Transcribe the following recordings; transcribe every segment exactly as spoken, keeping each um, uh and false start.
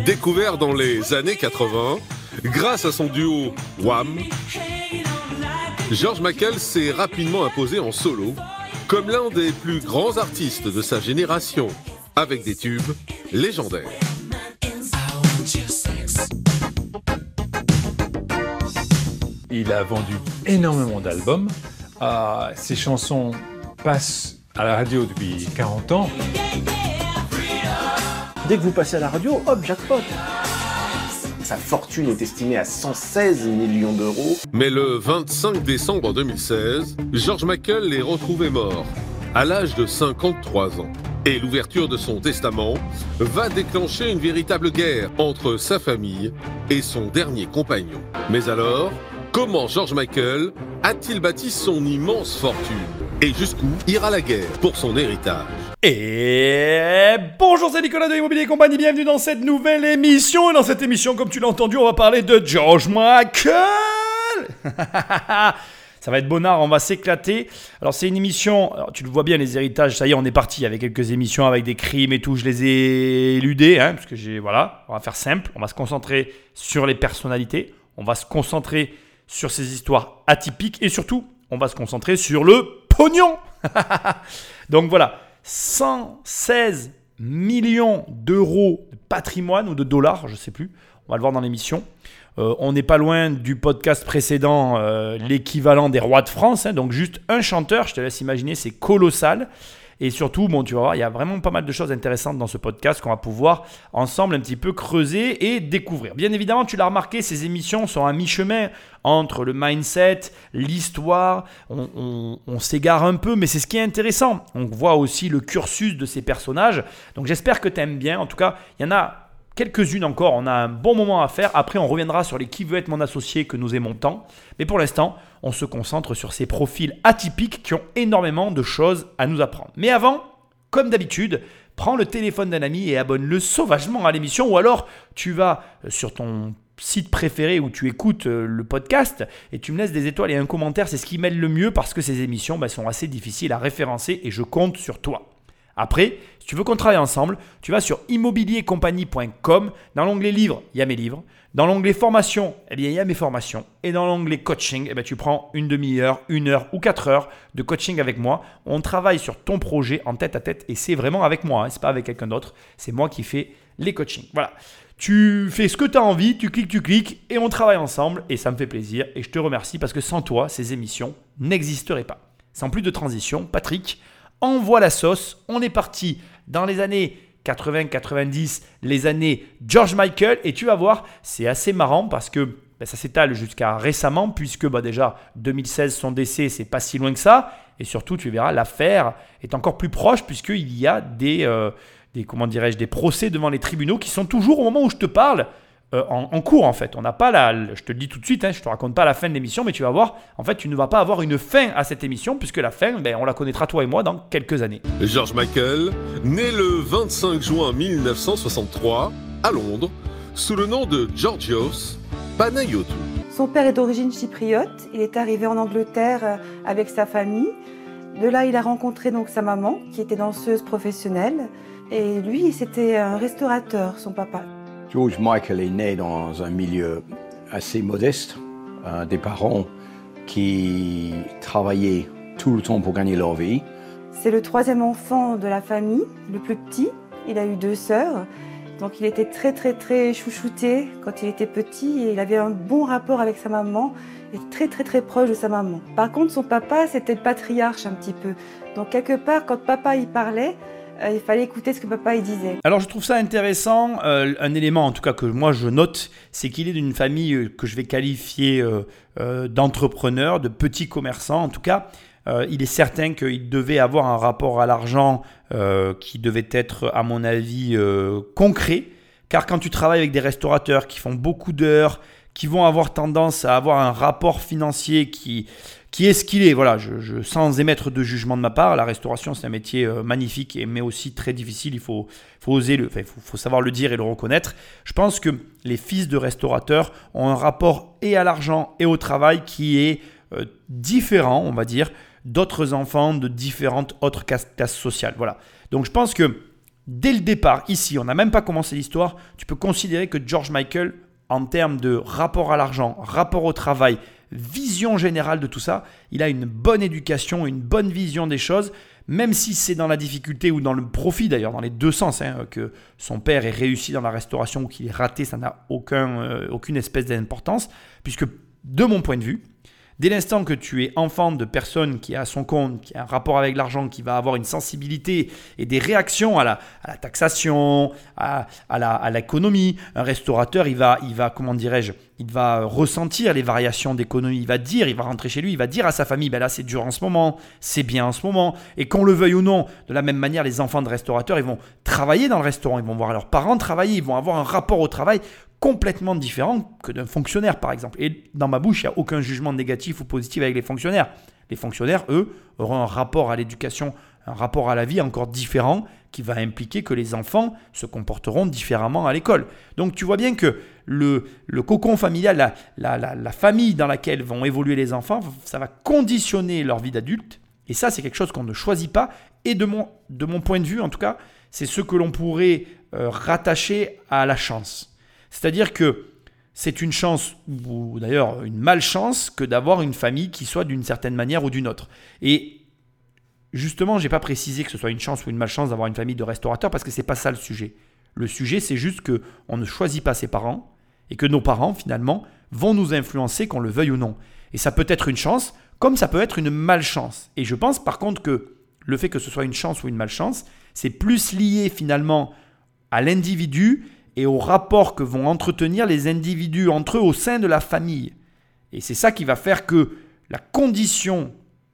Découvert dans les années quatre-vingts, grâce à son duo Wham, George Michael s'est rapidement imposé en solo comme l'un des plus grands artistes de sa génération, avec des tubes légendaires. Il a vendu énormément d'albums. Euh, ses chansons passent à la radio depuis quarante ans. Dès que vous passez à la radio, hop, jackpot. Sa fortune est estimée à cent seize millions d'euros. Mais le vingt-cinq décembre deux mille seize, George Michael est retrouvé mort, à l'âge de cinquante-trois ans. Et l'ouverture de son testament va déclencher une véritable guerre entre sa famille et son dernier compagnon. Mais alors, comment George Michael a-t-il bâti son immense fortune? Et jusqu'où ira la guerre pour son héritage? Et bonjour, c'est Nicolas de Immobilier et Compagnie, bienvenue dans cette nouvelle émission. Et dans cette émission, comme tu l'as entendu, on va parler de George Michael. Ça va être bonnard, on va s'éclater. Alors c'est une émission, alors tu le vois bien, les héritages, ça y est, on est parti avec quelques émissions avec des crimes et tout, je les ai éludés, hein, parce que j'ai, voilà, on va faire simple, on va se concentrer sur les personnalités, on va se concentrer sur ces histoires atypiques et surtout, on va se concentrer sur le pognon. Donc voilà, cent seize millions d'euros de patrimoine ou de dollars, je ne sais plus, on va le voir dans l'émission. Euh, on n'est pas loin du podcast précédent, euh, l'équivalent des rois de France, hein, donc juste un chanteur, je te laisse imaginer, c'est colossal. Et surtout, bon, tu vas voir, il y a vraiment pas mal de choses intéressantes dans ce podcast qu'on va pouvoir ensemble un petit peu creuser et découvrir. Bien évidemment, tu l'as remarqué, ces émissions sont à mi-chemin entre le mindset, l'histoire. On, on, on s'égare un peu, mais c'est ce qui est intéressant. On voit aussi le cursus de ces personnages. Donc j'espère que tu aimes bien. En tout cas, il y en a quelques-unes encore, on a un bon moment à faire. Après, on reviendra sur les qui veut être mon associé que nous aimons tant. Mais pour l'instant, on se concentre sur ces profils atypiques qui ont énormément de choses à nous apprendre. Mais avant, comme d'habitude, prends le téléphone d'un ami et abonne-le sauvagement à l'émission. Ou alors, tu vas sur ton site préféré où tu écoutes le podcast et tu me laisses des étoiles et un commentaire. C'est ce qui m'aide le mieux parce que ces émissions bah, sont assez difficiles à référencer et je compte sur toi. Après, si tu veux qu'on travaille ensemble, tu vas sur immobilier compagnie point com. Dans l'onglet livres, il y a mes livres. Dans l'onglet formation, eh bien, il y a mes formations. Et dans l'onglet coaching, eh bien, tu prends une demi-heure, une heure ou quatre heures de coaching avec moi. On travaille sur ton projet en tête à tête et c'est vraiment avec moi. Hein, ce n'est pas avec quelqu'un d'autre. C'est moi qui fais les coachings. Voilà. Tu fais ce que tu as envie, tu cliques, tu cliques et on travaille ensemble. Et ça me fait plaisir et je te remercie parce que sans toi, ces émissions n'existeraient pas. Sans plus de transition, Patrick, envoie la sauce, on est parti dans les années quatre-vingts quatre-vingt-dix, les années George Michael et tu vas voir, c'est assez marrant parce que ben, ça s'étale jusqu'à récemment puisque ben, déjà deux mille seize, son décès, c'est pas si loin que ça et surtout tu verras, l'affaire est encore plus proche puisqu'il y a des, euh, des, comment dirais-je, des procès devant les tribunaux qui sont toujours au moment où je te parle Euh, en, en cours en fait. On n'a pas la, je te le dis tout de suite, hein, je ne te raconte pas la fin de l'émission, mais tu vas voir, en fait, tu ne vas pas avoir une fin à cette émission, puisque la fin, ben, on la connaîtra toi et moi dans quelques années. George Michael, né le vingt-cinq juin mille neuf cent soixante-trois à Londres, sous le nom de Georgios Panayotou. Son père est d'origine chypriote, il est arrivé en Angleterre avec sa famille. De là, il a rencontré donc sa maman, qui était danseuse professionnelle, et lui, c'était un restaurateur, son papa. George Michael est né dans un milieu assez modeste, euh, des parents qui travaillaient tout le temps pour gagner leur vie. C'est le troisième enfant de la famille, le plus petit. Il a eu deux sœurs, donc il était très très très chouchouté quand il était petit et il avait un bon rapport avec sa maman et très très très proche de sa maman. Par contre, son papa, c'était le patriarche un petit peu. Donc quelque part, quand papa y parlait, Euh, il fallait écouter ce que papa il disait. Alors je trouve ça intéressant, euh, un élément en tout cas que moi je note, c'est qu'il est d'une famille que je vais qualifier euh, euh, d'entrepreneur, de petits commerçants. En tout cas, euh, il est certain qu'il devait avoir un rapport à l'argent euh, qui devait être, à mon avis, euh, concret. Car quand tu travailles avec des restaurateurs qui font beaucoup d'heures, qui vont avoir tendance à avoir un rapport financier qui... qui est ce qu'il est, voilà, je, je, sans émettre de jugement de ma part. La restauration, c'est un métier euh, magnifique, mais aussi très difficile. Il faut, faut oser, le, enfin, faut, faut savoir le dire et le reconnaître. Je pense que les fils de restaurateurs ont un rapport et à l'argent et au travail qui est euh, différent, on va dire, d'autres enfants de différentes autres classes sociales. Voilà. Donc, je pense que dès le départ, ici, on n'a même pas commencé l'histoire, tu peux considérer que George Michael, en termes de rapport à l'argent, rapport au travail, vision générale de tout ça, il a une bonne éducation, une bonne vision des choses, même si c'est dans la difficulté ou dans le profit d'ailleurs, dans les deux sens, hein, que son père ait réussi dans la restauration ou qu'il ait raté, ça n'a aucun, euh, aucune espèce d'importance, puisque de mon point de vue, dès l'instant que tu es enfant de personne qui a son compte, qui a un rapport avec l'argent, qui va avoir une sensibilité et des réactions à la, à la taxation, à, à, la, à l'économie, un restaurateur, il va, il va, comment dirais-je, il va ressentir les variations d'économie, il va dire, il va rentrer chez lui, il va dire à sa famille, ben là c'est dur en ce moment, c'est bien en ce moment, et qu'on le veuille ou non, de la même manière, les enfants de restaurateurs, ils vont travailler dans le restaurant, ils vont voir leurs parents travailler, ils vont avoir un rapport au travail complètement différent que d'un fonctionnaire, par exemple. Et dans ma bouche, il n'y a aucun jugement négatif ou positif avec les fonctionnaires. Les fonctionnaires, eux, auront un rapport à l'éducation, un rapport à la vie encore différent qui va impliquer que les enfants se comporteront différemment à l'école. Donc, tu vois bien que le, le cocon familial, la, la, la, la famille dans laquelle vont évoluer les enfants, ça va conditionner leur vie d'adulte. Et ça, c'est quelque chose qu'on ne choisit pas. Et de mon, de mon point de vue, en tout cas, c'est ce que l'on pourrait euh, rattacher à la chance. C'est-à-dire que c'est une chance, ou d'ailleurs une malchance, que d'avoir une famille qui soit d'une certaine manière ou d'une autre. Et justement, je n'ai pas précisé que ce soit une chance ou une malchance d'avoir une famille de restaurateurs parce que ce n'est pas ça le sujet. Le sujet, c'est juste qu'on ne choisit pas ses parents et que nos parents, finalement, vont nous influencer, qu'on le veuille ou non. Et ça peut être une chance, comme ça peut être une malchance. Et je pense par contre que le fait que ce soit une chance ou une malchance, c'est plus lié finalement à l'individu et au rapport que vont entretenir les individus entre eux au sein de la famille. Et c'est ça qui va faire que la condition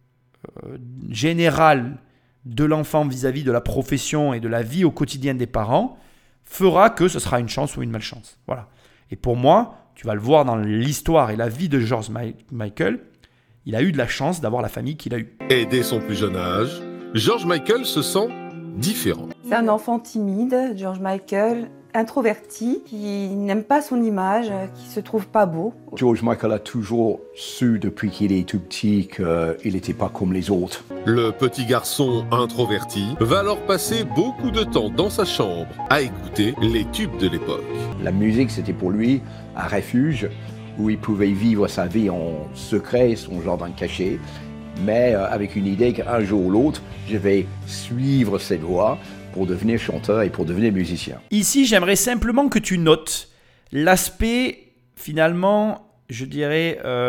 euh, générale de l'enfant vis-à-vis de la profession et de la vie au quotidien des parents fera que ce sera une chance ou une malchance. Voilà. Et pour moi, tu vas le voir dans l'histoire et la vie de George Michael, il a eu de la chance d'avoir la famille qu'il a eue. Et dès son plus jeune âge, George Michael se sent différent. C'est un enfant timide, George Michael, introverti, qui n'aime pas son image, qui se trouve pas beau. George Michael a toujours su depuis qu'il est tout petit qu'il n'était pas comme les autres. Le petit garçon introverti va alors passer beaucoup de temps dans sa chambre à écouter les tubes de l'époque. La musique, c'était pour lui un refuge où il pouvait vivre sa vie en secret, son jardin caché, mais avec une idée qu'un jour ou l'autre, je vais suivre cette voie pour devenir chanteur et pour devenir musicien. Ici, j'aimerais simplement que tu notes l'aspect, finalement, je dirais, euh,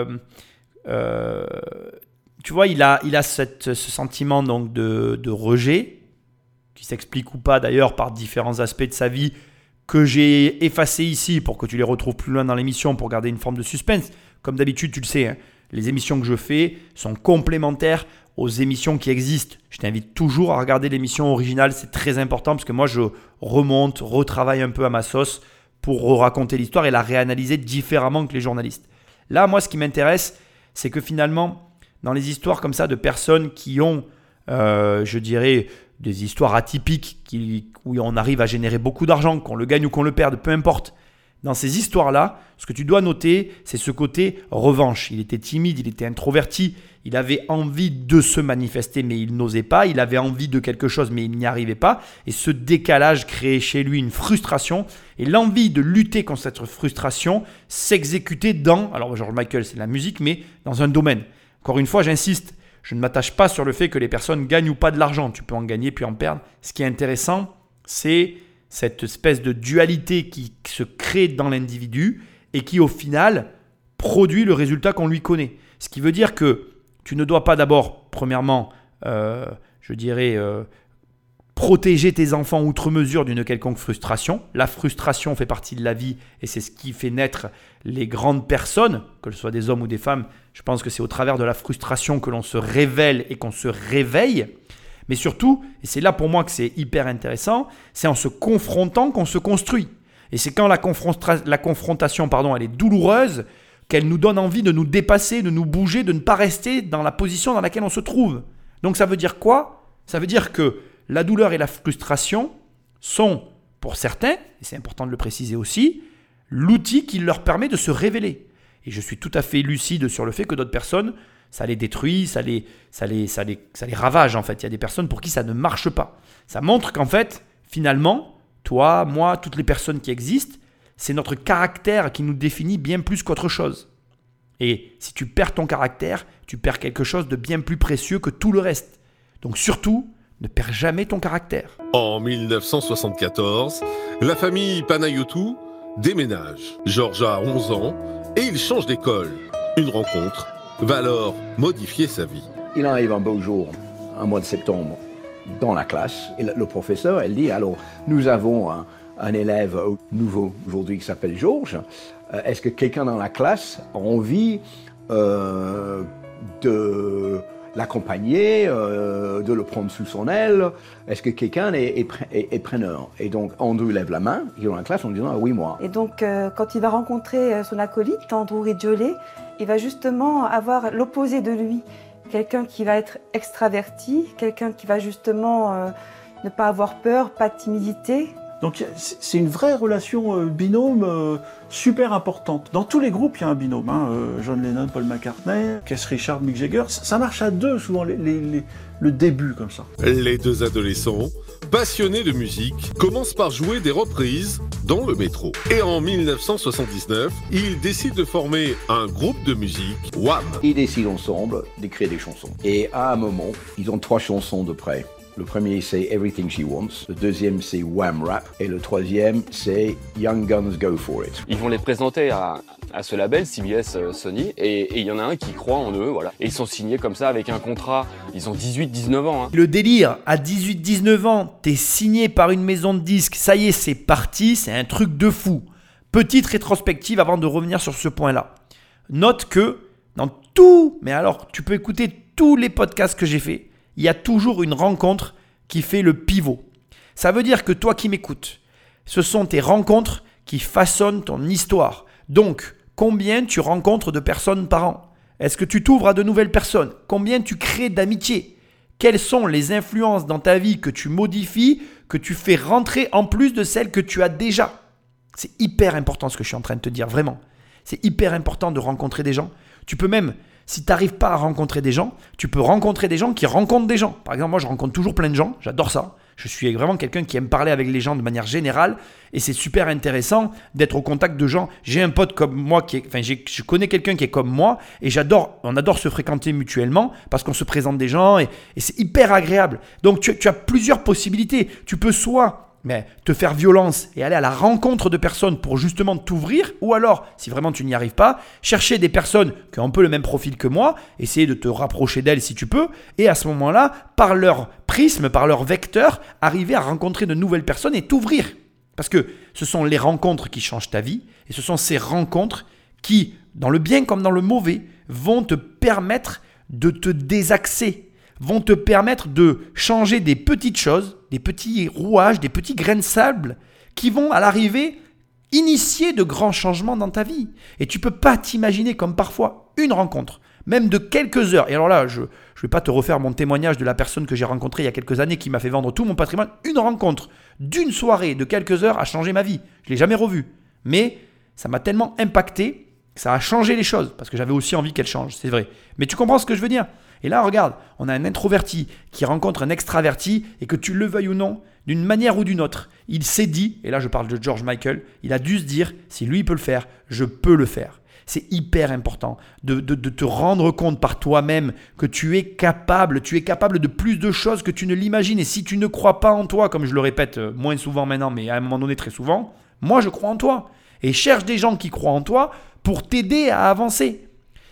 euh, tu vois, il a, il a cette, ce sentiment donc de, de rejet, qui s'explique ou pas d'ailleurs par différents aspects de sa vie, que j'ai effacé ici pour que tu les retrouves plus loin dans l'émission pour garder une forme de suspense. Comme d'habitude, tu le sais, hein, les émissions que je fais sont complémentaires aux émissions qui existent. Je t'invite toujours à regarder l'émission originale, c'est très important parce que moi je remonte, retravaille un peu à ma sauce pour raconter l'histoire et la réanalyser différemment que les journalistes. Là, moi ce qui m'intéresse, c'est que finalement, dans les histoires comme ça de personnes qui ont, euh, je dirais, des histoires atypiques qui, où on arrive à générer beaucoup d'argent, qu'on le gagne ou qu'on le perde, peu importe. Dans ces histoires-là, ce que tu dois noter, c'est ce côté revanche. Il était timide, il était introverti, il avait envie de se manifester, mais il n'osait pas. Il avait envie de quelque chose, mais il n'y arrivait pas. Et ce décalage créait chez lui une frustration. Et l'envie de lutter contre cette frustration s'exécutait dans, alors George Michael, c'est la musique, mais dans un domaine. Encore une fois, j'insiste, je ne m'attache pas sur le fait que les personnes gagnent ou pas de l'argent. Tu peux en gagner puis en perdre. Ce qui est intéressant, c'est cette espèce de dualité qui se crée dans l'individu et qui au final produit le résultat qu'on lui connaît. Ce qui veut dire que tu ne dois pas d'abord, premièrement, euh, je dirais, euh, protéger tes enfants outre mesure d'une quelconque frustration. La frustration fait partie de la vie et c'est ce qui fait naître les grandes personnes, que ce soit des hommes ou des femmes. Je pense que c'est au travers de la frustration que l'on se révèle et qu'on se réveille. Mais surtout, et c'est là pour moi que c'est hyper intéressant, c'est en se confrontant qu'on se construit. Et c'est quand la, confronta- la confrontation pardon, elle est douloureuse qu'elle nous donne envie de nous dépasser, de nous bouger, de ne pas rester dans la position dans laquelle on se trouve. Donc ça veut dire quoi ? Ça veut dire que la douleur et la frustration sont, pour certains, et c'est important de le préciser aussi, l'outil qui leur permet de se révéler. Et je suis tout à fait lucide sur le fait que d'autres personnes, ça les détruit, ça les, ça, les, ça, les, ça les ravage en fait. Il y a des personnes pour qui ça ne marche pas. Ça montre qu'en fait, Finalement, toi, moi, toutes les personnes qui existent, c'est notre caractère qui nous définit bien plus qu'autre chose. Et si tu perds ton caractère, tu perds quelque chose de bien plus précieux que tout le reste. Donc surtout, ne perds jamais ton caractère. En mille neuf cent soixante-quatorze, la famille Panayotou déménage. Georges a onze ans et il change d'école. Une rencontre va alors modifier sa vie. Il arrive un beau jour, un mois de septembre, dans la classe. Et le professeur, elle dit, alors, nous avons un, un élève nouveau aujourd'hui qui s'appelle Georges. Euh, est-ce que quelqu'un dans la classe a envie euh, de l'accompagner, euh, de le prendre sous son aile? Est-ce que quelqu'un est, est, est, est preneur? Et donc, Andrew lève la main, il est dans la classe en disant, ah oui, moi. Et donc, euh, quand il va rencontrer son acolyte, Andrew Ridgely, il va justement avoir l'opposé de lui. Quelqu'un qui va être extraverti, quelqu'un qui va justement euh, ne pas avoir peur, pas de timidité. Donc c'est une vraie relation euh, binôme euh, super importante. Dans tous les groupes, il y a un binôme. Hein, euh, John Lennon, Paul McCartney, Keith Richards, Mick Jagger. Ça, ça marche à deux souvent, les, les, les, le début comme ça. Les deux adolescents, passionnés de musique, commencent par jouer des reprises dans le métro. Et en mille neuf cent soixante-dix-neuf, ils décident de former un groupe de musique, Wham! Ils décident ensemble d'écrire des chansons. Et à un moment, ils ont trois chansons de près. Le premier, c'est Everything She Wants. Le deuxième, c'est Wham Rap. Et le troisième, c'est Young Guns Go For It. Ils vont les présenter à, à ce label, C B S euh, Sony, et il y en a un qui croit en eux, voilà. Et ils sont signés comme ça avec un contrat. Ils ont dix-huit dix-neuf ans. Hein. Le délire, à dix-huit dix-neuf ans, t'es signé par une maison de disques. Ça y est, c'est parti, c'est un truc de fou. Petite rétrospective avant de revenir sur ce point-là. Note que dans tout, mais alors tu peux écouter tous les podcasts que j'ai faits, il y a toujours une rencontre qui fait le pivot. Ça veut dire que toi qui m'écoutes, ce sont tes rencontres qui façonnent ton histoire. Donc, combien tu rencontres de personnes par an? Est-ce que tu t'ouvres à de nouvelles personnes? Combien tu crées d'amitié? Quelles sont les influences dans ta vie que tu modifies, que tu fais rentrer en plus de celles que tu as déjà? C'est hyper important ce que je suis en train de te dire, vraiment. C'est hyper important de rencontrer des gens. Tu peux même... Si tu n'arrives pas à rencontrer des gens, tu peux rencontrer des gens qui rencontrent des gens. Par exemple, moi, je rencontre toujours plein de gens. J'adore ça. Je suis vraiment quelqu'un qui aime parler avec les gens de manière générale. Et c'est super intéressant d'être au contact de gens. J'ai un pote comme moi, qui est, enfin, j'ai, je connais quelqu'un qui est comme moi. Et j'adore, on adore se fréquenter mutuellement parce qu'on se présente des gens. Et, et c'est hyper agréable. Donc, tu, tu as plusieurs possibilités. Tu peux soit... mais te faire violence et aller à la rencontre de personnes pour justement t'ouvrir, ou alors, si vraiment tu n'y arrives pas, chercher des personnes qui ont un peu le même profil que moi, essayer de te rapprocher d'elles si tu peux, et à ce moment-là, par leur prisme, par leur vecteur, arriver à rencontrer de nouvelles personnes et t'ouvrir. Parce que ce sont les rencontres qui changent ta vie, et ce sont ces rencontres qui, dans le bien comme dans le mauvais, vont te permettre de te désaxer, vont te permettre de changer des petites choses, des petits rouages, des petits grains de sable qui vont à l'arrivée initier de grands changements dans ta vie. Et tu ne peux pas t'imaginer comme parfois une rencontre, même de quelques heures. Et alors là, je ne vais pas te refaire mon témoignage de la personne que j'ai rencontrée il y a quelques années qui m'a fait vendre tout mon patrimoine. Une rencontre d'une soirée de quelques heures a changé ma vie. Je ne l'ai jamais revue. Mais ça m'a tellement impacté que ça a changé les choses parce que j'avais aussi envie qu'elle change, c'est vrai. Mais tu comprends ce que je veux dire ? Et là, regarde, on a un introverti qui rencontre un extraverti et que tu le veuilles ou non, d'une manière ou d'une autre, il s'est dit, et là je parle de George Michael, il a dû se dire, si lui il peut le faire, je peux le faire. C'est hyper important de, de, de te rendre compte par toi-même que tu es capable, tu es capable de plus de choses que tu ne l'imagines. Et si tu ne crois pas en toi, comme je le répète moins souvent maintenant, mais à un moment donné très souvent, moi je crois en toi. Et cherche des gens qui croient en toi pour t'aider à avancer.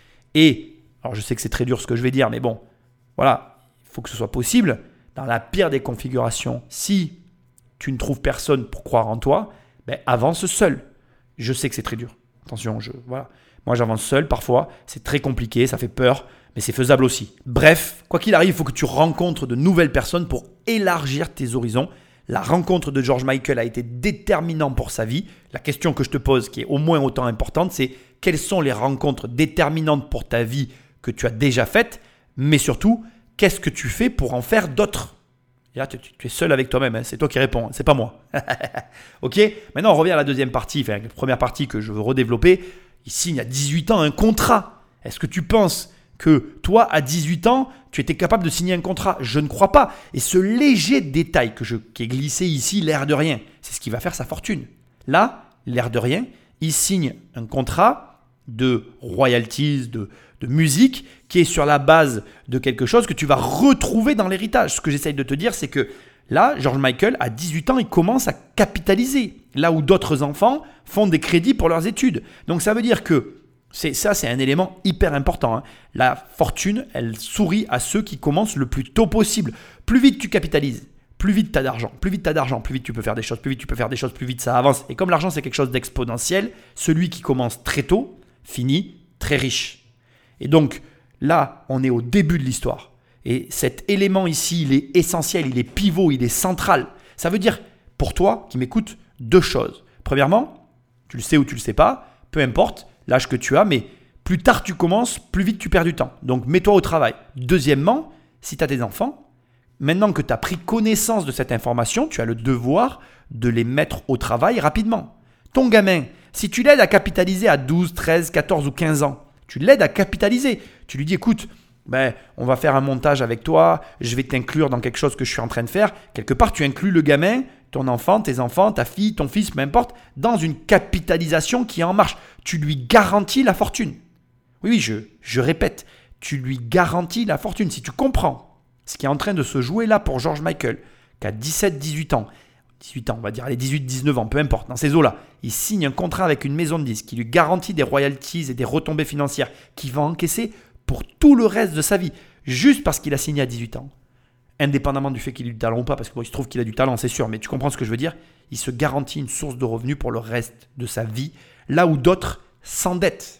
Et alors je sais que c'est très dur ce que je vais dire, mais bon, voilà, il faut que ce soit possible. Dans la pire des configurations, si tu ne trouves personne pour croire en toi, ben avance seul. Je sais que c'est très dur. Attention, je, voilà. Moi j'avance seul parfois, c'est très compliqué, ça fait peur, mais c'est faisable aussi. Bref, quoi qu'il arrive, il faut que tu rencontres de nouvelles personnes pour élargir tes horizons. La rencontre de George Michael a été déterminante pour sa vie. La question que je te pose, qui est au moins autant importante, c'est quelles sont les rencontres déterminantes pour ta vie que tu as déjà faites, mais surtout, qu'est-ce que tu fais pour en faire d'autres? Et là, tu, tu es seul avec toi-même, hein, c'est toi qui réponds, hein, c'est pas moi. Ok? Maintenant, on revient à la deuxième partie, enfin, la première partie que je veux redévelopper. Il signe à dix-huit ans un contrat. Est-ce que tu penses que toi, à dix-huit ans, tu étais capable de signer un contrat. Je ne crois pas. Et ce léger détail que je, qui est glissé ici, l'air de rien, c'est ce qui va faire sa fortune. Là, l'air de rien, il signe un contrat de royalties, de, de musique, qui est sur la base de quelque chose que tu vas retrouver dans l'héritage. Ce que j'essaye de te dire, c'est que là, George Michael, à dix-huit ans, il commence à capitaliser. Là où d'autres enfants font des crédits pour leurs études. Donc ça veut dire que c'est, ça, c'est un élément hyper important. Hein. La fortune, elle sourit à ceux qui commencent le plus tôt possible. Plus vite tu capitalises, plus vite tu as d'argent. Plus vite tu as d'argent, plus vite tu peux faire des choses. Plus vite tu peux faire des choses, plus vite ça avance. Et comme l'argent, c'est quelque chose d'exponentiel, celui qui commence très tôt finit très riche. Et donc là, on est au début de l'histoire. Et cet élément ici, il est essentiel, il est pivot, il est central. Ça veut dire, pour toi qui m'écoutes, deux choses. Premièrement, tu le sais ou tu ne le sais pas, peu importe l'âge que tu as, mais plus tard tu commences, plus vite tu perds du temps. Donc mets-toi au travail. Deuxièmement, si tu as des enfants, maintenant que tu as pris connaissance de cette information, tu as le devoir de les mettre au travail rapidement. Ton gamin, si tu l'aides à capitaliser à douze, treize, quatorze ou quinze ans, tu l'aides à capitaliser. Tu lui dis, écoute, ben, on va faire un montage avec toi, je vais t'inclure dans quelque chose que je suis en train de faire. Quelque part, tu inclus le gamin, ton enfant, tes enfants, ta fille, ton fils, peu importe, dans une capitalisation qui est en marche. Tu lui garantis la fortune. Oui, oui, je, je répète, tu lui garantis la fortune. Si tu comprends ce qui est en train de se jouer là pour George Michael, qui a dix-sept, dix-huit ans, dix-huit ans, on va dire, les dix-huit, dix-neuf ans, peu importe, dans ces eaux-là, il signe un contrat avec une maison de disques qui lui garantit des royalties et des retombées financières qu'il va encaisser pour tout le reste de sa vie, juste parce qu'il a signé à dix-huit ans. Indépendamment du fait qu'il ait du talent ou pas, parce qu'il bon, se trouve qu'il a du talent, c'est sûr, mais tu comprends ce que je veux dire? Il se garantit une source de revenus pour le reste de sa vie, là où d'autres s'endettent.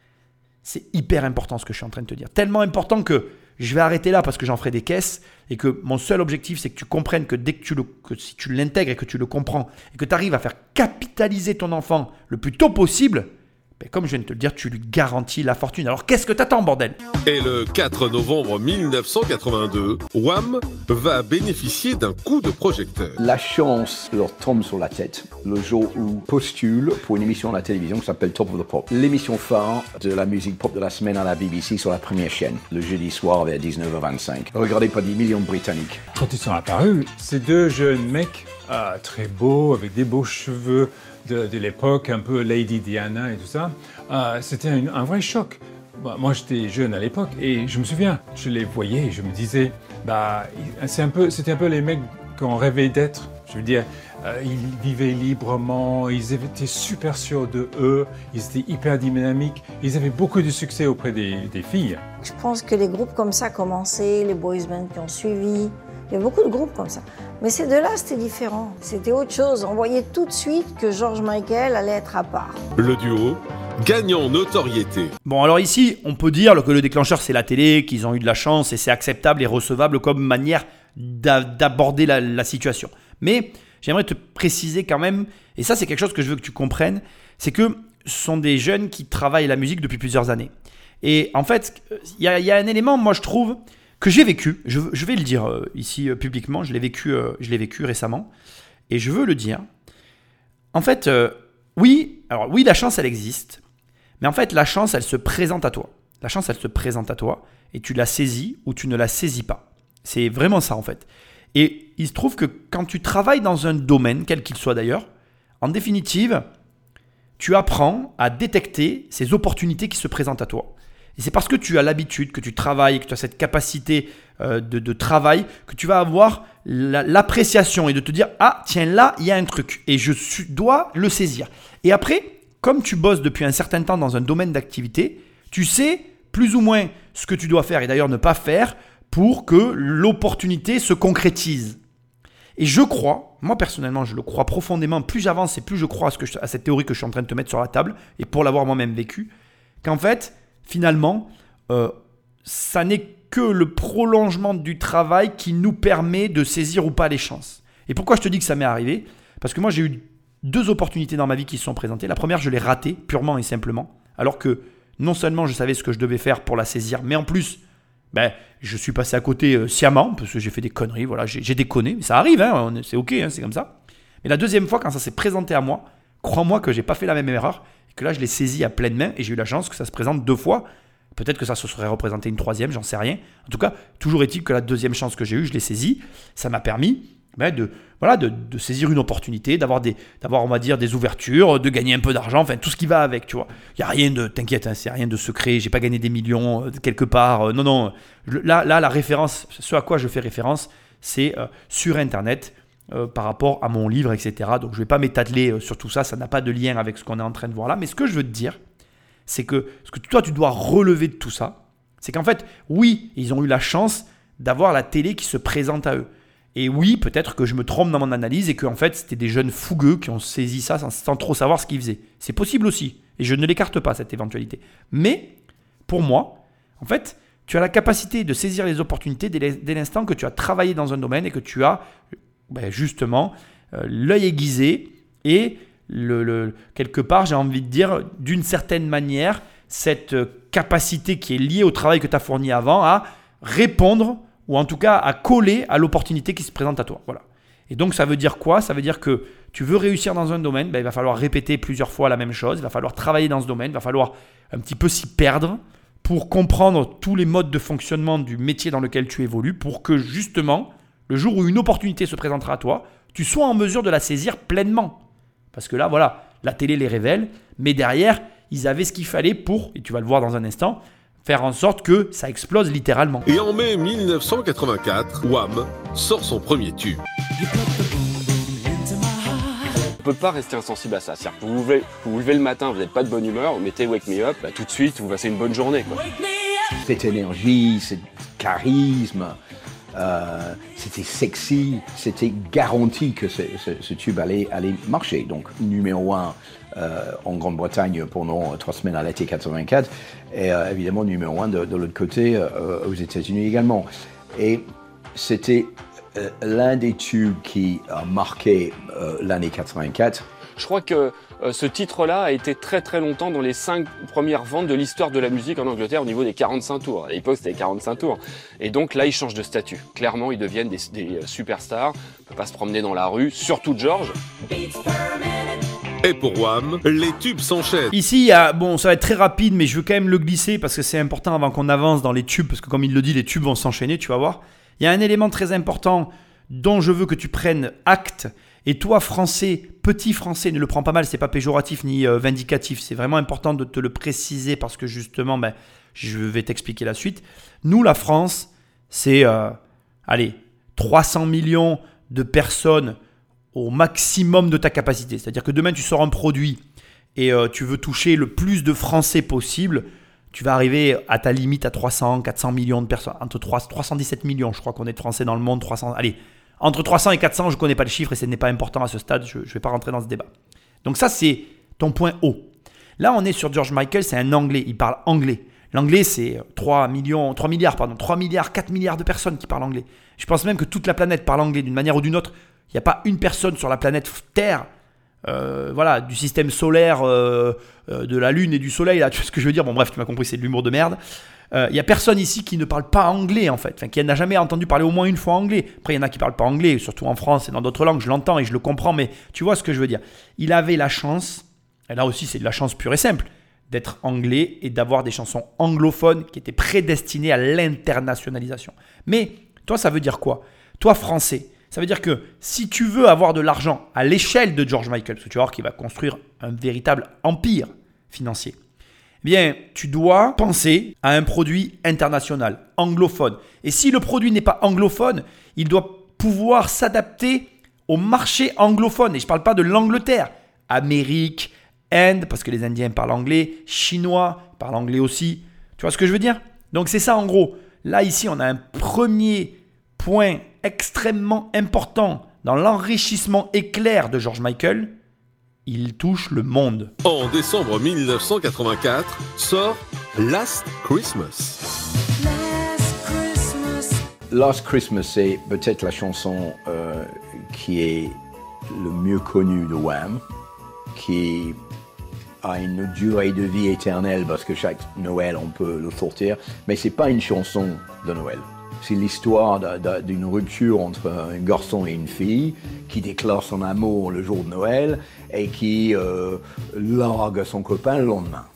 C'est hyper important ce que je suis en train de te dire. Tellement important que je vais arrêter là parce que j'en ferai des caisses et que mon seul objectif, c'est que tu comprennes que dès que tu le, que si tu l'intègres et que tu le comprends et que tu arrives à faire capitaliser ton enfant le plus tôt possible, ben comme je viens de te le dire, tu lui garantis la fortune. Alors qu'est-ce que t'attends, bordel? Et le quatre novembre mille neuf cent quatre-vingt-deux, Wham va bénéficier d'un coup de projecteur. La chance leur tombe sur la tête le jour où postule pour une émission à la télévision qui s'appelle Top of the Pop. L'émission phare de la musique pop de la semaine à la B B C sur la première chaîne, le jeudi soir vers dix-neuf heures vingt-cinq. Regardé par des millions de Britanniques. Quand ils sont apparus, ces deux jeunes mecs, ah, très beaux, avec des beaux cheveux de, de l'époque, un peu Lady Diana et tout ça, ah, c'était un, un vrai choc. Bah, moi, j'étais jeune à l'époque et je me souviens, je les voyais et je me disais, bah, c'est un peu, c'était un peu les mecs qu'on rêvait d'être. Je veux dire, euh, ils vivaient librement, ils étaient super sûrs de eux, ils étaient hyper dynamiques, ils avaient beaucoup de succès auprès des, des filles. Je pense que les groupes comme ça commençaient, les boys bands qui ont suivi, il y a beaucoup de groupes comme ça. Mais ces deux-là, c'était différent, c'était autre chose. On voyait tout de suite que George Michael allait être à part. Le duo gagne en notoriété. Bon, alors ici, on peut dire que le déclencheur, c'est la télé, qu'ils ont eu de la chance et c'est acceptable et recevable comme manière d'a- d'aborder la, la situation. Mais j'aimerais te préciser quand même, et ça c'est quelque chose que je veux que tu comprennes, c'est que ce sont des jeunes qui travaillent la musique depuis plusieurs années. Et en fait, il y, y a un élément, moi je trouve, que j'ai vécu, je, je vais le dire euh, ici euh, publiquement, je l'ai vécu, euh, je l'ai vécu récemment, et je veux le dire. En fait, euh, oui, alors oui, la chance elle existe, mais en fait la chance elle se présente à toi. La chance elle se présente à toi, et tu la saisis ou tu ne la saisis pas. C'est vraiment ça en fait. Et il se trouve que quand tu travailles dans un domaine, quel qu'il soit d'ailleurs, en définitive, tu apprends à détecter ces opportunités qui se présentent à toi. Et c'est parce que tu as l'habitude, que tu travailles, que tu as cette capacité euh, de, de travail, que tu vas avoir la, l'appréciation et de te dire « Ah, tiens, là, il y a un truc et je su- dois le saisir. » Et après, comme tu bosses depuis un certain temps dans un domaine d'activité, tu sais plus ou moins ce que tu dois faire et d'ailleurs ne pas faire pour que l'opportunité se concrétise. Et je crois, moi personnellement, je le crois profondément, plus j'avance et plus je crois à, ce que je, à cette théorie que je suis en train de te mettre sur la table, et pour l'avoir moi-même vécu, qu'en fait, finalement, euh, ça n'est que le prolongement du travail qui nous permet de saisir ou pas les chances. Et pourquoi je te dis que ça m'est arrivé? Parce que moi, j'ai eu deux opportunités dans ma vie qui se sont présentées. La première, je l'ai ratée, purement et simplement, alors que non seulement je savais ce que je devais faire pour la saisir, mais en plus, ben, je suis passé à côté euh, sciemment, parce que j'ai fait des conneries, voilà, j'ai, j'ai déconné, mais ça arrive, hein, on, c'est ok, hein, c'est comme ça. Mais la deuxième fois, quand ça s'est présenté à moi, crois-moi que j'ai pas fait la même erreur, et que là, je l'ai saisi à pleine main, et j'ai eu la chance que ça se présente deux fois, Peut-être que ça se serait représenté une troisième, j'en sais rien. En tout cas, toujours est-il que la deuxième chance que j'ai eue, je l'ai saisie. Ça m'a permis ben, de, voilà, de, de saisir une opportunité, d'avoir, des, d'avoir, on va dire, des ouvertures, de gagner un peu d'argent, enfin tout ce qui va avec, tu vois. Il n'y a rien de, t'inquiète, hein, c'est rien de secret, j'ai pas gagné des millions euh, quelque part. Euh, non, non, là, là, la référence, ce à quoi je fais référence, c'est euh, sur Internet, euh, par rapport à mon livre, et cetera. Donc je ne vais pas m'étaler euh, sur tout ça, ça n'a pas de lien avec ce qu'on est en train de voir là. Mais ce que je veux te dire, c'est que ce que toi, tu dois relever de tout ça, c'est qu'en fait, oui, ils ont eu la chance d'avoir la télé qui se présente à eux. Et oui, peut-être que je me trompe dans mon analyse et qu'en fait, c'était des jeunes fougueux qui ont saisi ça sans, sans trop savoir ce qu'ils faisaient. C'est possible aussi. Et je ne l'écarte pas, cette éventualité. Mais, pour moi, en fait, tu as la capacité de saisir les opportunités dès, dès l'instant que tu as travaillé dans un domaine et que tu as, ben justement, euh, l'œil aiguisé et, le, le, quelque part, j'ai envie de dire, d'une certaine manière, cette capacité qui est liée au travail que tu as fourni avant à répondre ou en tout cas à coller à l'opportunité qui se présente à toi. Voilà. Et donc, ça veut dire quoi ? Ça veut dire que tu veux réussir dans un domaine, ben, il va falloir répéter plusieurs fois la même chose, il va falloir travailler dans ce domaine, il va falloir un petit peu s'y perdre pour comprendre tous les modes de fonctionnement du métier dans lequel tu évolues, pour que justement, le jour où une opportunité se présentera à toi, tu sois en mesure de la saisir pleinement. Parce que là, voilà, la télé les révèle, mais derrière, ils avaient ce qu'il fallait pour, et tu vas le voir dans un instant, faire en sorte que ça explose littéralement. Et en mai mille neuf cent quatre-vingt-quatre, Wham sort son premier tube. On ne peut pas rester insensible à ça. C'est-à-dire que vous vous levez, vous vous levez le matin, vous n'êtes pas de bonne humeur, vous mettez Wake Me Up, bah, tout de suite, vous passez une bonne journée, quoi. Cette énergie, ce charisme, euh, c'était sexy, c'était garanti que ce, ce, ce tube allait, allait marcher. Donc numéro un euh, en Grande-Bretagne pendant trois semaines à l'été quatre-vingt-quatre, et euh, évidemment numéro un de, de l'autre côté euh, aux États-Unis également. Et c'était euh, l'un des tubes qui a marqué euh, l'année quatre-vingt-quatre. Je crois que euh, ce titre-là a été très très longtemps dans les cinq premières ventes de l'histoire de la musique en Angleterre au niveau des quarante-cinq tours. À l'époque, c'était quarante-cinq tours. Et donc là, ils changent de statut. Clairement, ils deviennent des, des superstars. On ne peut pas se promener dans la rue, surtout George. Et pour Wham, les tubes s'enchaînent. Ici, il y a, bon, ça va être très rapide, mais je veux quand même le glisser parce que c'est important avant qu'on avance dans les tubes, parce que comme il le dit, les tubes vont s'enchaîner, tu vas voir. Il y a un élément très important dont je veux que tu prennes acte. Et toi, Français, petit Français, ne le prends pas mal, c'est pas péjoratif ni euh, vindicatif. C'est vraiment important de te le préciser parce que justement, ben, je vais t'expliquer la suite. Nous, la France, c'est, euh, allez, trois cents millions de personnes au maximum de ta capacité. C'est-à-dire que demain, tu sors un produit et euh, tu veux toucher le plus de Français possible, tu vas arriver à ta limite à trois cents, quatre cents millions de personnes. Entre trois cent dix-sept millions, je crois qu'on est de Français dans le monde, trois cents, allez, entre trois cents et quatre cents, je ne connais pas le chiffre et ce n'est pas important à ce stade, je ne vais pas rentrer dans ce débat. Donc ça, c'est ton point haut. Là, on est sur George Michael, c'est un Anglais, il parle anglais. L'anglais, c'est trois millions, trois milliards, pardon, trois milliards, quatre milliards de personnes qui parlent anglais. Je pense même que toute la planète parle anglais d'une manière ou d'une autre. Il n'y a pas une personne sur la planète Terre, euh, voilà, du système solaire, euh, euh, de la Lune et du Soleil, là, tu vois ce que je veux dire ? Bon bref, tu m'as compris, c'est de l'humour de merde. Il euh, n'y a personne ici qui ne parle pas anglais en fait, enfin, qui n'a jamais entendu parler au moins une fois anglais. Après, il y en a qui ne parlent pas anglais, surtout en France et dans d'autres langues, je l'entends et je le comprends, mais tu vois ce que je veux dire. Il avait la chance, et là aussi c'est de la chance pure et simple, d'être anglais et d'avoir des chansons anglophones qui étaient prédestinées à l'internationalisation. Mais toi, ça veut dire quoi ? Toi, Français, ça veut dire que si tu veux avoir de l'argent à l'échelle de George Michael, parce que tu vas voir qu'il va construire un véritable empire financier, eh bien, tu dois penser à un produit international, anglophone. Et si le produit n'est pas anglophone, il doit pouvoir s'adapter au marché anglophone. Et je ne parle pas de l'Angleterre, Amérique, Inde, parce que les Indiens parlent anglais, Chinois parlent anglais aussi. Tu vois ce que je veux dire ? Donc c'est ça en gros. Là, ici, on a un premier point extrêmement important dans l'enrichissement éclair de George Michael. Il touche le monde. En décembre mille neuf cent quatre-vingt-quatre, sort Last Christmas. Last Christmas, c'est peut-être la chanson euh, qui est le mieux connue de Wham, qui a une durée de vie éternelle parce que chaque Noël on peut le sortir, mais c'est pas une chanson de Noël. C'est l'histoire de, de, d'une rupture entre un garçon et une fille qui déclare son amour le jour de Noël et qui euh, largue son copain le lendemain.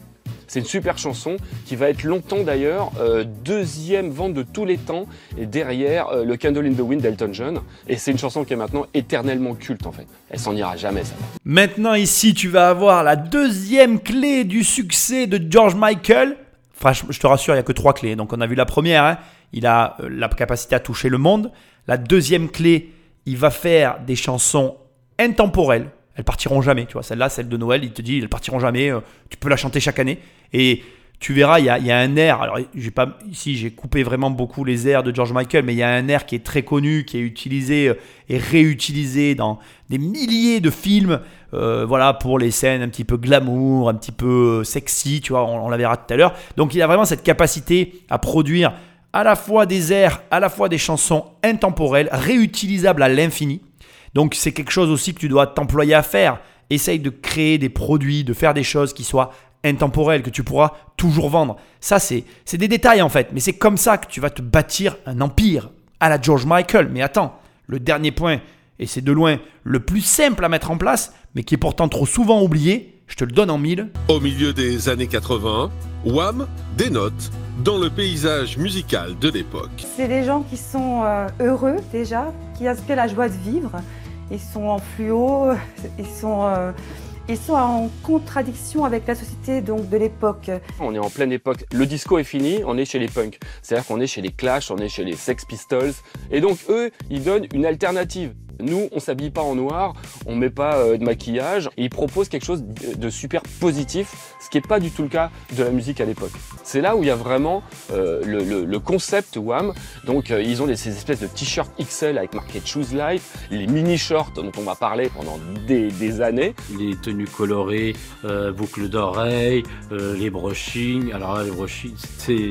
C'est une super chanson qui va être longtemps d'ailleurs euh, deuxième vente de tous les temps et derrière euh, le Candle in the Wind d'Elton John. Et c'est une chanson qui est maintenant éternellement culte en fait. Elle s'en ira jamais ça. Maintenant ici, tu vas avoir la deuxième clé du succès de George Michael. Franchement, je te rassure, il n'y a que trois clés. Donc on a vu la première, hein. Il a euh, la capacité à toucher le monde. La deuxième clé, il va faire des chansons intemporelles. Elles partiront jamais, tu vois. Celle-là, celle de Noël, il te dit, elles partiront jamais. Euh, tu peux la chanter chaque année. Et tu verras, il y a, il y a un air. Alors, j'ai pas, ici, j'ai coupé vraiment beaucoup les airs de George Michael, mais il y a un air qui est très connu, qui est utilisé euh, et réutilisé dans des milliers de films. Euh, voilà, pour les scènes un petit peu glamour, un petit peu sexy, tu vois. On, on la verra tout à l'heure. Donc, il a vraiment cette capacité à produire à la fois des airs, à la fois des chansons intemporelles, réutilisables à l'infini. Donc, c'est quelque chose aussi que tu dois t'employer à faire. Essaye de créer des produits, de faire des choses qui soient intemporelles, que tu pourras toujours vendre. Ça, c'est, c'est des détails en fait. Mais c'est comme ça que tu vas te bâtir un empire à la George Michael. Mais attends, le dernier point, et c'est de loin le plus simple à mettre en place, mais qui est pourtant trop souvent oublié, je te le donne en mille. Au milieu des années quatre-vingts, Wham dénote dans le paysage musical de l'époque. C'est des gens qui sont euh, heureux déjà, qui inspirent la joie de vivre. Ils sont en fluo, ils sont, euh, ils sont en contradiction avec la société donc, de l'époque. On est en pleine époque. Le disco est fini, on est chez les punks. C'est-à-dire qu'on est chez les Clash, on est chez les Sex Pistols. Et donc eux, ils donnent une alternative. Nous, on s'habille pas en noir, on met pas euh, de maquillage. Et ils proposent quelque chose de super positif, ce qui n'est pas du tout le cas de la musique à l'époque. C'est là où il y a vraiment euh, le, le, le concept Wham. Donc euh, ils ont des, ces espèces de t-shirts X L avec marqué Choose Life, les mini-shorts dont on va parler pendant des, des années. Les tenues colorées, euh, boucles d'oreilles, euh, les brushings. Alors là, les brushings, c'était...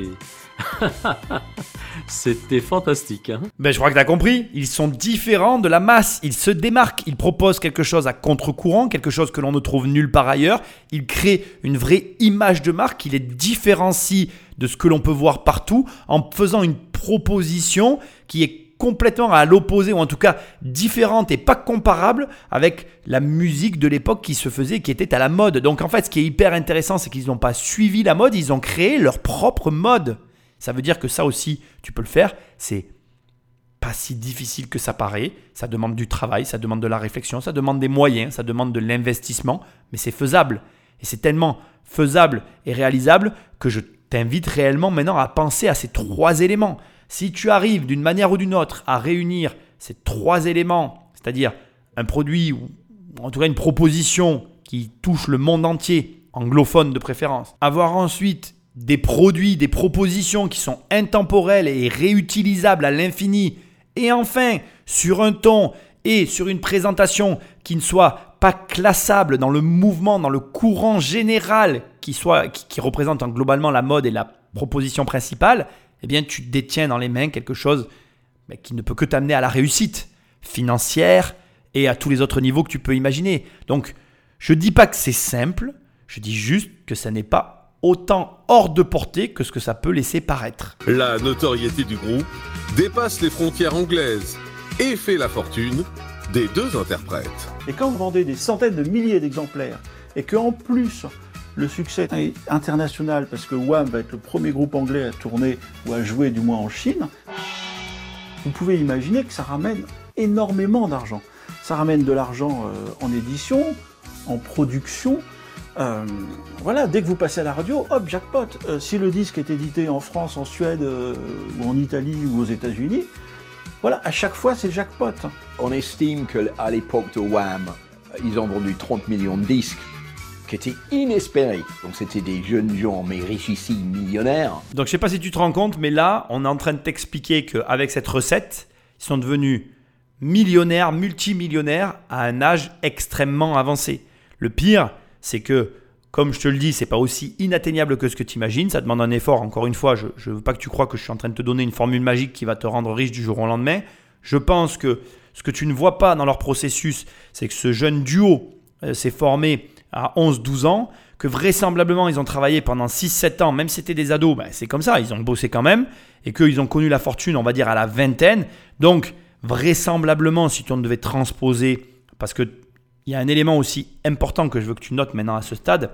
C'était fantastique. Hein, ben, je crois que tu as compris. Ils sont différents de la masse. Ils se démarquent. Ils proposent quelque chose à contre-courant, quelque chose que l'on ne trouve nulle part ailleurs. Ils créent une vraie image de marque qui les différencie de ce que l'on peut voir partout en faisant une proposition qui est complètement à l'opposé, ou en tout cas différente et pas comparable avec la musique de l'époque qui se faisait, qui était à la mode. Donc en fait, ce qui est hyper intéressant, c'est qu'ils n'ont pas suivi la mode, ils ont créé leur propre mode. Ça veut dire que ça aussi, tu peux le faire. C'est pas si difficile que ça paraît. Ça demande du travail, ça demande de la réflexion, ça demande des moyens, ça demande de l'investissement, mais c'est faisable. Et c'est tellement faisable et réalisable que je t'invite réellement maintenant à penser à ces trois éléments. Si tu arrives d'une manière ou d'une autre à réunir ces trois éléments, c'est-à-dire un produit ou en tout cas une proposition qui touche le monde entier, anglophone de préférence, avoir ensuite des produits, des propositions qui sont intemporelles et réutilisables à l'infini, et enfin sur un ton et sur une présentation qui ne soit pas classable dans le mouvement, dans le courant général qui, soit, qui, qui représente globalement la mode et la proposition principale, eh bien tu détiens dans les mains quelque chose mais qui ne peut que t'amener à la réussite financière et à tous les autres niveaux que tu peux imaginer. Donc je ne dis pas que c'est simple, je dis juste que ça n'est pas autant hors de portée que ce que ça peut laisser paraître. La notoriété du groupe dépasse les frontières anglaises et fait la fortune des deux interprètes. Et quand vous vendez des centaines de milliers d'exemplaires, et qu'en plus le succès est international, parce que Wham va être le premier groupe anglais à tourner, ou à jouer du moins en Chine, vous pouvez imaginer que ça ramène énormément d'argent. Ça ramène de l'argent euh, en édition, en production. Euh, voilà, dès que vous passez à la radio, hop, jackpot. Euh, si le disque est édité en France, en Suède, euh, ou en Italie, ou aux États-Unis, voilà, à chaque fois, c'est le jackpot. On estime qu'à l'époque de Wham, ils ont vendu trente millions de disques, qui étaient inespérés. Donc c'était des jeunes gens, mais richissimes, millionnaires. Donc je sais pas si tu te rends compte, mais là, on est en train de t'expliquer qu'avec cette recette, ils sont devenus millionnaires, multimillionnaires, à un âge extrêmement avancé. Le pire, c'est que, comme je te le dis, c'est pas aussi inatteignable que ce que tu imagines. Ça demande un effort. Encore une fois, je ne veux pas que tu crois que je suis en train de te donner une formule magique qui va te rendre riche du jour au lendemain. Je pense que ce que tu ne vois pas dans leur processus, c'est que ce jeune duo euh, s'est formé à onze douze ans, que vraisemblablement, ils ont travaillé pendant six sept ans, même si c'était des ados, ben, c'est comme ça, ils ont bossé quand même, et qu'ils ont connu la fortune, on va dire, à la vingtaine. Donc, vraisemblablement, si on devait transposer, parce que il y a un élément aussi important que je veux que tu notes maintenant à ce stade,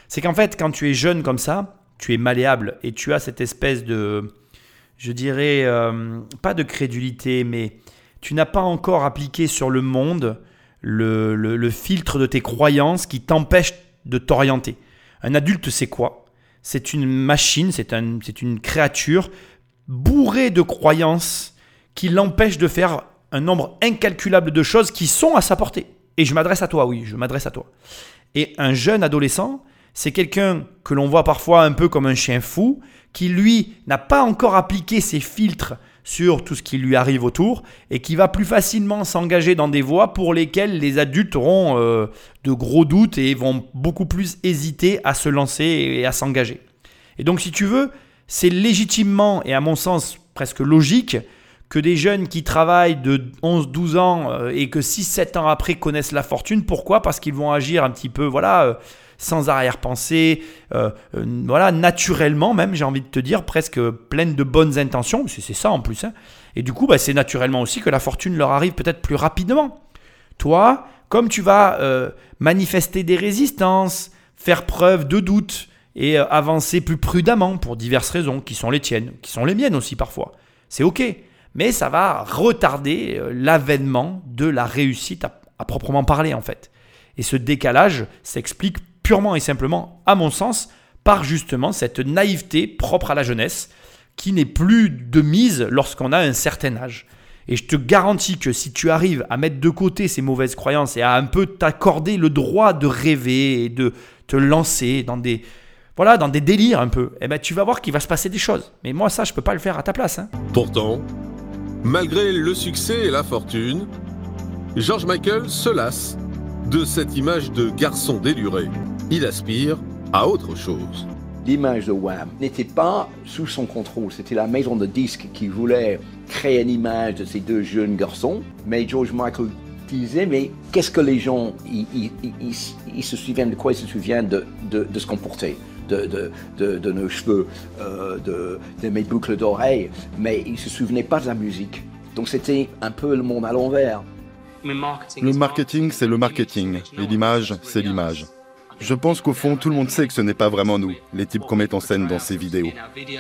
C'est qu'en fait, quand tu es jeune comme ça, tu es malléable et tu as cette espèce de, je dirais, euh, pas de crédulité, mais tu n'as pas encore appliqué sur le monde le, le, le filtre de tes croyances qui t'empêche de t'orienter. Un adulte, c'est quoi ? C'est une machine, c'est, un, c'est une créature bourrée de croyances qui l'empêche de faire un nombre incalculable de choses qui sont à sa portée. Et je m'adresse à toi, oui, je m'adresse à toi. Et un jeune adolescent, c'est quelqu'un que l'on voit parfois un peu comme un chien fou, qui lui n'a pas encore appliqué ses filtres sur tout ce qui lui arrive autour et qui va plus facilement s'engager dans des voies pour lesquelles les adultes auront euh, de gros doutes et vont beaucoup plus hésiter à se lancer et à s'engager. Et donc si tu veux, c'est légitimement et à mon sens presque logique que des jeunes qui travaillent de onze douze ans euh, et que six sept ans après connaissent la fortune. Pourquoi ? Parce qu'ils vont agir un petit peu voilà, euh, sans arrière-pensée, euh, euh, voilà, naturellement même, j'ai envie de te dire, presque pleine de bonnes intentions, c'est, c'est ça en plus. Hein. Et du coup, bah, c'est naturellement aussi que la fortune leur arrive peut-être plus rapidement. Toi, comme tu vas euh, manifester des résistances, faire preuve de doute et euh, avancer plus prudemment pour diverses raisons qui sont les tiennes, qui sont les miennes aussi parfois, c'est ok. Mais ça va retarder euh, l'avènement de la réussite à, à proprement parler en fait. Et ce décalage s'explique purement et simplement, à mon sens, par justement cette naïveté propre à la jeunesse qui n'est plus de mise lorsqu'on a un certain âge. Et je te garantis que si tu arrives à mettre de côté ces mauvaises croyances et à un peu t'accorder le droit de rêver et de te lancer dans des, voilà, dans des délires un peu, eh ben, tu vas voir qu'il va se passer des choses. Mais moi, ça, je ne peux pas le faire à ta place. Hein. Pourtant, malgré le succès et la fortune, George Michael se lasse de cette image de garçon déluré. Il aspire à autre chose. L'image de Wham n'était pas sous son contrôle. C'était la maison de disques qui voulait créer une image de ces deux jeunes garçons. Mais George Michael disait, mais qu'est-ce que les gens, ils, ils, ils, ils se souviennent de quoi? Ils se souviennent de, de, de ce qu'on portait, de, de, de, de nos cheveux, euh, de, de mes boucles d'oreilles. Mais ils ne se souvenaient pas de la musique. Donc c'était un peu le monde à l'envers. Le marketing, c'est le marketing, et l'image, c'est l'image. Je pense qu'au fond, tout le monde sait que ce n'est pas vraiment nous, les types qu'on met en scène dans ces vidéos.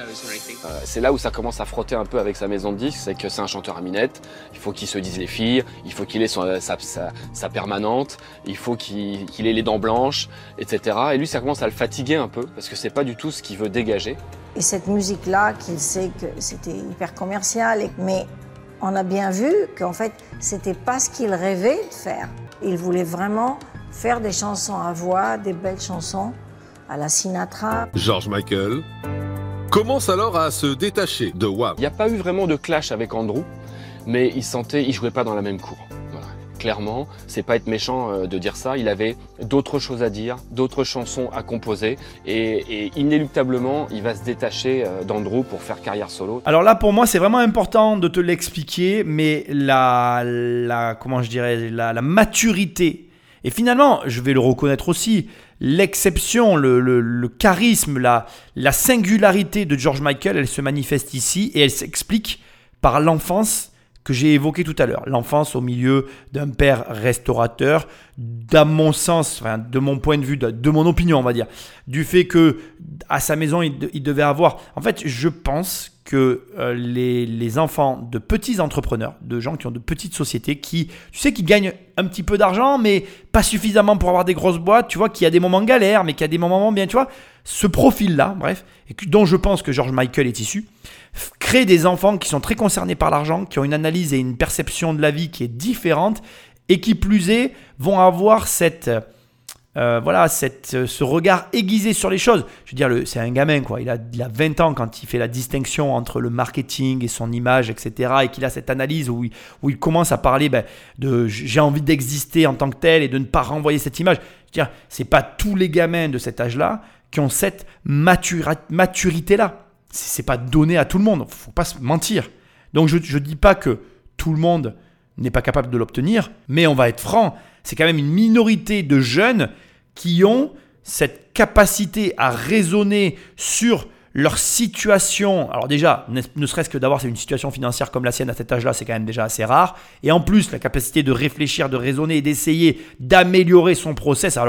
Euh, c'est là où ça commence à frotter un peu avec sa maison de disques, c'est que c'est un chanteur à minette, il faut qu'il se dise les filles, il faut qu'il ait son, sa, sa, sa permanente, il faut qu'il, qu'il ait les dents blanches, et cetera. Et lui, ça commence à le fatiguer un peu, parce que c'est pas du tout ce qu'il veut dégager. Et cette musique-là, qu'il sait que c'était hyper commercial, mais on a bien vu qu'en fait, c'était pas ce qu'il rêvait de faire. Il voulait vraiment faire des chansons à voix, des belles chansons à la Sinatra. George Michael commence alors à se détacher de Wham. Il n'y a pas eu vraiment de clash avec Andrew, mais il sentait, il jouait pas dans la même cour. Voilà. Clairement, c'est pas être méchant de dire ça, il avait d'autres choses à dire, d'autres chansons à composer, et, et inéluctablement, il va se détacher d'Andrew pour faire carrière solo. Alors là, pour moi, c'est vraiment important de te l'expliquer, mais la, la comment je dirais, la, la maturité. Et finalement, je vais le reconnaître aussi, l'exception, le, le, le charisme, la, la singularité de George Michael, elle se manifeste ici et elle s'explique par l'enfance que j'ai évoquée tout à l'heure. L'enfance au milieu d'un père restaurateur, d'à mon sens, enfin, de mon point de vue, de, de mon opinion, on va dire, du fait que à sa maison, il, il devait avoir... En fait, je pense que euh, les, les enfants de petits entrepreneurs, de gens qui ont de petites sociétés, qui, tu sais, qui gagnent un petit peu d'argent, mais pas suffisamment pour avoir des grosses boîtes, tu vois, qui a des moments galères, mais qui a des moments bien, tu vois, ce profil-là, bref, et que, dont je pense que George Michael est issu, crée des enfants qui sont très concernés par l'argent, qui ont une analyse et une perception de la vie qui est différente, et qui plus est, vont avoir cette... Euh, voilà, cette, ce regard aiguisé sur les choses. Je veux dire, le, c'est un gamin, quoi. Il a, il a vingt ans quand il fait la distinction entre le marketing et son image, et cetera. Et qu'il a cette analyse où il, où il commence à parler ben, de j'ai envie d'exister en tant que tel et de ne pas renvoyer cette image. Je veux dire, c'est pas tous les gamins de cet âge-là qui ont cette matura, maturité-là. C'est, c'est pas donné à tout le monde. Faut pas se mentir. Donc, je ne dis pas que tout le monde n'est pas capable de l'obtenir, mais on va être franc. C'est quand même une minorité de jeunes qui ont cette capacité à raisonner sur leur situation. Alors déjà, ne serait-ce que d'avoir une situation financière comme la sienne à cet âge-là, c'est quand même déjà assez rare. Et en plus, la capacité de réfléchir, de raisonner et d'essayer d'améliorer son process. Alors là,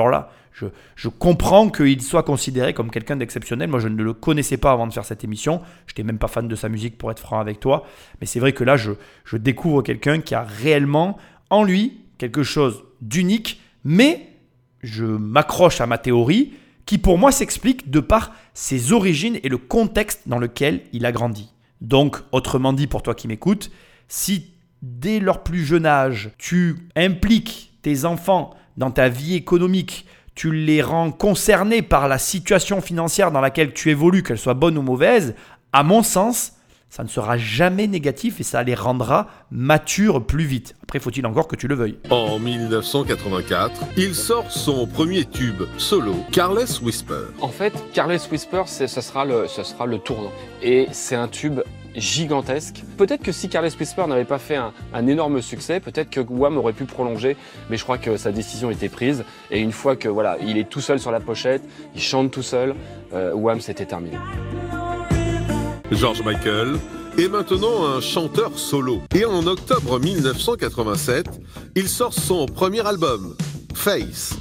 je, je comprends qu'il soit considéré comme quelqu'un d'exceptionnel. Moi, je ne le connaissais pas avant de faire cette émission. Je n'étais même pas fan de sa musique, pour être franc avec toi. Mais c'est vrai que là, je, je découvre quelqu'un qui a réellement en lui quelque chose d'unique. Mais je m'accroche à ma théorie qui, pour moi, s'explique de par ses origines et le contexte dans lequel il a grandi. Donc, autrement dit, pour toi qui m'écoutes, si dès leur plus jeune âge, tu impliques tes enfants dans ta vie économique, tu les rends concernés par la situation financière dans laquelle tu évolues, qu'elle soit bonne ou mauvaise, à mon sens, ça ne sera jamais négatif et ça les rendra matures plus vite. Après, faut-il encore que tu le veuilles. En dix-neuf cent quatre-vingt-quatre, il sort son premier tube solo, Careless Whisper. En fait, Careless Whisper, c'est, ce, sera le, ce sera le tournant. Et c'est un tube gigantesque. Peut-être que si Careless Whisper n'avait pas fait un, un énorme succès, peut-être que Wham aurait pu prolonger, mais je crois que sa décision était prise. Et une fois que voilà, il est tout seul sur la pochette, il chante tout seul, euh, Wham, c'était terminé. George Michael est maintenant un chanteur solo. Et en octobre dix-neuf cent quatre-vingt-sept, il sort son premier album, Face.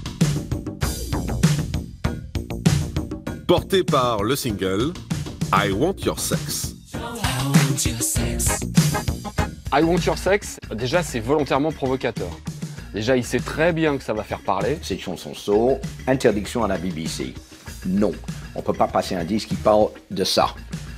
Porté par le single I Want Your Sex. I Want Your Sex, déjà c'est volontairement provocateur. Déjà il sait très bien que ça va faire parler. Cette chanson solo, interdiction à la B B C. Non, on ne peut pas passer un disque qui parle de ça.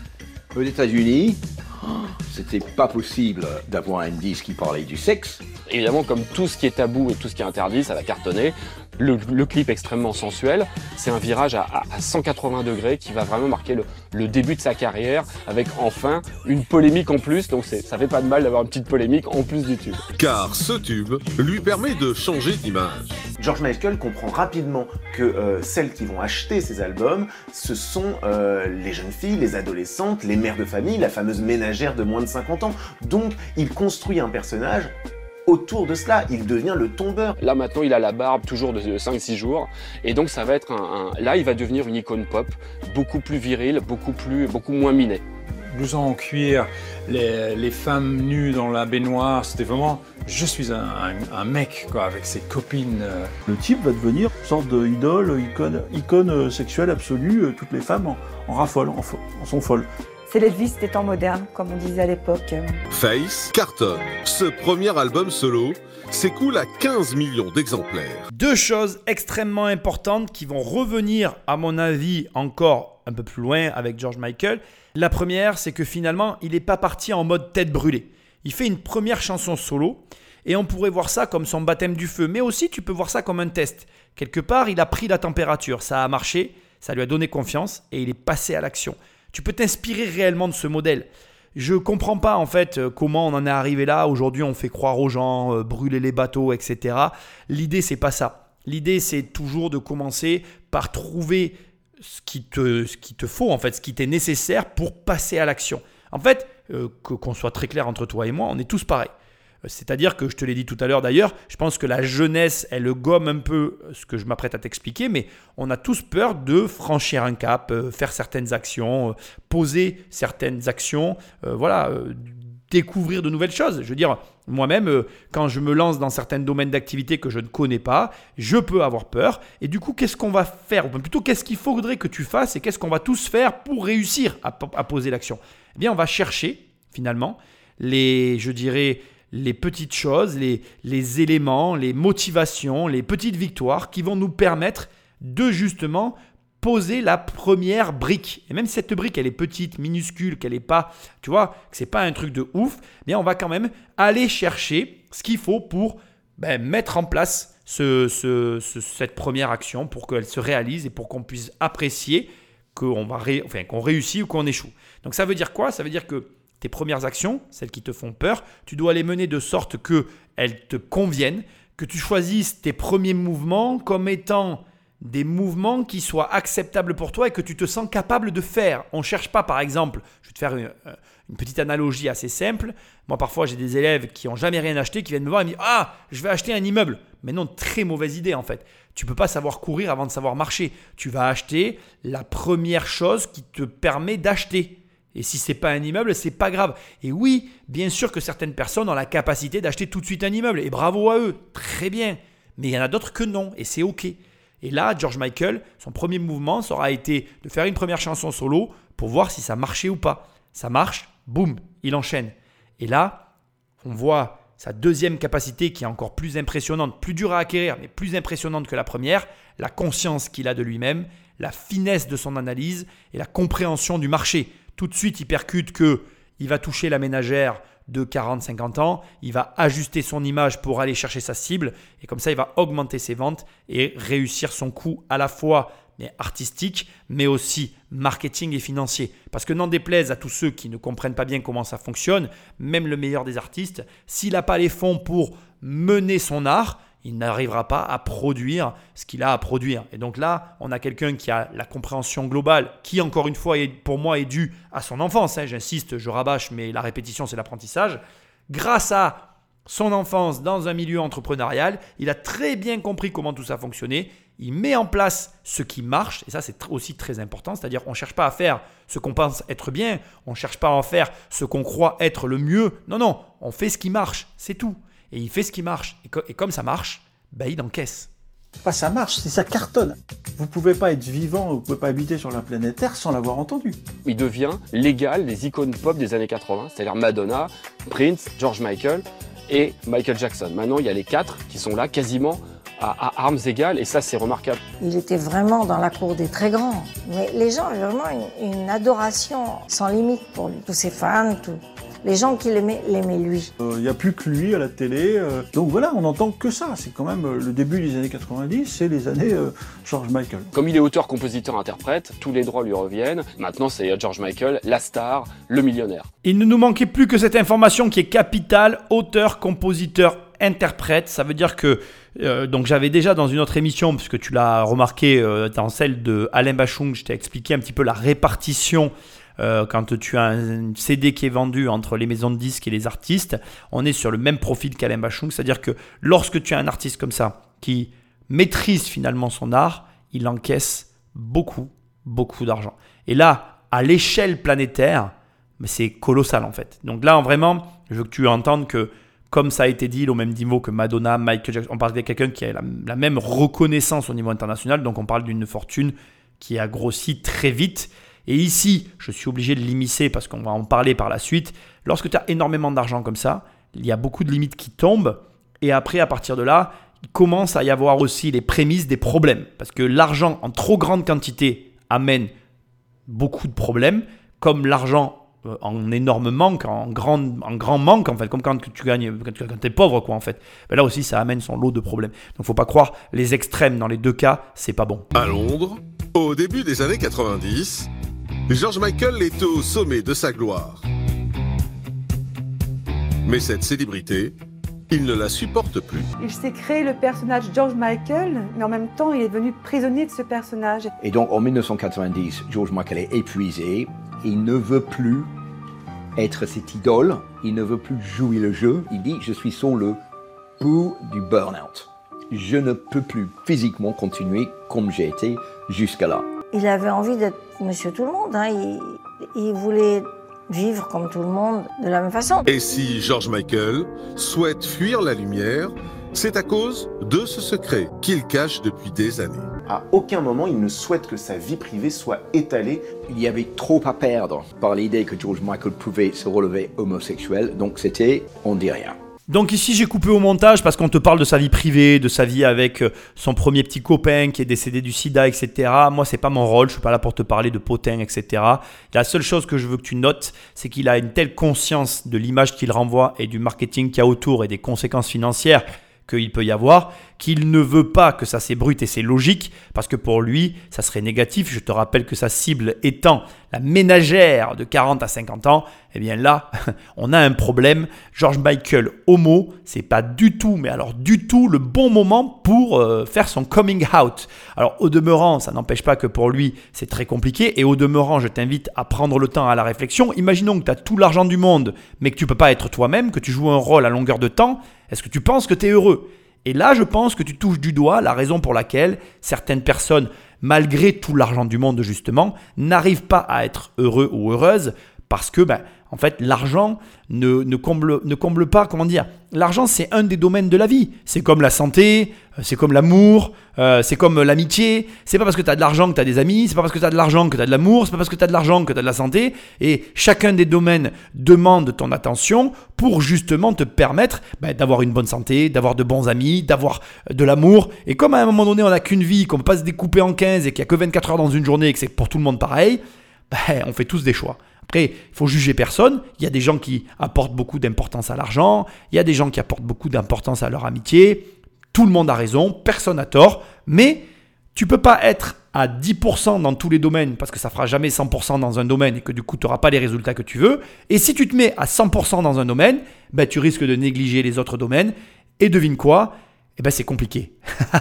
Aux États-Unis, c'était pas possible d'avoir un disque qui parlait du sexe. Évidemment, comme tout ce qui est tabou et tout ce qui est interdit, ça va cartonner. Le, le clip extrêmement sensuel, c'est un virage à, à, à cent quatre-vingts degrés qui va vraiment marquer le, le début de sa carrière, avec enfin une polémique en plus. Donc c'est, ça fait pas de mal d'avoir une petite polémique en plus du tube. Car ce tube lui permet de changer d'image. George Michael comprend rapidement que euh, celles qui vont acheter ses albums, ce sont euh, les jeunes filles, les adolescentes, les mères de famille, la fameuse ménagère de moins de cinquante ans. Donc il construit un personnage autour de cela, il devient le tombeur. Là maintenant il a la barbe toujours de cinq six jours et donc ça va être un, un... Là il va devenir une icône pop, beaucoup plus viril, beaucoup, plus, beaucoup moins minet. Blouson en cuir, les, les femmes nues dans la baignoire, c'était vraiment, je suis un, un, un mec quoi, avec ses copines. Le type va devenir une sorte d'idole, icône, icône sexuelle absolue, toutes les femmes en, en raffolent, en, en sont folles. C'est l'Elvis des temps modernes, comme on disait à l'époque. Face cartonne. Ce premier album solo s'écoule à quinze millions d'exemplaires. Deux choses extrêmement importantes qui vont revenir, à mon avis, encore un peu plus loin avec George Michael. La première, c'est que finalement, il n'est pas parti en mode tête brûlée. Il fait une première chanson solo et on pourrait voir ça comme son baptême du feu. Mais aussi, tu peux voir ça comme un test. Quelque part, il a pris la température, ça a marché, ça lui a donné confiance et il est passé à l'action. Tu peux t'inspirer réellement de ce modèle. Je ne comprends pas en fait comment on en est arrivé là. Aujourd'hui, on fait croire aux gens, euh, brûler les bateaux, et cetera. L'idée, c'est pas ça. L'idée, c'est toujours de commencer par trouver ce qui te, ce qu'il te faut, en fait, ce qui t'est nécessaire pour passer à l'action. En fait, euh, que, qu'on soit très clair entre toi et moi, on est tous pareils. C'est-à-dire que, je te l'ai dit tout à l'heure d'ailleurs, je pense que la jeunesse, elle gomme un peu ce que je m'apprête à t'expliquer, mais on a tous peur de franchir un cap, euh, faire certaines actions, euh, poser certaines actions, euh, voilà, euh, découvrir de nouvelles choses. Je veux dire, moi-même, euh, quand je me lance dans certains domaines d'activité que je ne connais pas, je peux avoir peur. Et du coup, qu'est-ce qu'on va faire ? Ou plutôt, qu'est-ce qu'il faudrait que tu fasses et qu'est-ce qu'on va tous faire pour réussir à, à poser l'action ? Eh bien, on va chercher, finalement, les, je dirais, les petites choses, les, les éléments, les motivations, les petites victoires qui vont nous permettre de justement poser la première brique. Et même si cette brique, elle est petite, minuscule, qu'elle n'est pas, tu vois, que ce n'est pas un truc de ouf, eh bien on va quand même aller chercher ce qu'il faut pour ben, mettre en place ce, ce, ce, cette première action pour qu'elle se réalise et pour qu'on puisse apprécier qu'on, va ré, enfin, qu'on réussit ou qu'on échoue. Donc ça veut dire quoi ? Ça veut dire que tes premières actions, celles qui te font peur, tu dois les mener de sorte qu'elles te conviennent, que tu choisisses tes premiers mouvements comme étant des mouvements qui soient acceptables pour toi et que tu te sens capable de faire. On ne cherche pas, par exemple, je vais te faire une, une petite analogie assez simple. Moi, parfois, j'ai des élèves qui n'ont jamais rien acheté, qui viennent me voir et me disent « Ah, je vais acheter un immeuble !» Mais non, très mauvaise idée en fait. Tu ne peux pas savoir courir avant de savoir marcher. Tu vas acheter la première chose qui te permet d'acheter. Et si ce n'est pas un immeuble, ce n'est pas grave. Et oui, bien sûr que certaines personnes ont la capacité d'acheter tout de suite un immeuble. Et bravo à eux, très bien. Mais il y en a d'autres que non, et c'est OK. Et là, George Michael, son premier mouvement, ça aura été de faire une première chanson solo pour voir si ça marchait ou pas. Ça marche, boum, il enchaîne. Et là, on voit sa deuxième capacité qui est encore plus impressionnante, plus dure à acquérir, mais plus impressionnante que la première, la conscience qu'il a de lui-même, la finesse de son analyse et la compréhension du marché. Tout de suite, il percute qu'il va toucher la ménagère de quarante à cinquante ans, il va ajuster son image pour aller chercher sa cible et comme ça, il va augmenter ses ventes et réussir son coup à la fois mais artistique, mais aussi marketing et financier. Parce que n'en déplaise à tous ceux qui ne comprennent pas bien comment ça fonctionne, même le meilleur des artistes, s'il n'a pas les fonds pour mener son art, il n'arrivera pas à produire ce qu'il a à produire. Et donc là, on a quelqu'un qui a la compréhension globale, qui encore une fois, est, pour moi, est due à son enfance. Hein. J'insiste, je rabâche, mais la répétition, c'est l'apprentissage. Grâce à son enfance dans un milieu entrepreneurial, il a très bien compris comment tout ça fonctionnait. Il met en place ce qui marche, et ça c'est aussi très important, c'est-à-dire on ne cherche pas à faire ce qu'on pense être bien, on ne cherche pas à en faire ce qu'on croit être le mieux. Non, non, on fait ce qui marche, c'est tout. Et il fait ce qui marche. Et, co- et comme ça marche, ben il encaisse. Pas ça marche, c'est ça cartonne. Vous ne pouvez pas être vivant, vous ne pouvez pas habiter sur la planète Terre sans l'avoir entendu. Il devient l'égal des icônes pop des années quatre-vingts, c'est-à-dire Madonna, Prince, George Michael et Michael Jackson. Maintenant, il y a les quatre qui sont là quasiment à, à armes égales et ça, c'est remarquable. Il était vraiment dans la cour des très grands. Mais les gens avaient vraiment une, une adoration sans limite pour lui. Tous ses fans, tous les gens qui l'aimaient, l'aimaient lui. Il euh, n'y a plus que lui à la télé. Euh, donc voilà, on n'entend que ça. C'est quand même euh, le début des années quatre-vingt-dix, c'est les années euh, George Michael. Comme il est auteur, compositeur, interprète, tous les droits lui reviennent. Maintenant, c'est George Michael, la star, le millionnaire. Il ne nous manquait plus que cette information qui est capitale, auteur, compositeur, interprète. Ça veut dire que euh, donc j'avais déjà dans une autre émission, puisque tu l'as remarqué euh, dans celle de Alain Bachung, je t'ai expliqué un petit peu la répartition euh, quand tu as un C D qui est vendu entre les maisons de disques et les artistes. On est sur le même profil qu'Alain Bachung, c'est-à-dire que lorsque tu as un artiste comme ça qui maîtrise finalement son art, il encaisse beaucoup, beaucoup d'argent. Et là, à l'échelle planétaire, mais c'est colossal en fait. Donc là, vraiment, je veux que tu entendes que comme ça a été dit, au même niveau que Madonna, Michael Jackson, on parle de quelqu'un qui a la, la même reconnaissance au niveau international, donc on parle d'une fortune qui a grossi très vite. Et ici, je suis obligé de l'immiscer parce qu'on va en parler par la suite. Lorsque tu as énormément d'argent comme ça, il y a beaucoup de limites qui tombent. Et après, à partir de là, il commence à y avoir aussi les prémices des problèmes. Parce que l'argent en trop grande quantité amène beaucoup de problèmes, comme l'argent en énorme manque, en grand, en grand manque en fait, comme quand tu gagnes, quand tu es pauvre quoi en fait. Ben là aussi ça amène son lot de problèmes. Donc faut pas croire les extrêmes dans les deux cas, c'est pas bon. À Londres, au début des années quatre-vingt-dix, George Michael est au sommet de sa gloire. Mais cette célébrité, il ne la supporte plus. Il s'est créé le personnage George Michael, mais en même temps il est devenu prisonnier de ce personnage. Et donc en dix-neuf cent quatre-vingt-dix, George Michael est épuisé. Il ne veut plus être cette idole, il ne veut plus jouer le jeu. Il dit « Je suis sur le bout du burn-out. Je ne peux plus physiquement continuer comme j'ai été jusqu'à là. » Il avait envie d'être monsieur tout le monde. Hein. Il, il voulait vivre comme tout le monde de la même façon. Et si George Michael souhaite fuir la lumière, c'est à cause de ce secret qu'il cache depuis des années. À aucun moment, il ne souhaite que sa vie privée soit étalée. Il y avait trop à perdre par l'idée que George Michael pouvait se relever homosexuel, donc c'était « on dit rien ». Donc ici, j'ai coupé au montage parce qu'on te parle de sa vie privée, de sa vie avec son premier petit copain qui est décédé du sida, et cetera. Moi, c'est pas mon rôle, je suis pas là pour te parler de potin, et cetera. La seule chose que je veux que tu notes, c'est qu'il a une telle conscience de l'image qu'il renvoie et du marketing qu'il y a autour et des conséquences financières qu'il peut y avoir, qu'il ne veut pas que ça s'ébrute et c'est logique parce que pour lui, ça serait négatif. Je te rappelle que sa cible étant la ménagère de quarante à cinquante ans, eh bien là, on a un problème. George Michael homo, c'est pas du tout, mais alors du tout le bon moment pour euh, faire son coming out. Alors au demeurant, ça n'empêche pas que pour lui, c'est très compliqué et au demeurant, je t'invite à prendre le temps à la réflexion. Imaginons que tu as tout l'argent du monde, mais que tu peux pas être toi-même, que tu joues un rôle à longueur de temps. Est-ce que tu penses que tu es heureux ? Et là, je pense que tu touches du doigt la raison pour laquelle certaines personnes, malgré tout l'argent du monde justement, n'arrivent pas à être heureux ou heureuses parce que, ben, en fait, l'argent ne, ne, comble, ne comble pas, comment dire, l'argent, c'est un des domaines de la vie. C'est comme la santé, c'est comme l'amour, euh, c'est comme l'amitié. C'est pas parce que tu as de l'argent que tu as des amis, c'est pas parce que tu as de l'argent que tu as de l'amour, c'est pas parce que tu as de l'argent que tu as de la santé. Et chacun des domaines demande ton attention pour justement te permettre ben, d'avoir une bonne santé, d'avoir de bons amis, d'avoir de l'amour. Et comme à un moment donné, on n'a qu'une vie, qu'on ne peut pas se découper en quinze et qu'il n'y a que vingt-quatre heures dans une journée et que c'est pour tout le monde pareil, ben, on fait tous des choix. Après, il faut juger personne. Il y a des gens qui apportent beaucoup d'importance à l'argent. Il y a des gens qui apportent beaucoup d'importance à leur amitié. Tout le monde a raison, personne n'a tort. Mais tu ne peux pas être à dix pour cent dans tous les domaines parce que ça ne fera jamais cent pour cent dans un domaine et que du coup, tu n'auras pas les résultats que tu veux. Et si tu te mets à cent pour cent dans un domaine, ben, tu risques de négliger les autres domaines. Et devine quoi ? Eh ben, c'est compliqué.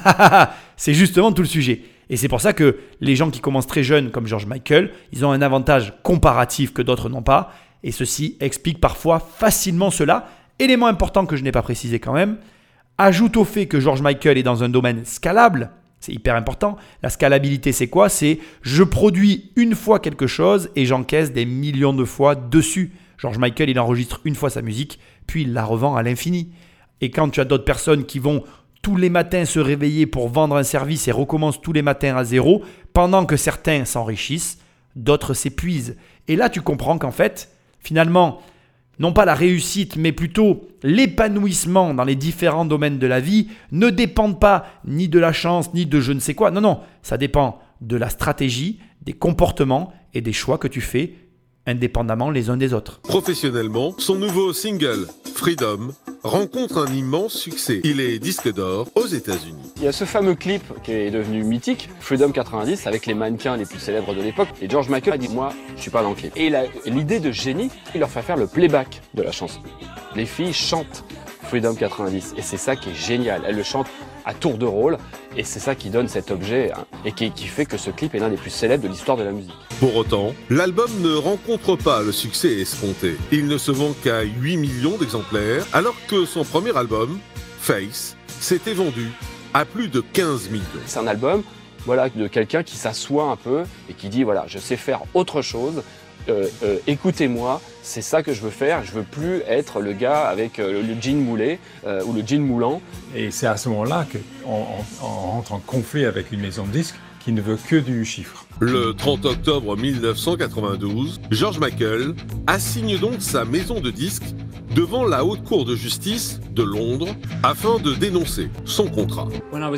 C'est justement tout le sujet. Et c'est pour ça que les gens qui commencent très jeunes, comme George Michael, ils ont un avantage comparatif que d'autres n'ont pas. Et ceci explique parfois facilement cela. Élément important que je n'ai pas précisé quand même, ajoute au fait que George Michael est dans un domaine scalable. C'est hyper important. La scalabilité, c'est quoi ? C'est je produis une fois quelque chose et j'encaisse des millions de fois dessus. George Michael, il enregistre une fois sa musique, puis il la revend à l'infini. Et quand tu as d'autres personnes qui vont tous les matins se réveiller pour vendre un service et recommencent tous les matins à zéro, pendant que certains s'enrichissent, d'autres s'épuisent. Et là, tu comprends qu'en fait, finalement, non pas la réussite, mais plutôt l'épanouissement dans les différents domaines de la vie ne dépendent pas ni de la chance, ni de je ne sais quoi. Non, non, ça dépend de la stratégie, des comportements et des choix que tu fais indépendamment les uns des autres. Professionnellement, son nouveau single, Freedom, rencontre un immense succès. Il est disque d'or aux États-Unis. Il y a ce fameux clip qui est devenu mythique, Freedom quatre-vingt-dix, avec les mannequins les plus célèbres de l'époque. Et George Michael a dit « Moi, je suis pas dans le clip ». Et il a l'idée de génie, il leur fait faire le playback de la chanson. Les filles chantent Freedom quatre-vingt-dix et c'est ça qui est génial. Elles le chantent à tour de rôle et c'est ça qui donne cet objet hein, et qui, qui fait que ce clip est l'un des plus célèbres de l'histoire de la musique. Pour autant, l'album ne rencontre pas le succès escompté. Il ne se vend qu'à huit millions d'exemplaires, alors que son premier album, Face, s'était vendu à plus de quinze millions. C'est un album voilà, de quelqu'un qui s'assoit un peu et qui dit voilà, je sais faire autre chose. Euh, euh, écoutez-moi, c'est ça que je veux faire, je veux plus être le gars avec euh, le jean moulé euh, ou le jean moulant. Et c'est à ce moment-là qu'on on, on rentre en conflit avec une maison de disques qui ne veut que du chiffre. Le trente octobre mille neuf cent quatre-vingt-douze, George Michael assigne donc sa maison de disques devant la Haute Cour de justice de Londres afin de dénoncer son contrat.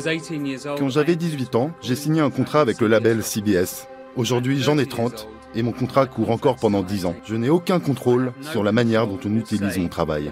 Quand j'avais dix-huit ans, j'ai signé un contrat avec le label C B S. Aujourd'hui, j'en ai trente. Et mon contrat court encore pendant dix ans. Je n'ai aucun contrôle sur la manière dont on utilise mon travail.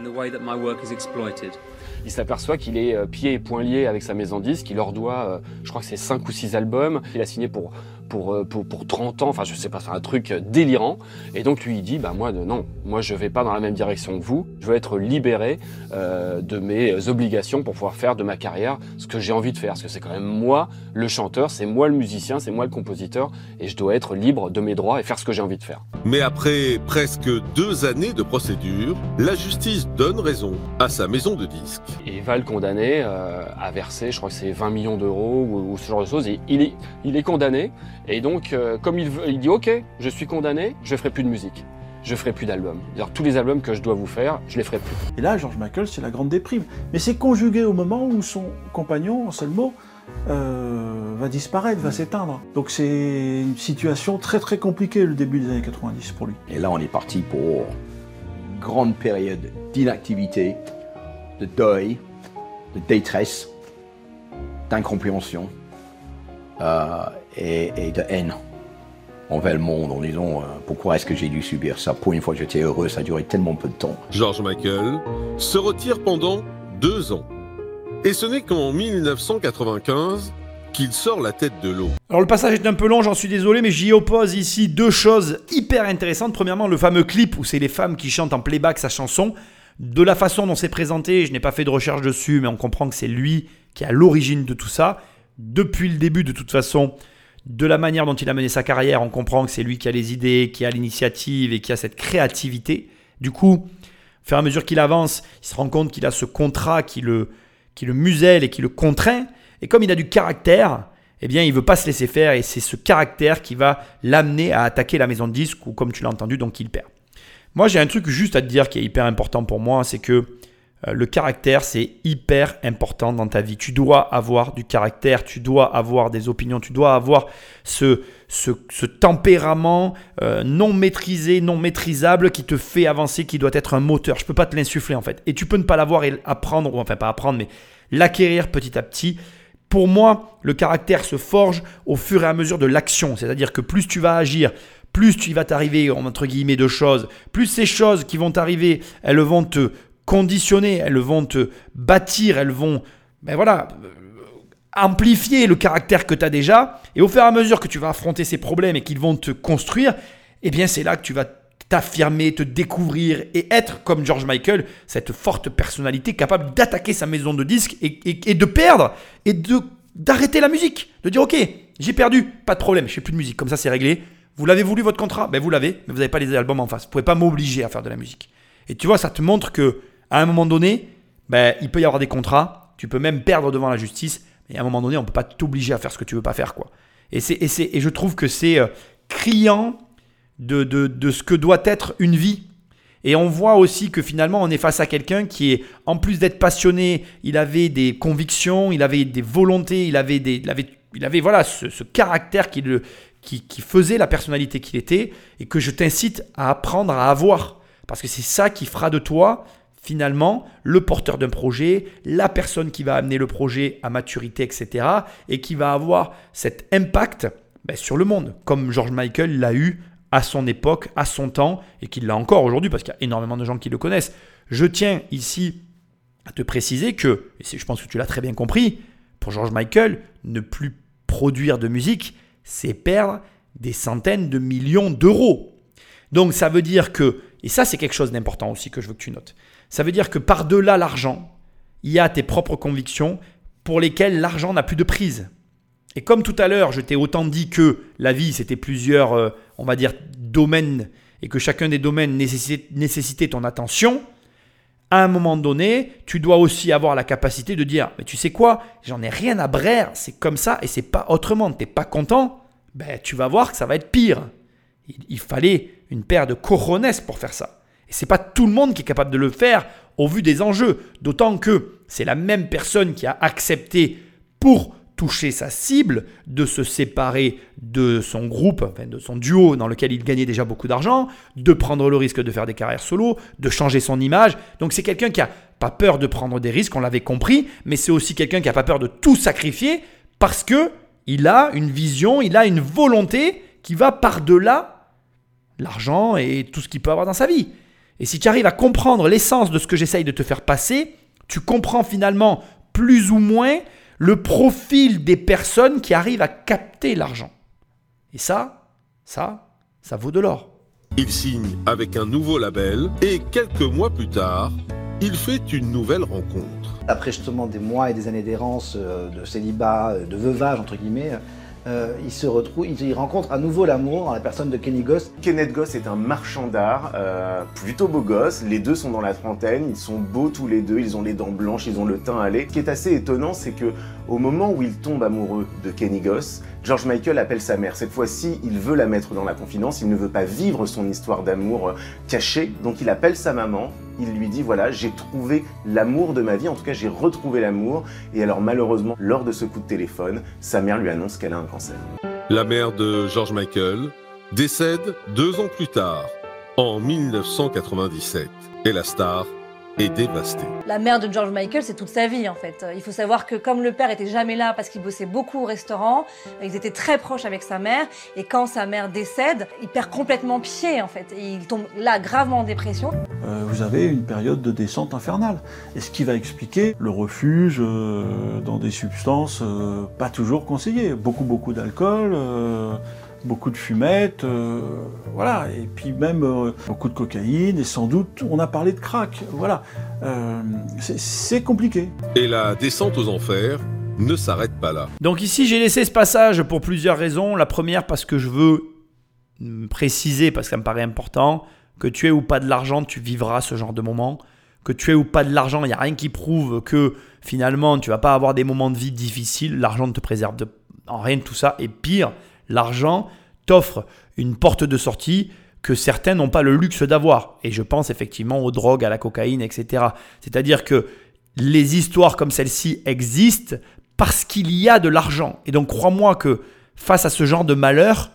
Il s'aperçoit qu'il est euh, pieds et poings liés avec sa maison de disques, il leur doit, euh, je crois que c'est cinq ou six albums. Il a signé pour, pour, euh, pour, pour trente ans, enfin je sais pas, c'est un truc délirant. Et donc lui il dit, bah moi de, non, moi je vais pas dans la même direction que vous, je veux être libéré euh, de mes obligations pour pouvoir faire de ma carrière ce que j'ai envie de faire. Parce que c'est quand même moi le chanteur, c'est moi le musicien, c'est moi le compositeur, et je dois être libre de mes droits et faire ce que j'ai envie de faire. Mais après presque deux années de procédure, la justice donne raison à sa maison de disques. Et il va le condamner euh, à verser, je crois que c'est vingt millions d'euros ou, ou ce genre de choses. Et il est, il est condamné. Et donc, euh, comme il, veut, il dit « Ok, je suis condamné, je ne ferai plus de musique. Je ne ferai plus d'albums. Alors, tous les albums que je dois vous faire, je ne les ferai plus. » Et là, George Michael, c'est la grande déprime. Mais c'est conjugué au moment où son compagnon, Anselmo, euh, va disparaître, va s'éteindre. Donc c'est une situation très très compliquée, le début des années quatre-vingt-dix pour lui. Et là, on est parti pour une grande période d'inactivité, de deuil, de détresse, d'incompréhension euh, et, et de haine envers le monde en disant euh, pourquoi est-ce que j'ai dû subir ça. Pour une fois j'étais heureux, ça a duré tellement peu de temps. George Michael se retire pendant deux ans. Et ce n'est qu'en mille neuf cent quatre-vingt-quinze qu'il sort la tête de l'eau. Alors le passage est un peu long, j'en suis désolé, mais j'y oppose ici deux choses hyper intéressantes. Premièrement, le fameux clip où c'est les femmes qui chantent en playback sa chanson. De la façon dont c'est présenté, je n'ai pas fait de recherche dessus, mais on comprend que c'est lui qui est à l'origine de tout ça. Depuis le début, de toute façon, de la manière dont il a mené sa carrière, on comprend que c'est lui qui a les idées, qui a l'initiative et qui a cette créativité. Du coup, au fur et à mesure qu'il avance, il se rend compte qu'il a ce contrat qui le, qui le muselle et qui le contraint. Et comme il a du caractère, eh bien, il ne veut pas se laisser faire et c'est ce caractère qui va l'amener à attaquer la maison de disques ou, comme tu l'as entendu, donc il perd. Moi, j'ai un truc juste à te dire qui est hyper important pour moi, c'est que euh, le caractère, c'est hyper important dans ta vie. Tu dois avoir du caractère, tu dois avoir des opinions, tu dois avoir ce, ce, ce tempérament euh, non maîtrisé, non maîtrisable qui te fait avancer, qui doit être un moteur. Je ne peux pas te l'insuffler en fait. Et tu peux ne pas l'avoir et apprendre, ou enfin pas apprendre, mais l'acquérir petit à petit. Pour moi, le caractère se forge au fur et à mesure de l'action. C'est-à-dire que plus tu vas agir, plus tu vas t'arriver, entre guillemets, de choses, plus ces choses qui vont t'arriver, elles vont te conditionner, elles vont te bâtir, elles vont ben voilà, amplifier le caractère que tu as déjà. Et au fur et à mesure que tu vas affronter ces problèmes et qu'ils vont te construire, eh bien c'est là que tu vas t'affirmer, te découvrir et être comme George Michael, cette forte personnalité capable d'attaquer sa maison de disques et, et, et de perdre et de, d'arrêter la musique. De dire ok, j'ai perdu, pas de problème, je fais plus de musique, comme ça c'est réglé. Vous l'avez voulu votre contrat? Ben vous l'avez, mais vous n'avez pas les albums en face. Vous ne pouvez pas m'obliger à faire de la musique. Et tu vois, ça te montre qu'à un moment donné, ben, il peut y avoir des contrats. Tu peux même perdre devant la justice. Mais à un moment donné, on ne peut pas t'obliger à faire ce que tu ne veux pas faire, quoi. Et, c'est, et, c'est, et je trouve que c'est euh, criant de, de, de ce que doit être une vie. Et on voit aussi que finalement, on est face à quelqu'un qui est, en plus d'être passionné, il avait des convictions, il avait des volontés, il avait, des, il avait, il avait voilà, ce, ce caractère qui le... Qui, qui faisait la personnalité qu'il était et que je t'incite à apprendre à avoir. Parce que c'est ça qui fera de toi, finalement, le porteur d'un projet, la personne qui va amener le projet à maturité, et cetera. Et qui va avoir cet impact ben, sur le monde, comme George Michael l'a eu à son époque, à son temps, et qu'il l'a encore aujourd'hui, parce qu'il y a énormément de gens qui le connaissent. Je tiens ici à te préciser que, et je pense que tu l'as très bien compris, pour George Michael, ne plus produire de musique, c'est perdre des centaines de millions d'euros. Donc ça veut dire que, et ça c'est quelque chose d'important aussi que je veux que tu notes, ça veut dire que par-delà l'argent, il y a tes propres convictions pour lesquelles l'argent n'a plus de prise. Et comme tout à l'heure, je t'ai autant dit que la vie c'était plusieurs, euh, on va dire, domaines et que chacun des domaines nécessitait, nécessitait ton attention, à un moment donné, tu dois aussi avoir la capacité de dire « Mais tu sais quoi, j'en ai rien à braire, c'est comme ça et c'est pas autrement. Tu n'es pas content, ben, tu vas voir que ça va être pire. » Il, il fallait une paire de cojones pour faire ça. Et ce n'est pas tout le monde qui est capable de le faire au vu des enjeux. D'autant que c'est la même personne qui a accepté pour toucher sa cible, de se séparer de son groupe, enfin de son duo dans lequel il gagnait déjà beaucoup d'argent, de prendre le risque de faire des carrières solo, de changer son image. Donc c'est quelqu'un qui n'a pas peur de prendre des risques, on l'avait compris, mais c'est aussi quelqu'un qui n'a pas peur de tout sacrifier parce qu'il a une vision, il a une volonté qui va par-delà l'argent et tout ce qu'il peut avoir dans sa vie. Et si tu arrives à comprendre l'essence de ce que j'essaye de te faire passer, tu comprends finalement plus ou moins le profil des personnes qui arrivent à capter l'argent. Et ça, ça, ça vaut de l'or. Il signe avec un nouveau label et quelques mois plus tard, il fait une nouvelle rencontre. Après justement des mois et des années d'errance, de célibat, de veuvage entre guillemets, Euh, il se retrouve, il, il rencontre à nouveau l'amour dans la personne de Kenny Goss. Kenneth Goss est un marchand d'art, euh, plutôt beau gosse. Les deux sont dans la trentaine, ils sont beaux tous les deux, ils ont les dents blanches, ils ont le teint hâlé. Ce qui est assez étonnant, c'est que au moment où il tombe amoureux de Kenny Goss, George Michael appelle sa mère. Cette fois-ci, il veut la mettre dans la confidence, il ne veut pas vivre son histoire d'amour cachée, donc il appelle sa maman. Il lui dit voilà, j'ai trouvé l'amour de ma vie, en tout cas j'ai retrouvé l'amour. Et alors malheureusement, lors de ce coup de téléphone, sa mère lui annonce qu'elle a un cancer. La mère de George Michael décède deux ans plus tard, en mille neuf cent quatre-vingt-dix-sept. Et la star est dévastée. La mère de George Michael, c'est toute sa vie en fait. Il faut savoir que comme le père était jamais là parce qu'il bossait beaucoup au restaurant, ils étaient très proches avec sa mère. Et quand sa mère décède, il perd complètement pied en fait. Et il tombe là gravement en dépression. Euh, vous avez une période de descente infernale. Et ce qui va expliquer le refuge euh, dans des substances euh, pas toujours conseillées. Beaucoup, beaucoup d'alcool, euh, beaucoup de fumettes, euh, voilà. Et puis même euh, beaucoup de cocaïne et sans doute, on a parlé de crack. Voilà. Euh, c'est, c'est compliqué. Et la descente aux enfers ne s'arrête pas là. Donc ici, j'ai laissé ce passage pour plusieurs raisons. La première, parce que je veux préciser, parce que ça me paraît important, que tu aies ou pas de l'argent, tu vivras ce genre de moment. Que tu aies ou pas de l'argent, il n'y a rien qui prouve que finalement, tu ne vas pas avoir des moments de vie difficiles. L'argent ne te préserve de, en rien de tout ça. Et pire, l'argent t'offre une porte de sortie que certains n'ont pas le luxe d'avoir. Et je pense effectivement aux drogues, à la cocaïne, et cetera. C'est-à-dire que les histoires comme celle-ci existent parce qu'il y a de l'argent. Et donc crois-moi que face à ce genre de malheur,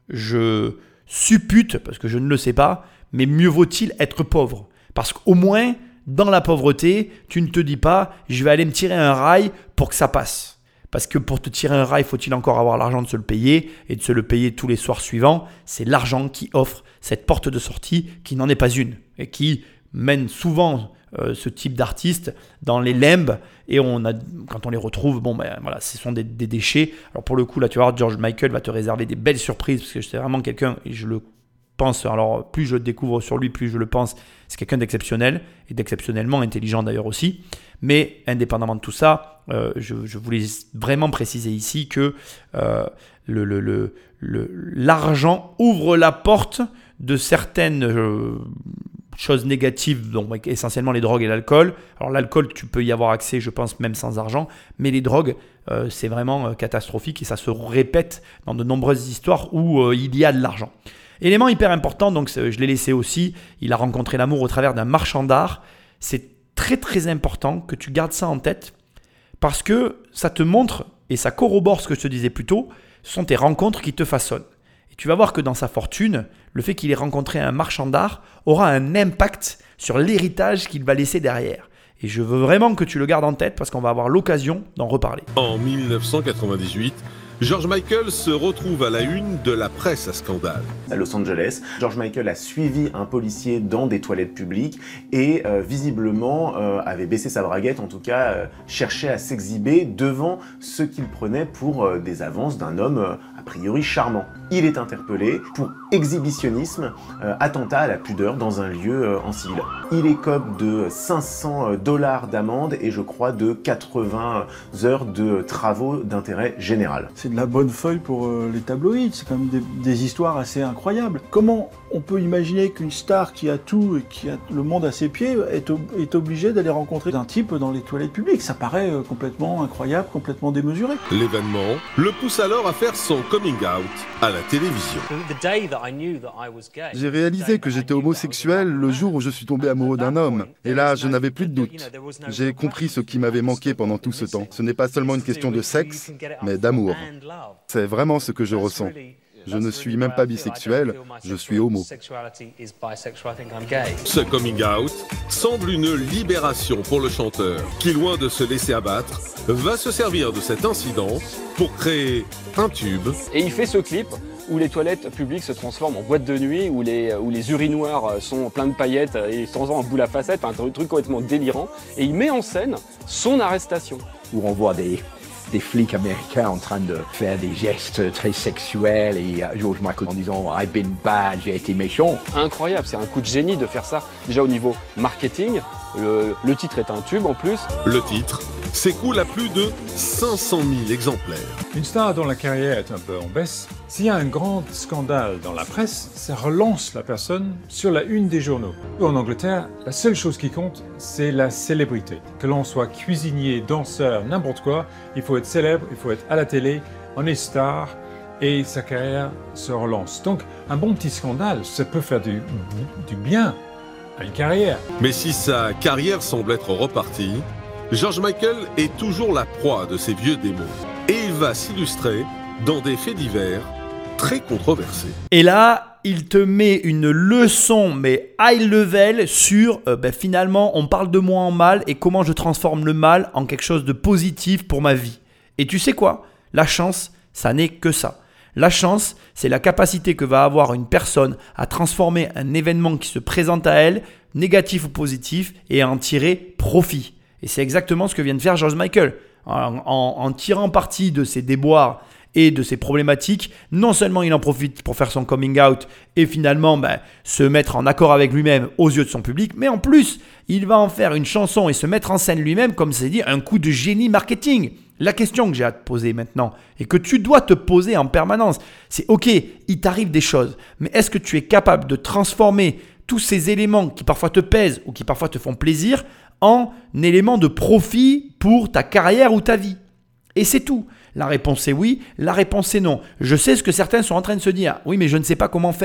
je suppute, parce que je ne le sais pas, mais mieux vaut-il être pauvre. Parce qu'au moins, dans la pauvreté, tu ne te dis pas « je vais aller me tirer un rail pour que ça passe ». Parce que pour te tirer un rail, faut-il encore avoir l'argent de se le payer et de se le payer tous les soirs suivants. C'est l'argent qui offre cette porte de sortie qui n'en est pas une et qui mène souvent euh, ce type d'artistes dans les limbes. Et on a, quand on les retrouve, bon ben voilà, ce sont des, des déchets. Alors pour le coup, là, tu vas voir, George Michael va te réserver des belles surprises parce que c'est vraiment quelqu'un, et je le pense, alors plus je le découvre sur lui, plus je le pense, c'est quelqu'un d'exceptionnel et d'exceptionnellement intelligent d'ailleurs aussi. Mais indépendamment de tout ça, euh, je, je voulais vraiment préciser ici que euh, le, le, le, le, l'argent ouvre la porte de certaines euh, choses négatives, donc essentiellement les drogues et l'alcool. Alors l'alcool, tu peux y avoir accès, je pense, même sans argent, mais les drogues, euh, c'est vraiment euh, catastrophique et ça se répète dans de nombreuses histoires où euh, il y a de l'argent. Élément hyper important, donc je l'ai laissé aussi, il a rencontré l'amour au travers d'un marchand d'art. C'est très très important que tu gardes ça en tête parce que ça te montre et ça corrobore ce que je te disais plus tôt, ce sont tes rencontres qui te façonnent. Et tu vas voir que dans sa fortune, le fait qu'il ait rencontré un marchand d'art aura un impact sur l'héritage qu'il va laisser derrière. Et je veux vraiment que tu le gardes en tête parce qu'on va avoir l'occasion d'en reparler. En dix-neuf cent quatre-vingt-dix-huit, George Michael se retrouve à la une de la presse à scandale. À Los Angeles, George Michael a suivi un policier dans des toilettes publiques et euh, visiblement euh, avait baissé sa braguette, en tout cas euh, cherchait à s'exhiber devant ce qu'il prenait pour euh, des avances d'un homme euh, a priori charmant. Il est interpellé pour exhibitionnisme, euh, attentat à la pudeur dans un lieu euh, en civil. Il écope de cinq cents dollars d'amende et je crois de quatre-vingts heures de travaux d'intérêt général. C'est de la bonne feuille pour euh, les tabloïds, c'est quand même des, des histoires assez incroyables. Comment on peut imaginer qu'une star qui a tout et qui a le monde à ses pieds est, est obligée d'aller rencontrer un type dans les toilettes publiques? Ça paraît euh, complètement incroyable, complètement démesuré. L'événement le pousse alors à faire son coming out à la télévision. J'ai réalisé que j'étais homosexuel le jour où je suis tombé amoureux d'un homme. Et là, je n'avais plus de doute. J'ai compris ce qui m'avait manqué pendant tout ce temps. Ce n'est pas seulement une question de sexe, mais d'amour. C'est vraiment ce que je ressens. Je ne suis même pas bisexuel, je suis homo. Ce coming out semble une libération pour le chanteur, qui, loin de se laisser abattre, va se servir de cet incident pour créer un tube. Et il fait ce clip où les toilettes publiques se transforment en boîte de nuit, où les, où les urinoirs sont pleins de paillettes et se transforment en boule à facettes, un truc complètement délirant. Et il met en scène son arrestation. Où on voit des... des flics américains en train de faire des gestes très sexuels et uh, George Michael en disant « I've been bad, j'ai été méchant ». Incroyable, c'est un coup de génie de faire ça. Déjà au niveau marketing, le, le titre est un tube en plus. Le titre s'écoule à plus de cinq cent mille exemplaires. Une star dont la carrière est un peu en baisse, s'il y a un grand scandale dans la presse, ça relance la personne sur la une des journaux. En Angleterre, la seule chose qui compte, c'est la célébrité. Que l'on soit cuisinier, danseur, n'importe quoi, il faut être célèbre, il faut être à la télé, on est star et sa carrière se relance. Donc un bon petit scandale, ça peut faire du, du bien à une carrière. Mais si sa carrière semble être repartie, George Michael est toujours la proie de ses vieux démons. Et il va s'illustrer dans des faits divers très controversés. Et là, il te met une leçon, mais high level, sur euh, ben, finalement, on parle de moi en mal et comment je transforme le mal en quelque chose de positif pour ma vie. Et tu sais quoi? La chance, ça n'est que ça. La chance, c'est la capacité que va avoir une personne à transformer un événement qui se présente à elle, négatif ou positif, et à en tirer profit. Et c'est exactement ce que vient de faire George Michael. En, en, en tirant parti de ses déboires et de ses problématiques, non seulement il en profite pour faire son coming out et finalement ben, se mettre en accord avec lui-même aux yeux de son public, mais en plus, il va en faire une chanson et se mettre en scène lui-même, comme c'est dit, un coup de génie marketing. La question que j'ai à te poser maintenant et que tu dois te poser en permanence, c'est ok, il t'arrive des choses, mais est-ce que tu es capable de transformer tous ces éléments qui parfois te pèsent ou qui parfois te font plaisir en élément de profit pour ta carrière ou ta vie? Et c'est tout. La réponse est oui, la réponse est non. Je sais ce que certains sont en train de se dire. Oui, mais je ne sais pas comment faire.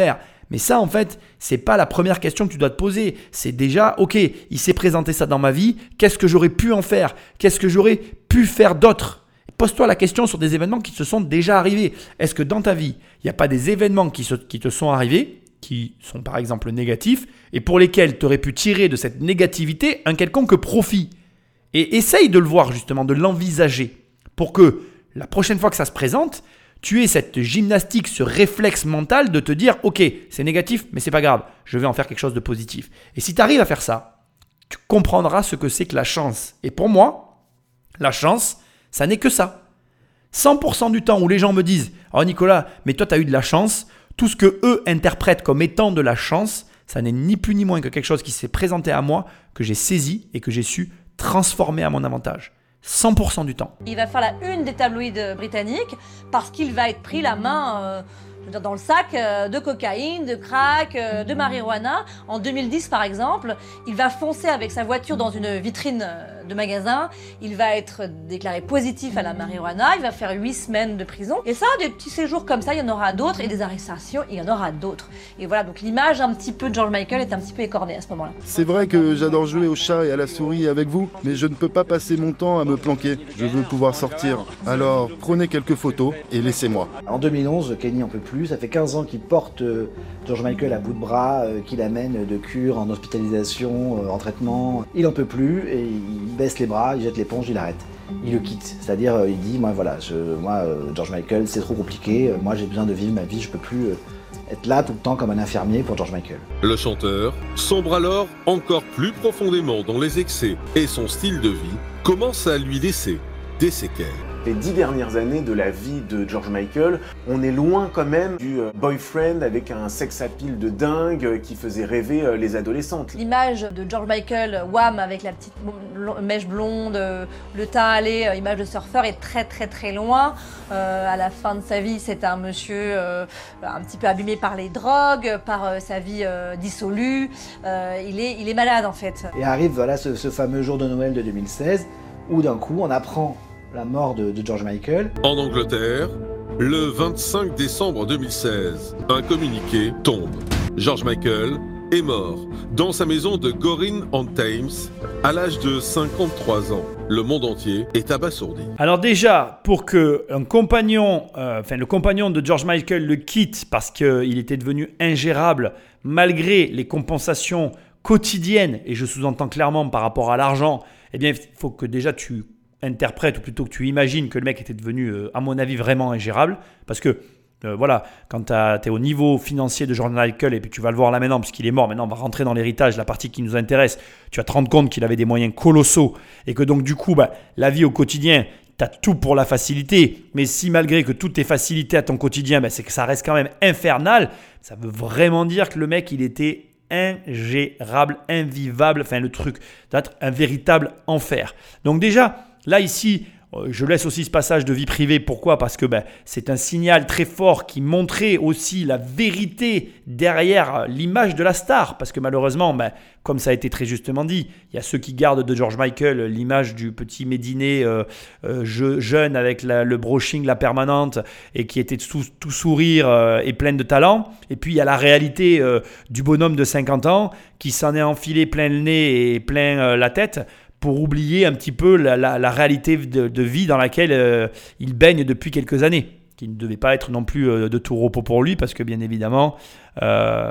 Mais ça, en fait, c'est pas la première question que tu dois te poser. C'est déjà, ok, il s'est présenté ça dans ma vie, qu'est-ce que j'aurais pu en faire? Qu'est-ce que j'aurais pu faire d'autre? Pose-toi la question sur des événements qui te sont déjà arrivés. Est-ce que dans ta vie, il n'y a pas des événements qui, se, qui te sont arrivés, qui sont par exemple négatifs, et pour lesquels tu aurais pu tirer de cette négativité un quelconque profit? Et essaye de le voir justement, de l'envisager, pour que la prochaine fois que ça se présente, tu aies cette gymnastique, ce réflexe mental de te dire « Ok, c'est négatif, mais c'est pas grave, je vais en faire quelque chose de positif. » Et si tu arrives à faire ça, tu comprendras ce que c'est que la chance. Et pour moi, la chance, ça n'est que ça. cent pour cent du temps où les gens me disent « Oh Nicolas, mais toi tu as eu de la chance », tout ce que eux interprètent comme étant de la chance, ça n'est ni plus ni moins que quelque chose qui s'est présenté à moi, que j'ai saisi et que j'ai su transformer à mon avantage. cent pour cent du temps. Il va faire la une des tabloïds britanniques parce qu'il va être pris la main euh, je veux dire, dans le sac euh, de cocaïne, de crack, euh, de marijuana. En deux mille dix par exemple, il va foncer avec sa voiture dans une vitrine euh, de magasin. Il va être déclaré positif à la marijuana. Il va faire huit semaines de prison. Et ça, des petits séjours comme ça, il y en aura d'autres. Et des arrestations, il y en aura d'autres. Et voilà, donc l'image un petit peu de George Michael est un petit peu écornée à ce moment-là. C'est vrai que j'adore jouer au chat et à la souris avec vous, mais je ne peux pas passer mon temps à me planquer. Je veux pouvoir sortir. Alors, prenez quelques photos et laissez-moi. En deux mille onze, Kenny en peut plus. Ça fait quinze ans qu'il porte euh, George Michael à bout de bras, euh, qu'il amène de cure en hospitalisation, euh, en traitement. Il en peut plus et il baisse les bras, il jette l'éponge, il arrête. Il le quitte. C'est-à-dire, euh, il dit, moi voilà, je, moi euh, George Michael, c'est trop compliqué. Euh, moi, j'ai besoin de vivre ma vie. Je peux plus euh, être là tout le temps comme un infirmier pour George Michael. Le chanteur sombre alors encore plus profondément dans les excès et son style de vie commence à lui laisser des séquelles. Les dix dernières années de la vie de George Michael, on est loin quand même du boyfriend avec un sex appeal de dingue qui faisait rêver les adolescentes. L'image de George Michael, Wham, avec la petite mèche blonde, le teint allé, image de surfeur, est très très très loin. Euh, à la fin de sa vie, c'est un monsieur euh, un petit peu abîmé par les drogues, par euh, sa vie euh, dissolue. Euh, il, est, il est malade en fait. Et arrive voilà ce, ce fameux jour de Noël de deux mille seize, où d'un coup on apprend la mort de, de George Michael. En Angleterre, le vingt-cinq décembre deux mille seize, un communiqué tombe. George Michael est mort dans sa maison de Gorrin-on-Thames à l'âge de cinquante-trois ans. Le monde entier est abasourdi. Alors déjà, pour que un compagnon, euh, enfin le compagnon de George Michael le quitte parce qu'il était devenu ingérable malgré les compensations quotidiennes, et je sous-entends clairement par rapport à l'argent, eh bien il faut que déjà tu interprète, ou plutôt que tu imagines que le mec était devenu, euh, à mon avis, vraiment ingérable. Parce que, euh, voilà, quand tu es au niveau financier de George Michael, et puis tu vas le voir là maintenant, puisqu'il est mort, maintenant on va rentrer dans l'héritage, la partie qui nous intéresse, tu vas te rendre compte qu'il avait des moyens colossaux, et que donc du coup, bah, la vie au quotidien, tu as tout pour la facilité, mais si malgré que tout est facilité à ton quotidien, bah, c'est que ça reste quand même infernal, ça veut vraiment dire que le mec, il était ingérable, invivable, enfin le truc d'être un véritable enfer. Donc déjà, là, ici, je laisse aussi ce passage de vie privée. Pourquoi ? Parce que ben, c'est un signal très fort qui montrait aussi la vérité derrière l'image de la star. Parce que malheureusement, ben, comme ça a été très justement dit, il y a ceux qui gardent de George Michael l'image du petit Médiné euh, euh, je, jeune avec la, le brushing, la permanente, et qui était tout, tout sourire euh, et plein de talent. Et puis il y a la réalité euh, du bonhomme de cinquante ans qui s'en est enfilé plein le nez et plein euh, la tête, pour oublier un petit peu la, la, la réalité de, de vie dans laquelle euh, il baigne depuis quelques années, qui ne devait pas être non plus euh, de tout repos pour lui, parce que bien évidemment, euh,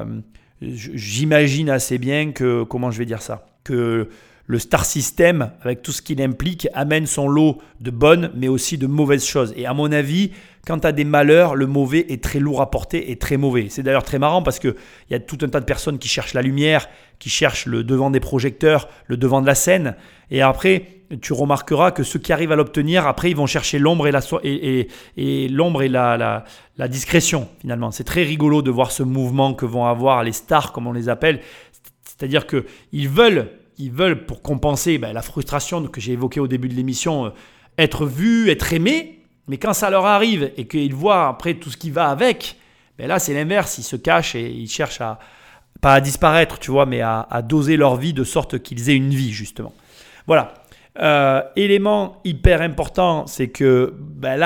j'imagine assez bien que, comment je vais dire ça, que le star system, avec tout ce qu'il implique, amène son lot de bonnes, mais aussi de mauvaises choses. Et à mon avis, quand tu as des malheurs, le mauvais est très lourd à porter et très mauvais. C'est d'ailleurs très marrant parce qu'il y a tout un tas de personnes qui cherchent la lumière, qui cherchent le devant des projecteurs, le devant de la scène. Et après, tu remarqueras que ceux qui arrivent à l'obtenir, après, ils vont chercher l'ombre et la, so- et, et, et, l'ombre et la, la, la discrétion, finalement. C'est très rigolo de voir ce mouvement que vont avoir les stars, comme on les appelle. C'est-à-dire qu'ils veulent... Ils veulent, pour compenser ben, la frustration que j'ai évoquée au début de l'émission, euh, être vus, être aimés. Mais quand ça leur arrive et qu'ils voient après tout ce qui va avec, ben là, c'est l'inverse. Ils se cachent et ils cherchent à, pas à disparaître, tu vois, mais à, à doser leur vie de sorte qu'ils aient une vie, justement. Voilà. Euh, élément hyper important, c'est que ben là,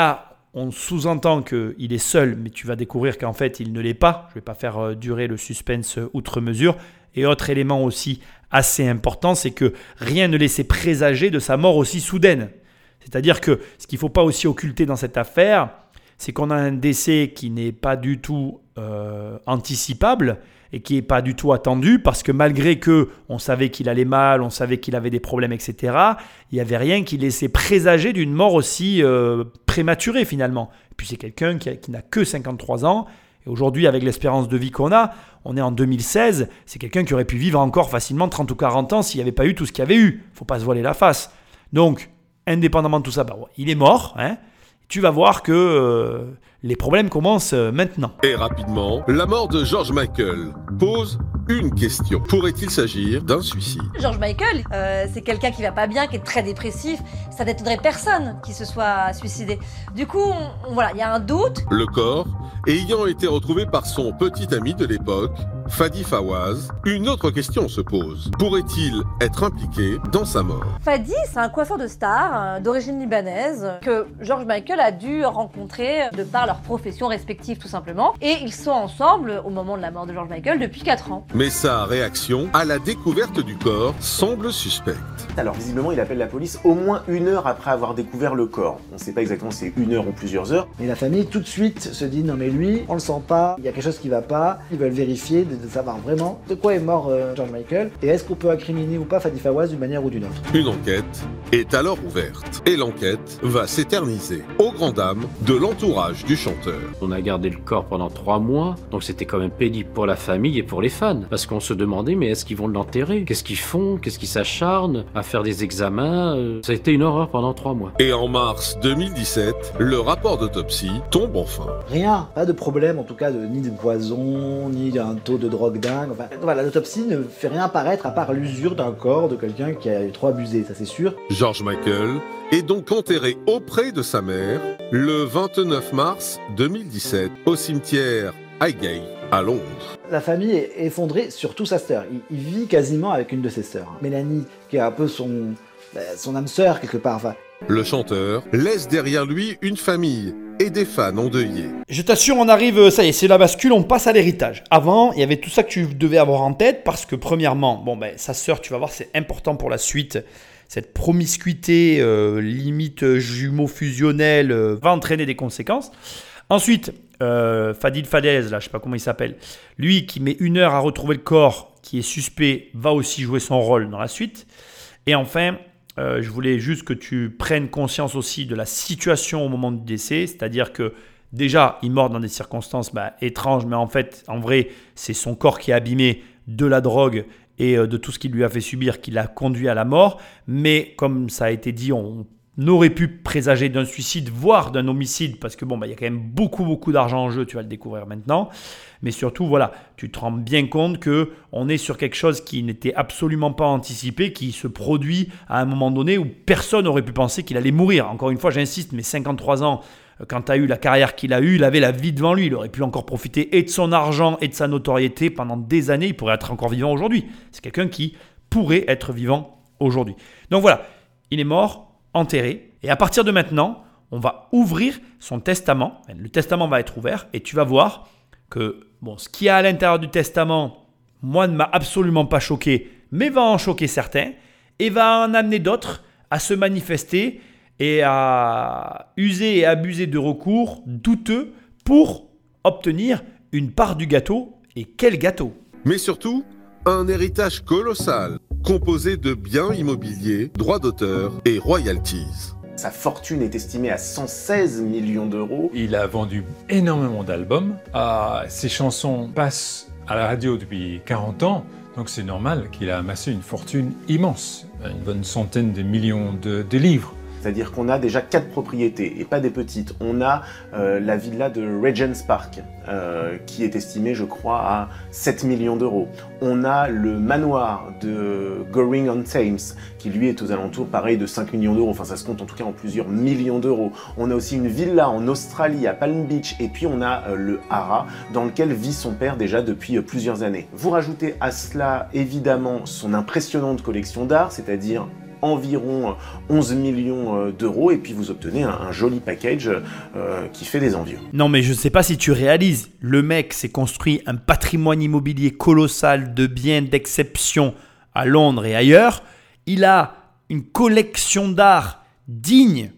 on sous-entend qu'il est seul, mais tu vas découvrir qu'en fait, il ne l'est pas. Je ne vais pas faire euh, durer le suspense euh, outre mesure. Et autre élément aussi assez important, c'est que rien ne laissait présager de sa mort aussi soudaine. C'est-à-dire que ce qu'il ne faut pas aussi occulter dans cette affaire, c'est qu'on a un décès qui n'est pas du tout euh, anticipable et qui n'est pas du tout attendu, parce que malgré que on savait qu'il allait mal, on savait qu'il avait des problèmes, et cetera, il n'y avait rien qui laissait présager d'une mort aussi euh, prématurée finalement. Et puis c'est quelqu'un qui, a, qui n'a que cinquante-trois ans, et aujourd'hui avec l'espérance de vie qu'on a, on est en deux mille seize, c'est quelqu'un qui aurait pu vivre encore facilement trente ou quarante ans s'il n'y avait pas eu tout ce qu'il y avait eu. Il ne faut pas se voiler la face. Donc, indépendamment de tout ça, bah, il est mort, hein. Tu vas voir que euh, les problèmes commencent euh, maintenant. Et rapidement, la mort de George Michael pose une question. Pourrait-il s'agir d'un suicide? George Michael, euh, c'est quelqu'un qui va pas bien, qui est très dépressif. Ça n'étonnerait personne qui se soit suicidé. Du coup, on, on, voilà, il y a un doute. Le corps ayant été retrouvé par son petit ami de l'époque, Fadi Fawaz, une autre question se pose. Pourrait-il être impliqué dans sa mort? Fadi, c'est un coiffeur de star euh, d'origine libanaise que George Michael a dû rencontrer de par leur profession respective tout simplement. Et ils sont ensemble au moment de la mort de George Michael depuis quatre ans. Mais sa réaction à la découverte du corps semble suspecte. Alors visiblement, il appelle la police au moins une heure après avoir découvert le corps. On ne sait pas exactement si c'est une heure ou plusieurs heures. Mais la famille tout de suite se dit non mais lui, on le sent pas, il y a quelque chose qui va pas. Ils veulent vérifier de, de savoir vraiment de quoi est mort euh, George Michael et est-ce qu'on peut incriminer ou pas Fadi Fawaz d'une manière ou d'une autre. Une enquête est alors ouverte et l'enquête va s'éterniser aux grandes dames de l'entourage du chanteur. On a gardé le corps pendant trois mois, donc c'était quand même pénible pour la famille et pour les fans, parce qu'on se demandait mais est-ce qu'ils vont l'enterrer? Qu'est-ce qu'ils font? Qu'est-ce qu'ils s'acharnent à faire des examens? Ça a été une horreur pendant trois mois. Et en mars deux mille dix-sept, le rapport d'autopsie tombe enfin. Rien, pas de problème en tout cas, de, ni de poison, ni d'un taux de drogue dingue. Enfin, voilà, l'autopsie ne fait rien apparaître à part l'usure d'un corps de quelqu'un qui a trop abusé, ça c'est sûr. George Michael est donc enterré auprès de sa mère le vingt-neuf mars deux mille dix-sept au cimetière Highgate à Londres. La famille est effondrée, surtout sa sœur. Il, il vit quasiment avec une de ses sœurs, Mélanie, qui est un peu son, son âme sœur quelque part. Enfin, le chanteur laisse derrière lui une famille et des fans endeuillés. Je t'assure, on arrive, ça y est, c'est la bascule, on passe à l'héritage. Avant, il y avait tout ça que tu devais avoir en tête parce que premièrement, bon ben sa sœur, tu vas voir, c'est important pour la suite. Cette promiscuité, euh, limite jumeau fusionnel, euh, va entraîner des conséquences. Ensuite, euh, Fadil Fadez, là, je sais pas comment il s'appelle, lui qui met une heure à retrouver le corps, qui est suspect, va aussi jouer son rôle dans la suite. Et enfin, euh, je voulais juste que tu prennes conscience aussi de la situation au moment du décès, c'est-à-dire que déjà, il meurt dans des circonstances bah, étranges, mais en fait, en vrai, c'est son corps qui est abîmé de la drogue et de tout ce qu'il lui a fait subir qui l'a conduit à la mort. Mais comme ça a été dit, on aurait pu présager d'un suicide, voire d'un homicide, parce que bon, bah, y a quand même beaucoup, beaucoup d'argent en jeu, tu vas le découvrir maintenant. Mais surtout, voilà, tu te rends bien compte qu'on est sur quelque chose qui n'était absolument pas anticipé, qui se produit à un moment donné où personne n'aurait pu penser qu'il allait mourir. Encore une fois, j'insiste, mais cinquante-trois ans, quand tu as eu la carrière qu'il a eue, il avait la vie devant lui. Il aurait pu encore profiter et de son argent et de sa notoriété pendant des années. Il pourrait être encore vivant aujourd'hui. C'est quelqu'un qui pourrait être vivant aujourd'hui. Donc voilà, il est mort, enterré. Et à partir de maintenant, on va ouvrir son testament. Le testament va être ouvert et tu vas voir que bon, ce qu'il y a à l'intérieur du testament, moi, ne m'a absolument pas choqué, mais va en choquer certains et va en amener d'autres à se manifester et à user et abuser de recours douteux pour obtenir une part du gâteau. Et quel gâteau! Mais surtout, un héritage colossal, composé de biens immobiliers, droits d'auteur et royalties. Sa fortune est estimée à cent seize millions d'euros. Il a vendu énormément d'albums. Euh, ses chansons passent à la radio depuis quarante ans, donc c'est normal qu'il a amassé une fortune immense, une bonne centaine de millions de, de livres. C'est-à-dire qu'on a déjà quatre propriétés, et pas des petites. On a euh, la villa de Regent's Park, euh, qui est estimée, je crois, à sept millions d'euros. On a le manoir de Goring-on-Thames, qui lui est aux alentours, pareil, de cinq millions d'euros. Enfin, ça se compte en tout cas en plusieurs millions d'euros. On a aussi une villa en Australie, à Palm Beach, et puis on a euh, le Hara, dans lequel vit son père déjà depuis euh, plusieurs années. Vous rajoutez à cela, évidemment, son impressionnante collection d'art, c'est-à-dire environ onze millions d'euros, et puis vous obtenez un, un joli package euh, qui fait des envieux. Non mais je sais pas si tu réalises, le mec s'est construit un patrimoine immobilier colossal de biens d'exception à Londres et ailleurs. Il a une collection d'art digne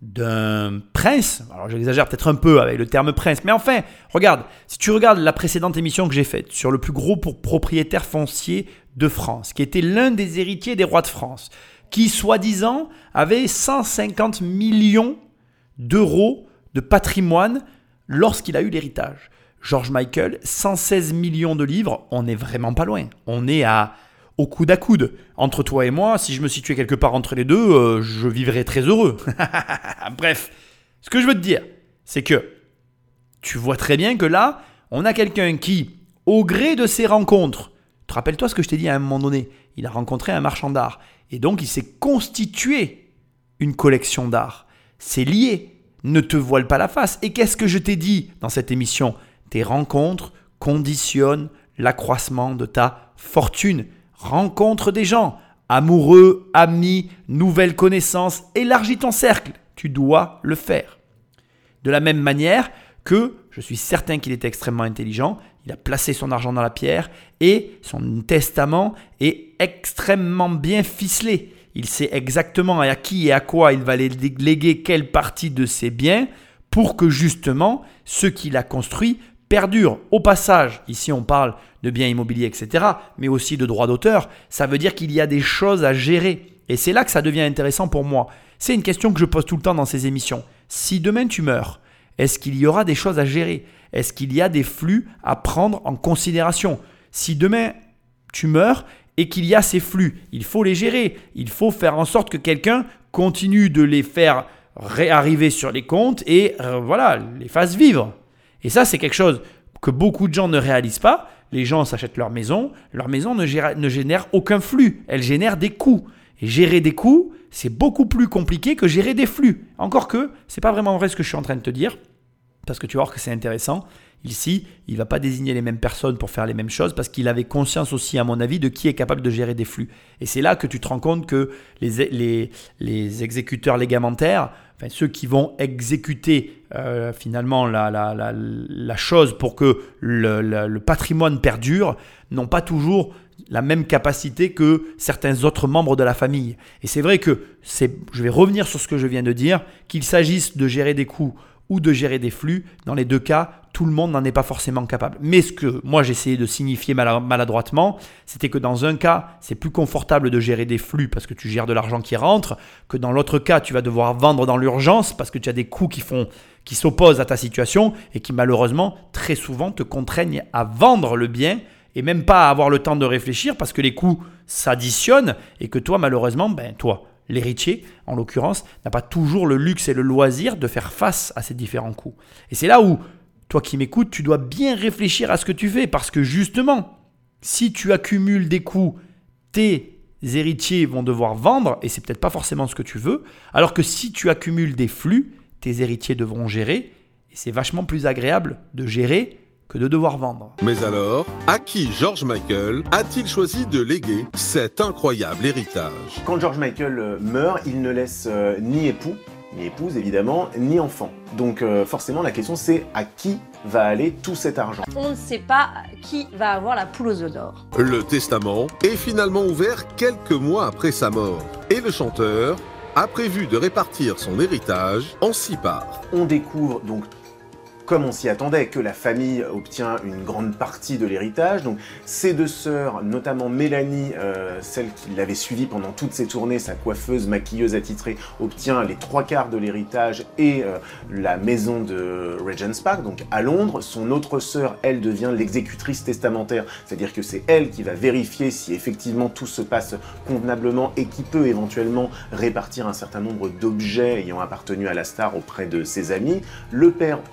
d'un prince. Alors j'exagère peut-être un peu avec le terme prince, mais enfin, regarde, si tu regardes la précédente émission que j'ai faite sur le plus gros propriétaire foncier de France, qui était l'un des héritiers des rois de France, qui soi-disant avait cent cinquante millions d'euros de patrimoine lorsqu'il a eu l'héritage. George Michael, cent seize millions de livres, on n'est vraiment pas loin. On est à au coude à coude. Entre toi et moi, si je me situais quelque part entre les deux, euh, je vivrais très heureux. Bref, ce que je veux te dire, c'est que tu vois très bien que là, on a quelqu'un qui, au gré de ses rencontres, te rappelle-toi ce que je t'ai dit à un moment donné, il a rencontré un marchand d'art, et donc il s'est constitué une collection d'art. C'est lié, ne te voile pas la face. Et qu'est-ce que je t'ai dit dans cette émission ? Tes rencontres conditionnent l'accroissement de ta fortune. Rencontre des gens, amoureux, amis, nouvelles connaissances, élargis ton cercle, tu dois le faire. De la même manière que je suis certain qu'il est extrêmement intelligent, il a placé son argent dans la pierre et son testament est extrêmement bien ficelé. Il sait exactement à qui et à quoi il va léguer quelle partie de ses biens pour que justement ce qu'il a construit perdure. Au passage, ici on parle de biens immobiliers, et cetera, mais aussi de droits d'auteur. Ça veut dire qu'il y a des choses à gérer. Et c'est là que ça devient intéressant pour moi. C'est une question que je pose tout le temps dans ces émissions. Si demain tu meurs, est-ce qu'il y aura des choses à gérer ? Est-ce qu'il y a des flux à prendre en considération ? Si demain tu meurs et qu'il y a ces flux, il faut les gérer. Il faut faire en sorte que quelqu'un continue de les faire réarriver sur les comptes et euh, voilà, les fasse vivre. Et ça, c'est quelque chose que beaucoup de gens ne réalisent pas. Les gens s'achètent leur maison. Leur maison ne génère, ne génère aucun flux. Elle génère des coûts. Et gérer des coûts, c'est beaucoup plus compliqué que gérer des flux. Encore que, ce n'est pas vraiment vrai ce que je suis en train de te dire. Parce que tu vas voir que c'est intéressant. Ici, il ne va pas désigner les mêmes personnes pour faire les mêmes choses parce qu'il avait conscience aussi, à mon avis, de qui est capable de gérer des flux. Et c'est là que tu te rends compte que les, les, les exécuteurs légamentaires, enfin ceux qui vont exécuter euh, finalement la, la, la, la chose pour que le, le, le patrimoine perdure, n'ont pas toujours la même capacité que certains autres membres de la famille. Et c'est vrai que, c'est, je vais revenir sur ce que je viens de dire, qu'il s'agisse de gérer des coûts ou de gérer des flux, dans les deux cas, tout le monde n'en est pas forcément capable. Mais ce que moi j'essayais de signifier maladroitement, c'était que dans un cas, c'est plus confortable de gérer des flux parce que tu gères de l'argent qui rentre, que dans l'autre cas, tu vas devoir vendre dans l'urgence parce que tu as des coûts qui, font, qui s'opposent à ta situation et qui malheureusement, très souvent, te contraignent à vendre le bien et même pas à avoir le temps de réfléchir parce que les coûts s'additionnent et que toi, malheureusement, ben toi, l'héritier, en l'occurrence, n'a pas toujours le luxe et le loisir de faire face à ces différents coûts. Et c'est là où, toi qui m'écoutes, tu dois bien réfléchir à ce que tu fais parce que justement, si tu accumules des coûts, tes héritiers vont devoir vendre et c'est peut-être pas forcément ce que tu veux, alors que si tu accumules des flux, tes héritiers devront gérer et c'est vachement plus agréable de gérer que de devoir vendre. Mais alors, à qui George Michael a-t-il choisi de léguer cet incroyable héritage ? Quand George Michael meurt, il ne laisse euh, ni époux, ni épouse évidemment, ni enfant. Donc euh, forcément la question c'est à qui va aller tout cet argent ? On ne sait pas qui va avoir la poule aux œufs d'or. Le testament est finalement ouvert quelques mois après sa mort. Et le chanteur a prévu de répartir son héritage en six parts. On découvre donc, comme on s'y attendait, que la famille obtient une grande partie de l'héritage. Donc ses deux sœurs, notamment Mélanie, euh, celle qui l'avait suivie pendant toutes ses tournées, sa coiffeuse, maquilleuse attitrée, obtient les trois quarts de l'héritage et euh, la maison de Regent's Park, donc à Londres. Son autre sœur, elle, devient l'exécutrice testamentaire, c'est-à-dire que c'est elle qui va vérifier si effectivement tout se passe convenablement et qui peut éventuellement répartir un certain nombre d'objets ayant appartenu à la star auprès de ses amis. Le père obtient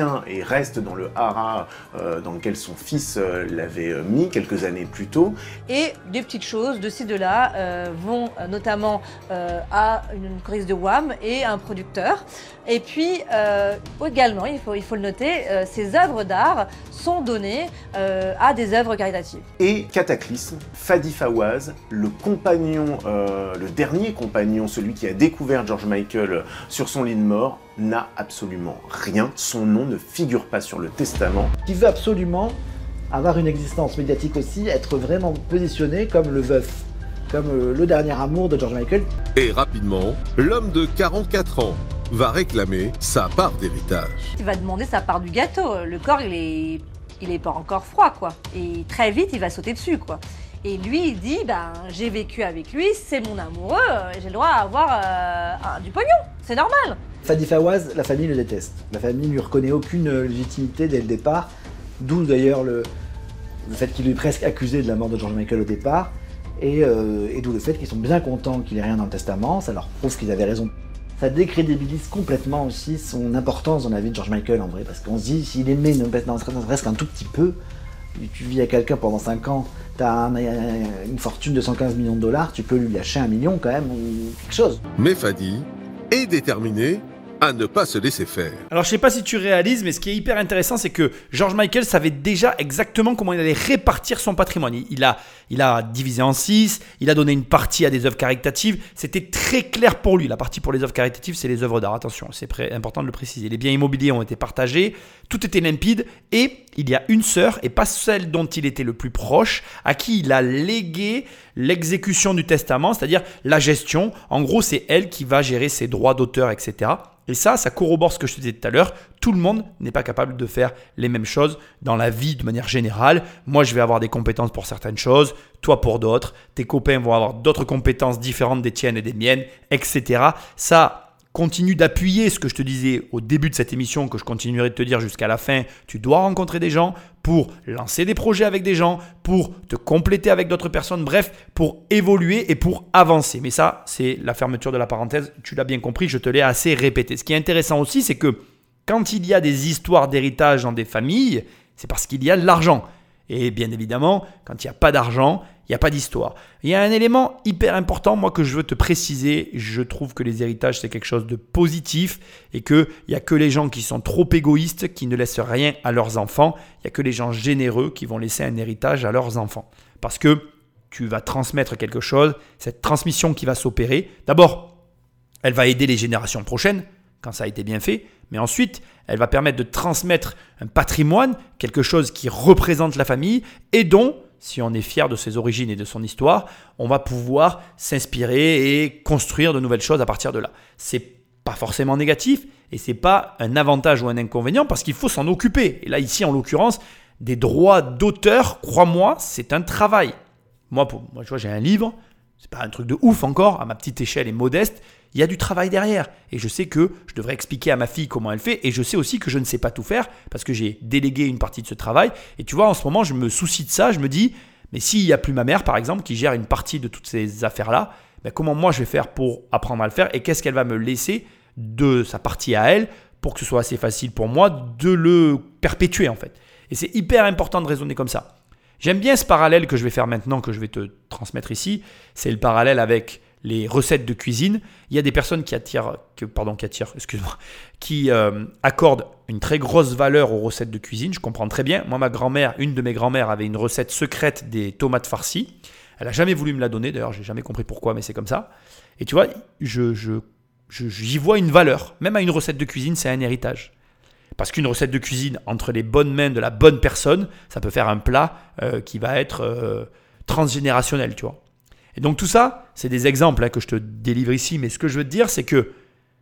tient et reste dans le haras euh, dans lequel son fils euh, l'avait euh, mis quelques années plus tôt. Et des petites choses de ci, de là euh, vont euh, notamment euh, à une choriste de Wham et à un producteur. Et puis euh, également, il faut, il faut le noter, euh, ces œuvres d'art sont données euh, à des œuvres caritatives. Et cataclysme, Fadi Fawaz, le compagnon, euh, le dernier compagnon, celui qui a découvert George Michael sur son lit de mort, n'a absolument rien. Son nom ne figure pas sur le testament. Qui veut absolument avoir une existence médiatique aussi, être vraiment positionné comme le veuf, comme euh, le dernier amour de George Michael. Et rapidement, l'homme de quarante-quatre ans va réclamer sa part d'héritage. Il va demander sa part du gâteau. Le corps, il est, il est pas encore froid, quoi. Et très vite, il va sauter dessus, quoi. Et lui, il dit, ben, j'ai vécu avec lui, c'est mon amoureux, j'ai le droit à avoir euh, un, du pognon, c'est normal. Fadi Fawaz, la famille le déteste. La famille ne lui reconnaît aucune légitimité dès le départ, d'où d'ailleurs le, le fait qu'il est presque accusé de la mort de George Michael au départ, et, euh, et d'où le fait qu'ils sont bien contents qu'il ait rien dans le testament, ça leur prouve qu'ils avaient raison. Ça décrédibilise complètement aussi son importance dans la vie de George Michael en vrai, parce qu'on se dit, s'il aimait ne serait-ce qu'un tout petit peu, tu vis à quelqu'un pendant cinq ans, t'as un, une fortune de cent quinze millions de dollars, tu peux lui lâcher un million quand même, ou quelque chose. Mais Fadi est déterminé à ne pas se laisser faire. Alors je sais pas si tu réalises, mais ce qui est hyper intéressant, c'est que George Michael savait déjà exactement comment il allait répartir son patrimoine. Il a, il a divisé en six, il a donné une partie à des œuvres caritatives. C'était très clair pour lui. La partie pour les œuvres caritatives, c'est les œuvres d'art. Attention, c'est important de le préciser. Les biens immobiliers ont été partagés, tout était limpide, et il y a une sœur, et pas celle dont il était le plus proche, à qui il a légué l'exécution du testament, c'est-à-dire la gestion. En gros, c'est elle qui va gérer ses droits d'auteur, et cetera. Et ça, ça corrobore ce que je te disais tout à l'heure. Tout le monde n'est pas capable de faire les mêmes choses dans la vie de manière générale. Moi, je vais avoir des compétences pour certaines choses, toi pour d'autres. Tes copains vont avoir d'autres compétences différentes des tiennes et des miennes, et cetera. Ça continue d'appuyer ce que je te disais au début de cette émission, que je continuerai de te dire jusqu'à la fin. Tu dois rencontrer des gens pour lancer des projets avec des gens, pour te compléter avec d'autres personnes, bref, pour évoluer et pour avancer. Mais ça, c'est la fermeture de la parenthèse. Tu l'as bien compris, je te l'ai assez répété. Ce qui est intéressant aussi, c'est que quand il y a des histoires d'héritage dans des familles, c'est parce qu'il y a de l'argent. Et bien évidemment, quand il n'y a pas d'argent, il n'y a pas d'histoire. Il y a un élément hyper important, moi, que je veux te préciser. Je trouve que les héritages, c'est quelque chose de positif et qu'il n'y a que les gens qui sont trop égoïstes, qui ne laissent rien à leurs enfants. Il n'y a que les gens généreux qui vont laisser un héritage à leurs enfants. Parce que tu vas transmettre quelque chose, cette transmission qui va s'opérer. D'abord, elle va aider les générations prochaines, quand ça a été bien fait. Mais ensuite, elle va permettre de transmettre un patrimoine, quelque chose qui représente la famille et dont, si on est fier de ses origines et de son histoire, on va pouvoir s'inspirer et construire de nouvelles choses à partir de là. C'est pas forcément négatif et c'est pas un avantage ou un inconvénient parce qu'il faut s'en occuper. Et là, ici, en l'occurrence, des droits d'auteur, crois-moi, c'est un travail. Moi, pour, moi, tu vois, j'ai un livre, c'est pas un truc de ouf encore, à ma petite échelle et modeste. Il y a du travail derrière et je sais que je devrais expliquer à ma fille comment elle fait et je sais aussi que je ne sais pas tout faire parce que j'ai délégué une partie de ce travail et tu vois en ce moment je me soucie de ça, je me dis mais s'il n'y a plus ma mère par exemple qui gère une partie de toutes ces affaires-là, ben comment moi je vais faire pour apprendre à le faire et qu'est-ce qu'elle va me laisser de sa partie à elle pour que ce soit assez facile pour moi de le perpétuer en fait. Et c'est hyper important de raisonner comme ça. J'aime bien ce parallèle que je vais faire maintenant, que je vais te transmettre ici, c'est le parallèle avec les recettes de cuisine. Il y a des personnes qui attirent, que, pardon, qui attirent, excuse-moi, qui euh, accordent une très grosse valeur aux recettes de cuisine. Je comprends très bien. Moi, ma grand-mère, une de mes grand-mères avait une recette secrète des tomates farcies. Elle n'a jamais voulu me la donner. D'ailleurs, je n'ai jamais compris pourquoi, mais c'est comme ça. Et tu vois, je, je, je, j'y vois une valeur. Même à une recette de cuisine, c'est un héritage. Parce qu'une recette de cuisine, entre les bonnes mains de la bonne personne, ça peut faire un plat euh, qui va être euh, transgénérationnel, tu vois. Et donc tout ça, c'est des exemples hein, que je te délivre ici, mais ce que je veux te dire, c'est que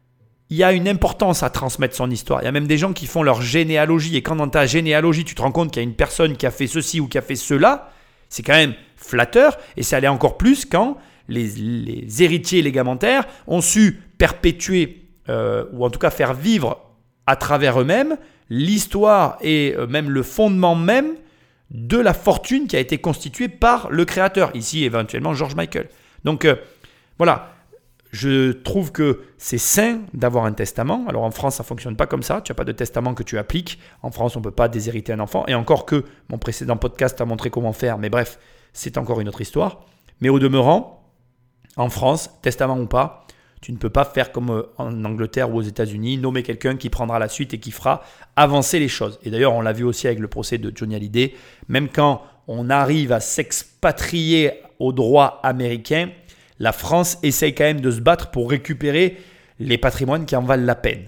il y a une importance à transmettre son histoire. Il y a même des gens qui font leur généalogie, et quand dans ta généalogie, tu te rends compte qu'il y a une personne qui a fait ceci ou qui a fait cela, c'est quand même flatteur, et ça allait encore plus quand les, les héritiers légamentaires ont su perpétuer, euh, ou en tout cas faire vivre à travers eux-mêmes, l'histoire et euh, même le fondement même de la fortune qui a été constituée par le créateur, ici éventuellement George Michael. Donc euh, voilà, je trouve que c'est sain d'avoir un testament. Alors en France, ça ne fonctionne pas comme ça. Tu n'as pas de testament que tu appliques. En France, on ne peut pas déshériter un enfant. Et encore que mon précédent podcast a montré comment faire. Mais bref, c'est encore une autre histoire. Mais au demeurant, en France, testament ou pas, tu ne peux pas faire comme en Angleterre ou aux États-Unis, nommer quelqu'un qui prendra la suite et qui fera avancer les choses. Et d'ailleurs, on l'a vu aussi avec le procès de Johnny Hallyday. Même quand on arrive à s'expatrier au droit américain, la France essaye quand même de se battre pour récupérer les patrimoines qui en valent la peine.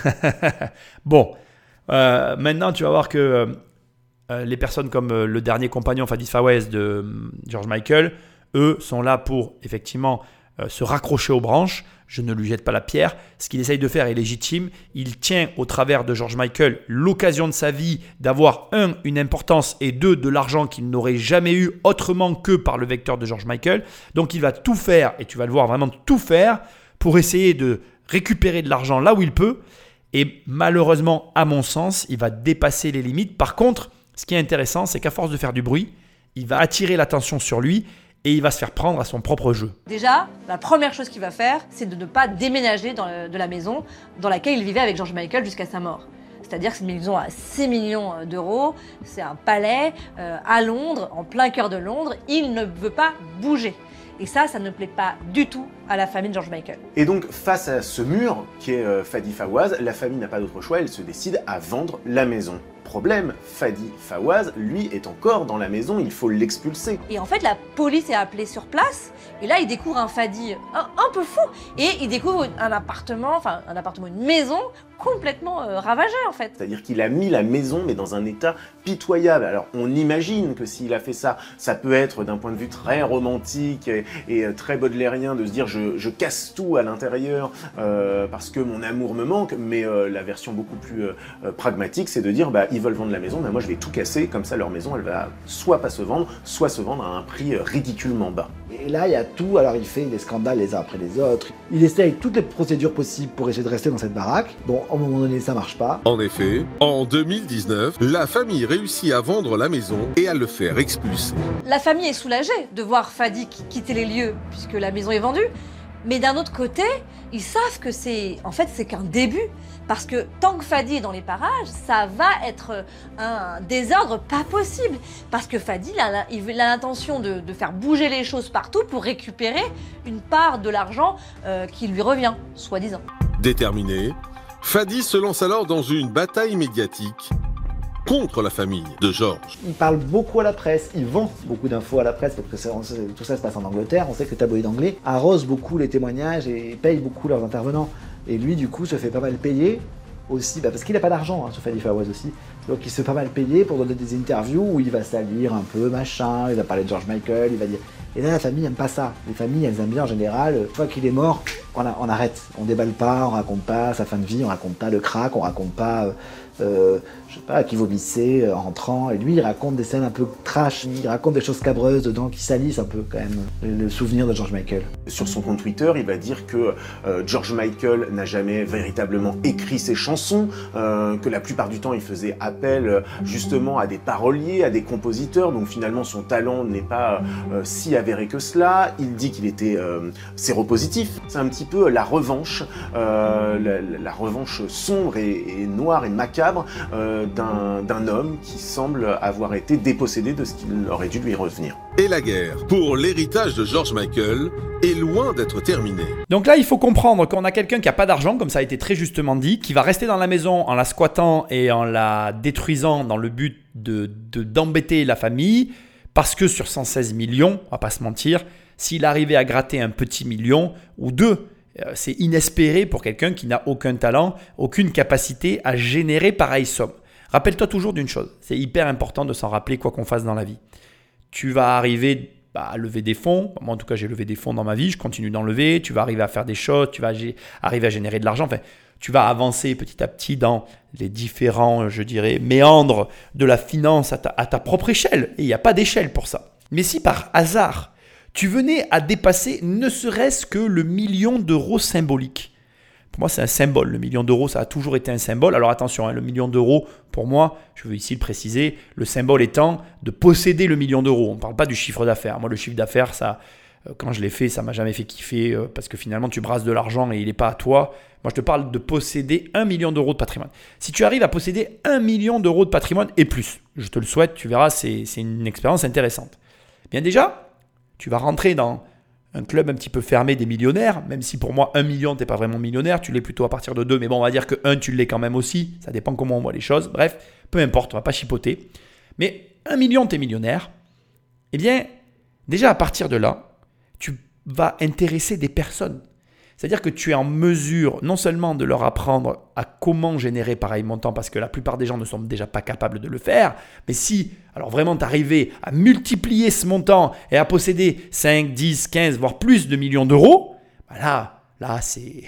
Bon, euh, maintenant tu vas voir que euh, les personnes comme euh, le dernier compagnon Fadi Fawaz de euh, George Michael, eux sont là pour effectivement euh, se raccrocher aux branches. Je ne lui jette pas la pierre. Ce qu'il essaye de faire est légitime. Il tient au travers de George Michael l'occasion de sa vie d'avoir un, une importance et deux, de l'argent qu'il n'aurait jamais eu autrement que par le vecteur de George Michael. Donc il va tout faire, et tu vas le voir vraiment tout faire, pour essayer de récupérer de l'argent là où il peut. Et malheureusement, à mon sens, il va dépasser les limites. Par contre, ce qui est intéressant, c'est qu'à force de faire du bruit, il va attirer l'attention sur lui et il va se faire prendre à son propre jeu. Déjà, la première chose qu'il va faire, c'est de ne pas déménager dans le, de la maison dans laquelle il vivait avec George Michael jusqu'à sa mort. C'est-à-dire que c'est une maison à six millions d'euros, c'est un palais euh, à Londres, en plein cœur de Londres. Il ne veut pas bouger. Et ça, ça ne plaît pas du tout à la famille de George Michael. Et donc, face à ce mur qui est euh, Fadi Fawaz, la famille n'a pas d'autre choix, elle se décide à vendre la maison. Problème, Fadi Fawaz, lui, est encore dans la maison, il faut l'expulser. Et en fait, la police est appelée sur place, et là, il découvre un Fadi un, un peu fou, et il découvre un appartement, enfin, un appartement, une maison complètement euh, ravagée, en fait. C'est-à-dire qu'il a mis la maison, mais dans un état pitoyable. Alors, on imagine que s'il a fait ça, ça peut être d'un point de vue très romantique et, et très baudelairien de se dire je, je casse tout à l'intérieur euh, parce que mon amour me manque, mais euh, la version beaucoup plus euh, pragmatique, c'est de dire bah, ils veulent vendre la maison, mais moi je vais tout casser, comme ça leur maison elle va soit pas se vendre, soit se vendre à un prix ridiculement bas. Et là il y a tout, alors il fait des scandales les uns après les autres, il essaye toutes les procédures possibles pour essayer de rester dans cette baraque. Bon, à un moment donné ça marche pas. En effet, en deux mille dix-neuf, la famille réussit à vendre la maison et à le faire expulser. La famille est soulagée de voir Fadi quitter les lieux puisque la maison est vendue. Mais d'un autre côté, ils savent que c'est, en fait, c'est qu'un début. Parce que tant que Fadi est dans les parages, ça va être un désordre pas possible. Parce que Fadi, il a, il a l'intention de, de faire bouger les choses partout pour récupérer une part de l'argent euh, qui lui revient, soi-disant. Déterminé, Fadi se lance alors dans une bataille médiatique contre la famille de George. Il parle beaucoup à la presse, il vend beaucoup d'infos à la presse, parce que ça, tout ça se passe en Angleterre, on sait que les tabloïds anglais arrosent beaucoup les témoignages et payent beaucoup leurs intervenants. Et lui, du coup, se fait pas mal payer aussi, bah parce qu'il n'a pas d'argent, hein, ce Fadi Fawaz aussi. Donc il se fait pas mal payer pour donner des interviews où il va salir un peu, machin, il va parler de George Michael, il va dire... Et là, la famille n'aime pas ça. Les familles, elles aiment bien en général, une fois qu'il est mort, on, a, on arrête. On déballe pas, on raconte pas sa fin de vie, on raconte pas le crack, on raconte pas... Euh, Euh, je sais pas, qui vomissait euh, en rentrant, et lui il raconte des scènes un peu trash, il raconte des choses cabreuses dedans qui salissent un peu quand même le, le souvenir de George Michael. Sur son compte Twitter, il va dire que euh, George Michael n'a jamais véritablement écrit ses chansons, euh, que la plupart du temps il faisait appel euh, justement à des paroliers, à des compositeurs, donc finalement son talent n'est pas euh, si avéré que cela. Il dit qu'il était euh, séropositif. C'est un petit peu la revanche, euh, la, la revanche sombre et, et noire et macabre Euh, d'un, d'un homme qui semble avoir été dépossédé de ce qu'il aurait dû lui revenir. Et la guerre pour l'héritage de George Michael est loin d'être terminée. Donc là, il faut comprendre qu'on a quelqu'un qui n'a pas d'argent, comme ça a été très justement dit, qui va rester dans la maison en la squattant et en la détruisant dans le but de, de, d'embêter la famille, parce que sur cent seize millions, on va pas se mentir, s'il arrivait à gratter un petit million ou deux, c'est inespéré pour quelqu'un qui n'a aucun talent, aucune capacité à générer pareille somme. Rappelle-toi toujours d'une chose, c'est hyper important de s'en rappeler quoi qu'on fasse dans la vie. Tu vas arriver bah, à lever des fonds, moi en tout cas j'ai levé des fonds dans ma vie, je continue d'en lever, tu vas arriver à faire des choses, tu vas arriver à générer de l'argent, enfin, tu vas avancer petit à petit dans les différents, je dirais, méandres de la finance à ta, à ta propre échelle, et il n'y a pas d'échelle pour ça. Mais si par hasard, tu venais à dépasser ne serait-ce que le million d'euros symbolique. Pour moi, c'est un symbole. Le million d'euros, ça a toujours été un symbole. Alors attention, hein, le million d'euros, pour moi, je veux ici le préciser, le symbole étant de posséder le million d'euros. On ne parle pas du chiffre d'affaires. Moi, le chiffre d'affaires, ça, Euh, quand je l'ai fait, ça m'a jamais fait kiffer euh, parce que finalement, tu brasses de l'argent et il n'est pas à toi. Moi, je te parle de posséder un million d'euros de patrimoine. Si tu arrives à posséder un million d'euros de patrimoine et plus, je te le souhaite, tu verras, c'est, c'est une expérience intéressante. Bien déjà, tu vas rentrer dans un club un petit peu fermé des millionnaires, même si pour moi, un million, tu n'es pas vraiment millionnaire, tu l'es plutôt à partir de deux, mais bon, on va dire que un, tu l'es quand même aussi, ça dépend comment on voit les choses. Bref, peu importe, on ne va pas chipoter. Mais un million, tu es millionnaire, eh bien, déjà à partir de là, tu vas intéresser des personnes. C'est-à-dire que tu es en mesure non seulement de leur apprendre à comment générer pareil montant, parce que la plupart des gens ne sont déjà pas capables de le faire, mais si, alors vraiment, tu arrivais à multiplier ce montant et à posséder cinq, dix, quinze, voire plus de millions d'euros, bah là, là, c'est...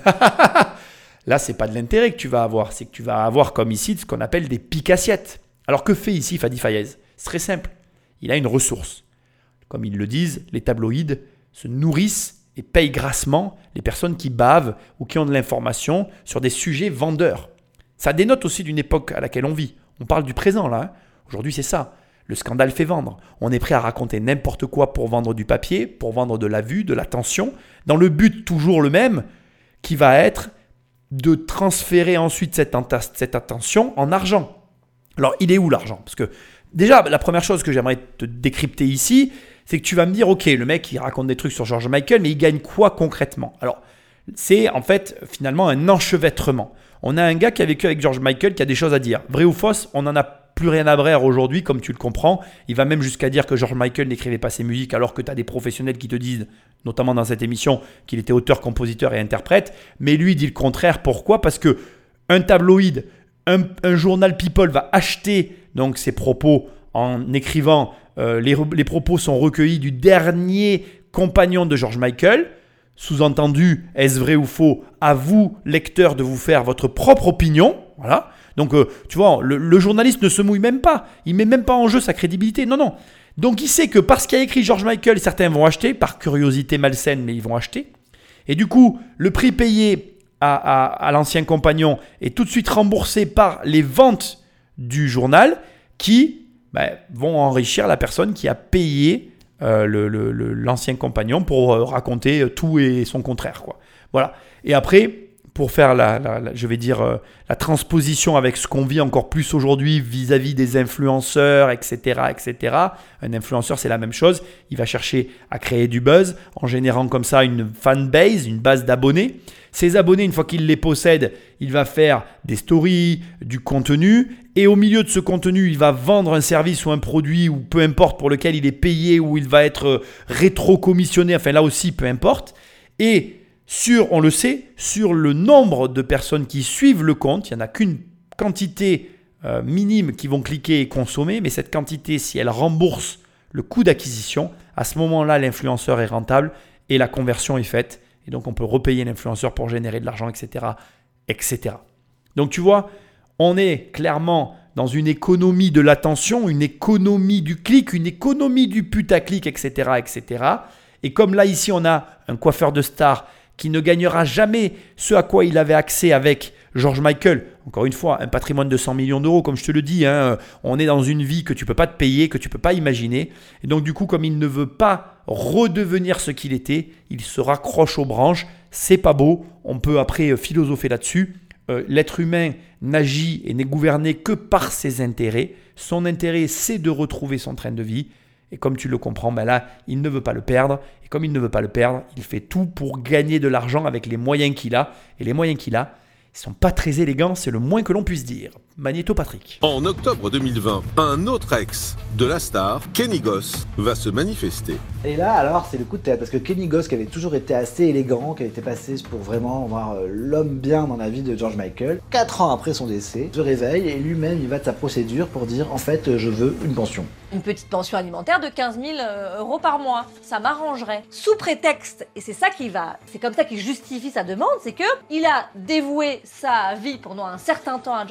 là, c'est pas de l'intérêt que tu vas avoir, c'est que tu vas avoir comme ici ce qu'on appelle des piques assiettes. Alors que fait ici Fadi Fayez? C'est très simple, il a une ressource. Comme ils le disent, les tabloïds se nourrissent et payent grassement les personnes qui bavent ou qui ont de l'information sur des sujets vendeurs. Ça dénote aussi d'une époque à laquelle on vit. On parle du présent là. Hein. Aujourd'hui, c'est ça. Le scandale fait vendre. On est prêt à raconter n'importe quoi pour vendre du papier, pour vendre de la vue, de l'attention, dans le but toujours le même, qui va être de transférer ensuite cette, cette attention en argent. Alors, il est où l'argent? Parce que déjà, la première chose que j'aimerais te décrypter ici, c'est que tu vas me dire, ok, le mec, il raconte des trucs sur George Michael, mais il gagne quoi concrètement? Alors, c'est en fait finalement un enchevêtrement. On a un gars qui a vécu avec George Michael qui a des choses à dire. Vrai ou fausse, on n'en a plus rien à brère aujourd'hui, comme tu le comprends. Il va même jusqu'à dire que George Michael n'écrivait pas ses musiques, alors que tu as des professionnels qui te disent, notamment dans cette émission, qu'il était auteur, compositeur et interprète. Mais lui, il dit le contraire. Pourquoi? Parce que un tabloïd, un, un journal People va acheter donc ses propos en écrivant euh, les, les propos sont recueillis du dernier compagnon de George Michael. Sous-entendu, est-ce vrai ou faux? À vous, lecteur, de vous faire votre propre opinion. Voilà. Donc, euh, tu vois, le, le journaliste ne se mouille même pas. Il ne met même pas en jeu sa crédibilité. Non, non. Donc, il sait que parce qu'il a écrit George Michael, certains vont acheter, par curiosité malsaine, mais ils vont acheter. Et du coup, le prix payé à, à, à l'ancien compagnon est tout de suite remboursé par les ventes du journal qui ben, vont enrichir la personne qui a payé euh, le, le, le, l'ancien compagnon pour euh, raconter tout et son contraire, quoi. Voilà. Et après, pour faire la, la, la je vais dire, euh, la transposition avec ce qu'on vit encore plus aujourd'hui vis-à-vis des influenceurs, et cetera, et cetera. Un influenceur, c'est la même chose. Il va chercher à créer du buzz en générant comme ça une fanbase, une base d'abonnés. Ces abonnés, une fois qu'il les possède, il va faire des stories, du contenu. Et au milieu de ce contenu, il va vendre un service ou un produit ou peu importe pour lequel il est payé ou il va être rétro-commissionné. Enfin, là aussi, peu importe. Et sur, on le sait, sur le nombre de personnes qui suivent le compte, il n'y en a qu'une quantité euh, minime qui vont cliquer et consommer. Mais cette quantité, si elle rembourse le coût d'acquisition, à ce moment-là, l'influenceur est rentable et la conversion est faite. Et donc, on peut repayer l'influenceur pour générer de l'argent, et cetera, et cetera. Donc, tu vois, on est clairement dans une économie de l'attention, une économie du clic, une économie du putaclic, et cetera, et cetera. Et comme là, ici, on a un coiffeur de star qui ne gagnera jamais ce à quoi il avait accès avec George Michael. Encore une fois, un patrimoine de cent millions d'euros, comme je te le dis, hein, on est dans une vie que tu ne peux pas te payer, que tu ne peux pas imaginer. Et donc, du coup, comme il ne veut pas redevenir ce qu'il était, il se raccroche aux branches. C'est pas beau. On peut après philosopher là-dessus. Euh, l'être humain n'agit et n'est gouverné que par ses intérêts. Son intérêt, c'est de retrouver son train de vie. Et comme tu le comprends, ben là, il ne veut pas le perdre. Et comme il ne veut pas le perdre, il fait tout pour gagner de l'argent avec les moyens qu'il a. Et les moyens qu'il a, ils sont pas très élégants, c'est le moins que l'on puisse dire. Magnéto Patrick. En octobre deux mille vingt, un autre ex de la star, Kenny Goss, va se manifester. Et là, alors, c'est le coup de tête, parce que Kenny Goss, qui avait toujours été assez élégant, qui avait été passé pour vraiment voir euh, l'homme bien dans la vie de George Michael, quatre ans après son décès, se réveille et lui-même, il va de sa procédure pour dire, en fait, je veux une pension. Une petite pension alimentaire de quinze mille euros par mois, ça m'arrangerait. Sous prétexte, et c'est ça qui va, c'est comme ça qu'il justifie sa demande, c'est que il a dévoué sa vie pendant un certain temps à George Michael,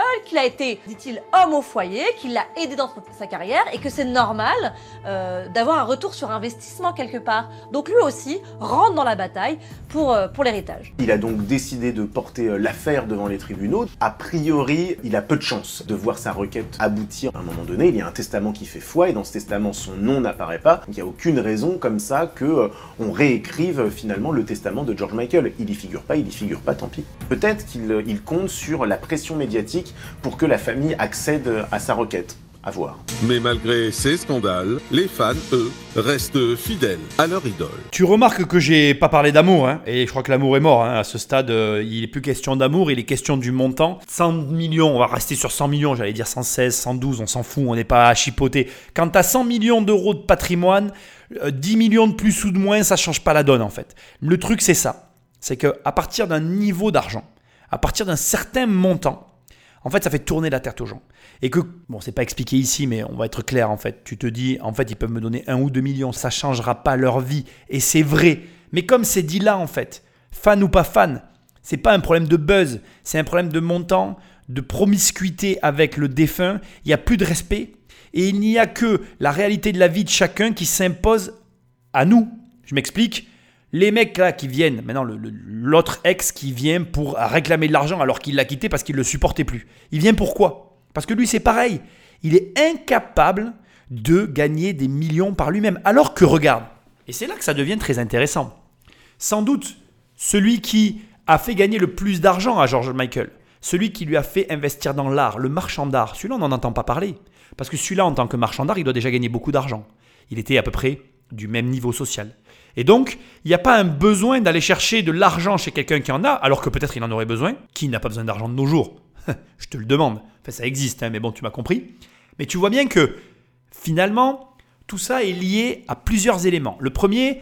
qu'il a été, dit-il, homme au foyer, qu'il l'a aidé dans sa carrière et que c'est normal euh, d'avoir un retour sur investissement quelque part. Donc lui aussi rentre dans la bataille pour, euh, pour l'héritage. Il a donc décidé de porter euh, l'affaire devant les tribunaux. A priori, il a peu de chance de voir sa requête aboutir. À un moment donné, il y a un testament qui fait foi et dans ce testament, son nom n'apparaît pas. Il n'y a aucune raison comme ça que euh, on réécrive euh, finalement le testament de George Michael. Il y figure pas, il y figure pas, tant pis. Peut-être qu'il euh, il compte sur la pression médiatique pour que la famille accède à sa requête. À voir. Mais malgré ces scandales, les fans, eux, restent fidèles à leur idole. Tu remarques que j'ai pas parlé d'amour, hein, et je crois que l'amour est mort. Hein, à ce stade, euh, il n'est plus question d'amour, il est question du montant. cent millions, on va rester sur cent millions, j'allais dire cent seize, cent douze, on s'en fout, on n'est pas à chipoter. Quand tu as cent millions d'euros de patrimoine, euh, dix millions de plus ou de moins, ça change pas la donne en fait. Le truc c'est ça, c'est qu'à partir d'un niveau d'argent, à partir d'un certain montant, en fait, ça fait tourner la tête aux gens. Et que, bon, c'est pas expliqué ici, mais on va être clair, en fait. Tu te dis, en fait, ils peuvent me donner un ou deux millions, ça changera pas leur vie. Et c'est vrai. Mais comme c'est dit là, en fait, fan ou pas fan, c'est pas un problème de buzz, c'est un problème de montant, de promiscuité avec le défunt. Il n'y a plus de respect. Et il n'y a que la réalité de la vie de chacun qui s'impose à nous. Je m'explique. Les mecs là qui viennent, maintenant le, le, l'autre ex qui vient pour réclamer de l'argent alors qu'il l'a quitté parce qu'il ne le supportait plus. Il vient pourquoi ? Parce que lui c'est pareil. Il est incapable de gagner des millions par lui-même. Alors que regarde, et c'est là que ça devient très intéressant. Sans doute celui qui a fait gagner le plus d'argent à George Michael, celui qui lui a fait investir dans l'art, le marchand d'art, celui-là on n'en entend pas parler. Parce que celui-là en tant que marchand d'art, il doit déjà gagner beaucoup d'argent. Il était à peu près du même niveau social. Et donc, il n'y a pas un besoin d'aller chercher de l'argent chez quelqu'un qui en a, alors que peut-être il en aurait besoin. Qui n'a pas besoin d'argent de nos jours ? Je te le demande. Enfin, ça existe, hein, mais bon, tu m'as compris. Mais tu vois bien que, finalement, tout ça est lié à plusieurs éléments. Le premier,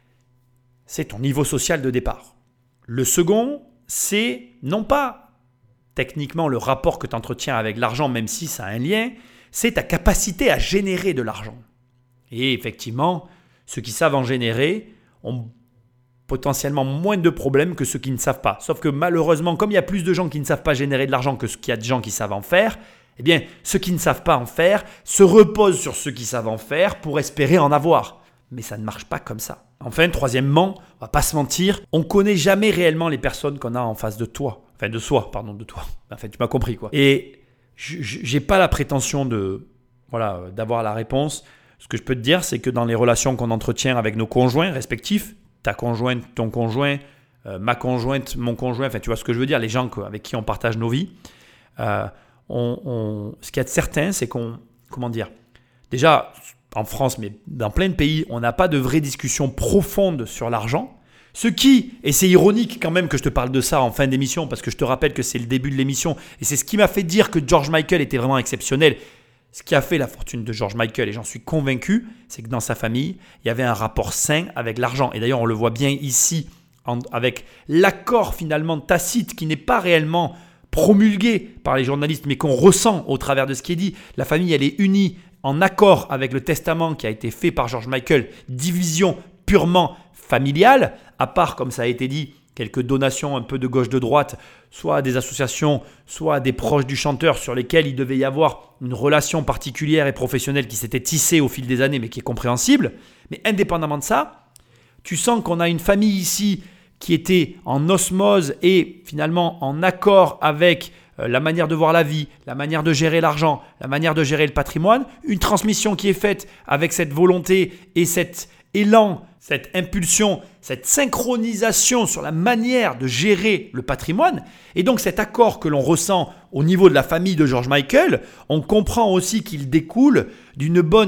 c'est ton niveau social de départ. Le second, c'est non pas techniquement le rapport que tu entretiens avec l'argent, même si ça a un lien, c'est ta capacité à générer de l'argent. Et effectivement, ceux qui savent en générer ont potentiellement moins de problèmes que ceux qui ne savent pas. Sauf que malheureusement, comme il y a plus de gens qui ne savent pas générer de l'argent que qu'il y a de gens qui savent en faire, eh bien, ceux qui ne savent pas en faire se reposent sur ceux qui savent en faire pour espérer en avoir. Mais ça ne marche pas comme ça. Enfin, troisièmement, on va pas se mentir, on ne connaît jamais réellement les personnes qu'on a en face de toi. Enfin, de soi, pardon, de toi. Enfin, tu m'as compris, quoi. Et je n'ai pas la prétention de, voilà, d'avoir la réponse. Ce que je peux te dire, c'est que dans les relations qu'on entretient avec nos conjoints respectifs, ta conjointe, ton conjoint, euh, ma conjointe, mon conjoint, enfin tu vois ce que je veux dire, les gens avec qui on partage nos vies, euh, on, on, ce qu'il y a de certain, c'est qu'on, comment dire, déjà en France, mais dans plein de pays, on n'a pas de vraie discussion profonde sur l'argent. Ce qui, et c'est ironique quand même que je te parle de ça en fin d'émission, parce que je te rappelle que c'est le début de l'émission, et c'est ce qui m'a fait dire que George Michael était vraiment exceptionnel. Ce qui a fait la fortune de George Michael, et j'en suis convaincu, c'est que dans sa famille, il y avait un rapport sain avec l'argent. Et d'ailleurs, on le voit bien ici, en, avec l'accord finalement tacite, qui n'est pas réellement promulgué par les journalistes, mais qu'on ressent au travers de ce qui est dit. La famille, elle est unie en accord avec le testament qui a été fait par George Michael, division purement familiale, à part, comme ça a été dit, quelques donations un peu de gauche de droite, soit à des associations, soit à des proches du chanteur sur lesquels il devait y avoir une relation particulière et professionnelle qui s'était tissée au fil des années, mais qui est compréhensible. Mais indépendamment de ça, tu sens qu'on a une famille ici qui était en osmose et finalement en accord avec la manière de voir la vie, la manière de gérer l'argent, la manière de gérer le patrimoine, une transmission qui est faite avec cette volonté et cet élan, cette impulsion, cette synchronisation sur la manière de gérer le patrimoine. Et donc cet accord que l'on ressent au niveau de la famille de George Michael, on comprend aussi qu'il découle d'une bonne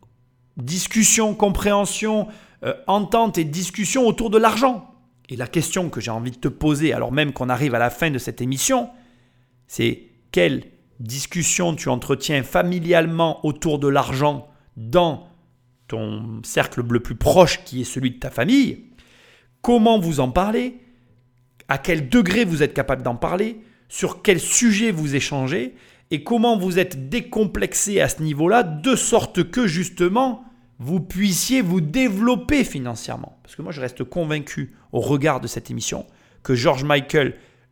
discussion, compréhension, euh, entente et discussion autour de l'argent. Et la question que j'ai envie de te poser, alors même qu'on arrive à la fin de cette émission, c'est quelle discussion tu entretiens familialement autour de l'argent dans ton cercle le plus proche qui est celui de ta famille, comment vous en parlez, à quel degré vous êtes capable d'en parler, sur quel sujet vous échangez et comment vous êtes décomplexé à ce niveau-là de sorte que justement vous puissiez vous développer financièrement. Parce que moi je reste convaincu au regard de cette émission que George Michael,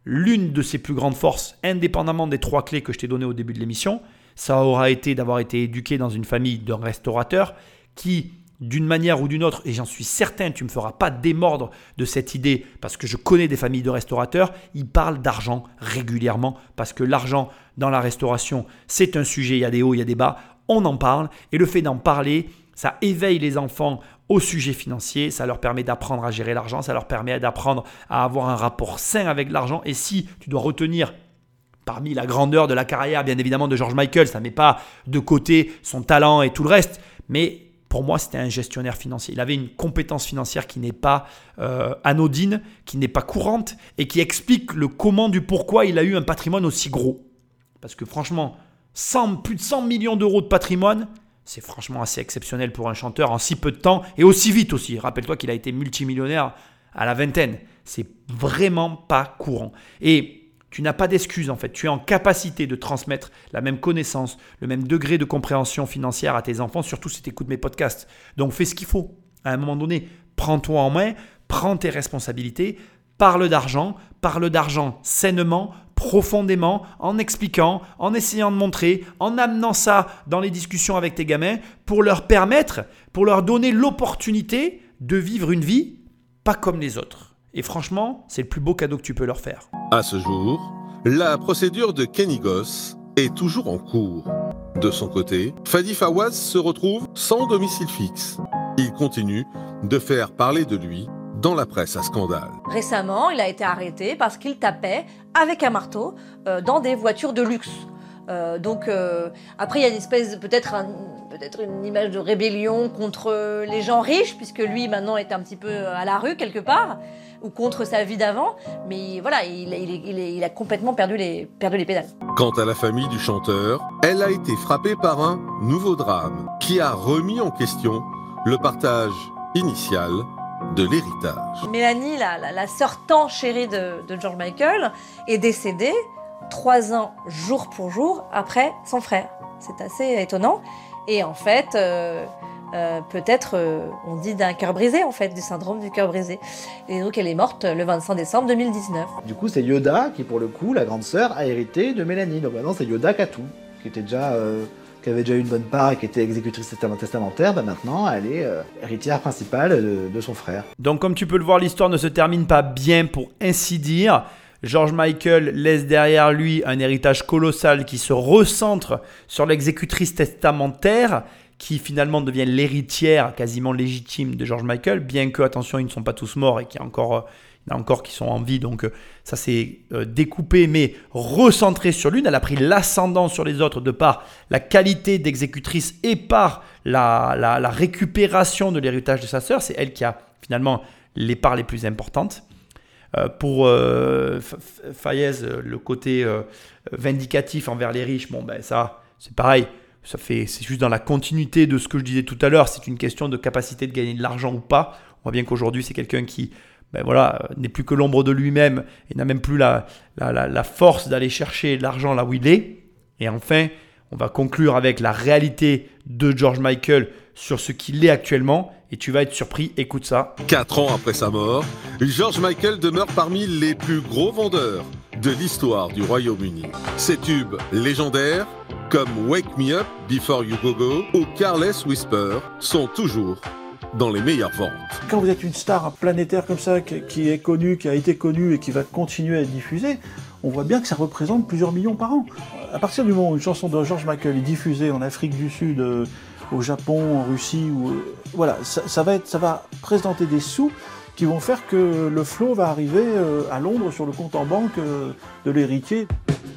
l'une de ses plus grandes forces, indépendamment des trois clés que je t'ai données au début de l'émission, ça aura été d'avoir été éduqué dans une famille d'un restaurateur qui, d'une manière ou d'une autre, et j'en suis certain, tu ne me feras pas démordre de cette idée parce que je connais des familles de restaurateurs, ils parlent d'argent régulièrement parce que l'argent dans la restauration, c'est un sujet, il y a des hauts, il y a des bas, on en parle et le fait d'en parler, ça éveille les enfants au sujet financier, ça leur permet d'apprendre à gérer l'argent, ça leur permet d'apprendre à avoir un rapport sain avec l'argent et si tu dois retenir parmi la grandeur de la carrière, bien évidemment, de George Michael, ça ne met pas de côté son talent et tout le reste, mais pour moi, c'était un gestionnaire financier. Il avait une compétence financière qui n'est pas euh, anodine, qui n'est pas courante et qui explique le comment du pourquoi il a eu un patrimoine aussi gros. Parce que franchement, cent, plus de cent millions d'euros de patrimoine, c'est franchement assez exceptionnel pour un chanteur en si peu de temps et aussi vite aussi. Rappelle-toi qu'il a été multimillionnaire à la vingtaine. C'est vraiment pas courant. Et tu n'as pas d'excuse en fait. Tu es en capacité de transmettre la même connaissance, le même degré de compréhension financière à tes enfants, surtout si tu écoutes mes podcasts. Donc fais ce qu'il faut. À un moment donné, prends-toi en main, prends tes responsabilités, parle d'argent, parle d'argent sainement, profondément, en expliquant, en essayant de montrer, en amenant ça dans les discussions avec tes gamins pour leur permettre, pour leur donner l'opportunité de vivre une vie pas comme les autres. Et franchement, c'est le plus beau cadeau que tu peux leur faire. À ce jour, la procédure de Kenny Goss est toujours en cours. De son côté, Fadi Fawaz se retrouve sans domicile fixe. Il continue de faire parler de lui dans la presse à scandale. Récemment, il a été arrêté parce qu'il tapait avec un marteau euh, dans des voitures de luxe. Euh, donc euh, après il y a une espèce peut-être un, peut-être une image de rébellion contre les gens riches puisque lui maintenant est un petit peu à la rue quelque part ou contre sa vie d'avant, mais voilà il, il, il, il a complètement perdu les, perdu les pédales. Quant à la famille du chanteur, elle a été frappée par un nouveau drame qui a remis en question le partage initial de l'héritage. Mélanie, la, la, la sœur tant chérie de, de George Michael, est décédée trois ans jour pour jour après son frère. C'est assez étonnant. Et en fait, euh, euh, peut-être, euh, on dit d'un cœur brisé, en fait, du syndrome du cœur brisé. Et donc, elle est morte le vingt-cinq décembre deux mille dix-neuf. Du coup, c'est Yoda qui, pour le coup, la grande sœur, a hérité de Mélanie. Donc maintenant, c'est Yoda qui a tout, qui était déjà... Euh... qui avait déjà eu une bonne part et qui était exécutrice testamentaire, bah maintenant elle est euh, héritière principale de, de son frère. Donc comme tu peux le voir, l'histoire ne se termine pas bien pour ainsi dire. George Michael laisse derrière lui un héritage colossal qui se recentre sur l'exécutrice testamentaire qui finalement devient l'héritière quasiment légitime de George Michael, bien que, attention, ils ne sont pas tous morts et qu'il y a encore... Il y en a encore qui sont en vie, donc ça s'est euh, découpé, mais recentré sur l'une. Elle a pris l'ascendant sur les autres de par la qualité d'exécutrice et par la, la, la récupération de l'héritage de sa sœur. C'est elle qui a finalement les parts les plus importantes. Euh, pour euh, Fayez, le côté euh, vindicatif envers les riches, bon ben ça, c'est pareil. Ça fait, c'est juste dans la continuité de ce que je disais tout à l'heure. C'est une question de capacité de gagner de l'argent ou pas. On voit bien qu'aujourd'hui, c'est quelqu'un qui... Ben voilà, n'est plus que l'ombre de lui-même et n'a même plus la, la, la, la force d'aller chercher l'argent là où il est. Et enfin, on va conclure avec la réalité de George Michael sur ce qu'il est actuellement. Et tu vas être surpris, écoute ça. Quatre ans après sa mort, George Michael demeure parmi les plus gros vendeurs de l'histoire du Royaume-Uni. Ses tubes légendaires, comme Wake Me Up Before You Go Go ou Careless Whisper, sont toujours dans les meilleures ventes. Quand vous êtes une star planétaire comme ça, qui est connue, qui a été connue et qui va continuer à être diffusée, on voit bien que ça représente plusieurs millions par an. À partir du moment où une chanson de George Michael est diffusée en Afrique du Sud, euh, au Japon, en Russie, ou, euh, voilà, ça, ça, va être, ça va présenter des sous qui vont faire que le flot va arriver euh, à Londres sur le compte en banque euh, de l'héritier.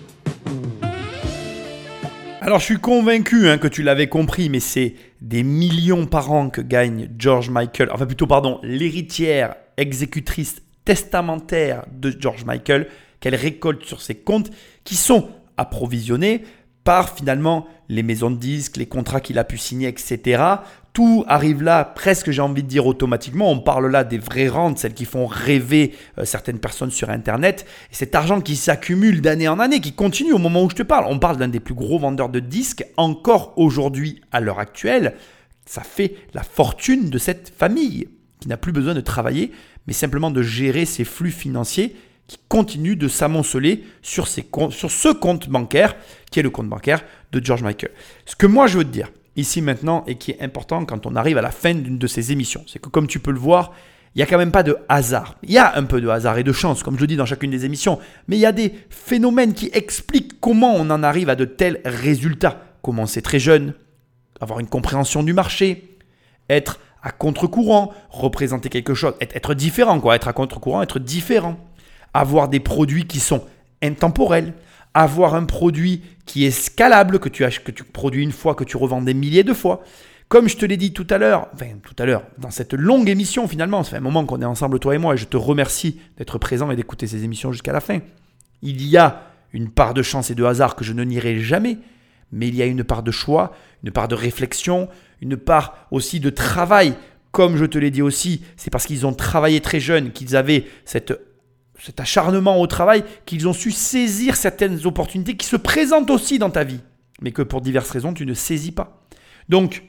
Alors je suis convaincu hein, que tu l'avais compris, mais c'est des millions par an que gagne George Michael, enfin plutôt pardon, l'héritière exécutrice testamentaire de George Michael qu'elle récolte sur ses comptes qui sont approvisionnés par finalement les maisons de disques, les contrats qu'il a pu signer, et cetera. Tout arrive là, presque j'ai envie de dire automatiquement. On parle là des vraies rentes, celles qui font rêver euh, certaines personnes sur Internet. Et cet argent qui s'accumule d'année en année, qui continue au moment où je te parle. On parle d'un des plus gros vendeurs de disques encore aujourd'hui, à l'heure actuelle. Ça fait la fortune de cette famille qui n'a plus besoin de travailler, mais simplement de gérer ses flux financiers qui continue de s'amonceler sur, ces comptes, sur ce compte bancaire qui est le compte bancaire de George Michael. Ce que moi je veux te dire ici maintenant et qui est important quand on arrive à la fin d'une de ces émissions, c'est que comme tu peux le voir, il n'y a quand même pas de hasard. Il y a un peu de hasard et de chance, comme je le dis dans chacune des émissions, mais il y a des phénomènes qui expliquent comment on en arrive à de tels résultats. Commencer très jeune, avoir une compréhension du marché, être à contre-courant, représenter quelque chose, être, être différent, quoi, être à contre-courant, être différent, avoir des produits qui sont intemporels, avoir un produit qui est scalable, que tu, ach- que tu produis une fois, que tu revends des milliers de fois. Comme je te l'ai dit tout à l'heure, enfin tout à l'heure, dans cette longue émission finalement, ça fait un moment qu'on est ensemble toi et moi et je te remercie d'être présent et d'écouter ces émissions jusqu'à la fin. Il y a une part de chance et de hasard que je ne nierai jamais, mais il y a une part de choix, une part de réflexion, une part aussi de travail. Comme je te l'ai dit aussi, c'est parce qu'ils ont travaillé très jeunes, qu'ils avaient cette, cet acharnement au travail, qu'ils ont su saisir certaines opportunités qui se présentent aussi dans ta vie, mais que pour diverses raisons, tu ne saisis pas. Donc,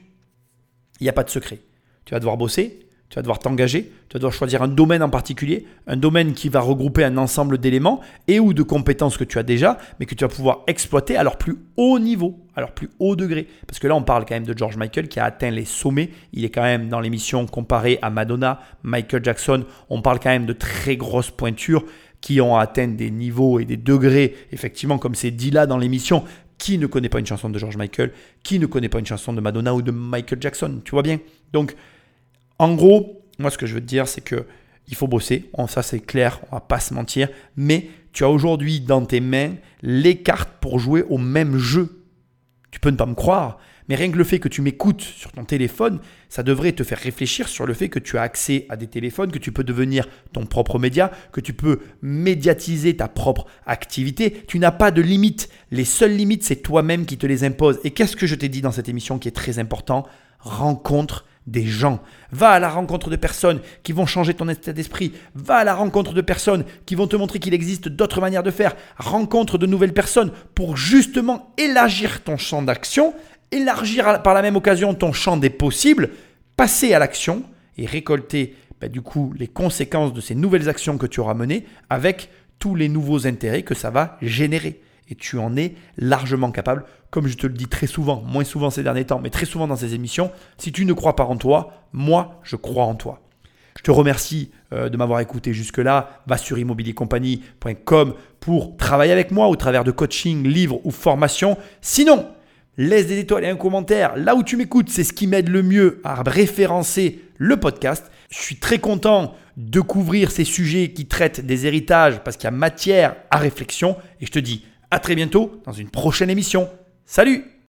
il n'y a pas de secret. Tu vas devoir bosser, tu vas devoir t'engager, tu vas devoir choisir un domaine en particulier, un domaine qui va regrouper un ensemble d'éléments et ou de compétences que tu as déjà, mais que tu vas pouvoir exploiter à leur plus haut niveau, à leur plus haut degré. Parce que là, on parle quand même de George Michael qui a atteint les sommets. Il est quand même dans l'émission comparé à Madonna, Michael Jackson. On parle quand même de très grosses pointures qui ont atteint des niveaux et des degrés, effectivement, comme c'est dit là dans l'émission. Qui ne connaît pas une chanson de George Michael? Qui ne connaît pas une chanson de Madonna ou de Michael Jackson? Tu vois bien? Donc, en gros, moi, ce que je veux te dire, c'est que il faut bosser. Bon, ça, c'est clair, on ne va pas se mentir. Mais tu as aujourd'hui dans tes mains les cartes pour jouer au même jeu. Tu peux ne pas me croire, mais rien que le fait que tu m'écoutes sur ton téléphone, ça devrait te faire réfléchir sur le fait que tu as accès à des téléphones, que tu peux devenir ton propre média, que tu peux médiatiser ta propre activité. Tu n'as pas de limites. Les seules limites, c'est toi-même qui te les imposes. Et qu'est-ce que je t'ai dit dans cette émission qui est très important? Rencontre des gens. Va à la rencontre de personnes qui vont changer ton état d'esprit. Va à la rencontre de personnes qui vont te montrer qu'il existe d'autres manières de faire. Rencontre de nouvelles personnes pour justement élargir ton champ d'action, élargir par la même occasion ton champ des possibles, passer à l'action et récolter bah, du coup les conséquences de ces nouvelles actions que tu auras menées avec tous les nouveaux intérêts que ça va générer. Et tu en es largement capable, comme je te le dis très souvent, moins souvent ces derniers temps, mais très souvent dans ces émissions. Si tu ne crois pas en toi, moi, je crois en toi. Je te remercie euh, de m'avoir écouté jusque-là. Va sur immobilier compagnie point com pour travailler avec moi au travers de coaching, livres ou formations. Sinon, laisse des étoiles et un commentaire. Là où tu m'écoutes, c'est ce qui m'aide le mieux à référencer le podcast. Je suis très content de couvrir ces sujets qui traitent des héritages parce qu'il y a matière à réflexion. Et je te dis à très bientôt dans une prochaine émission. Salut!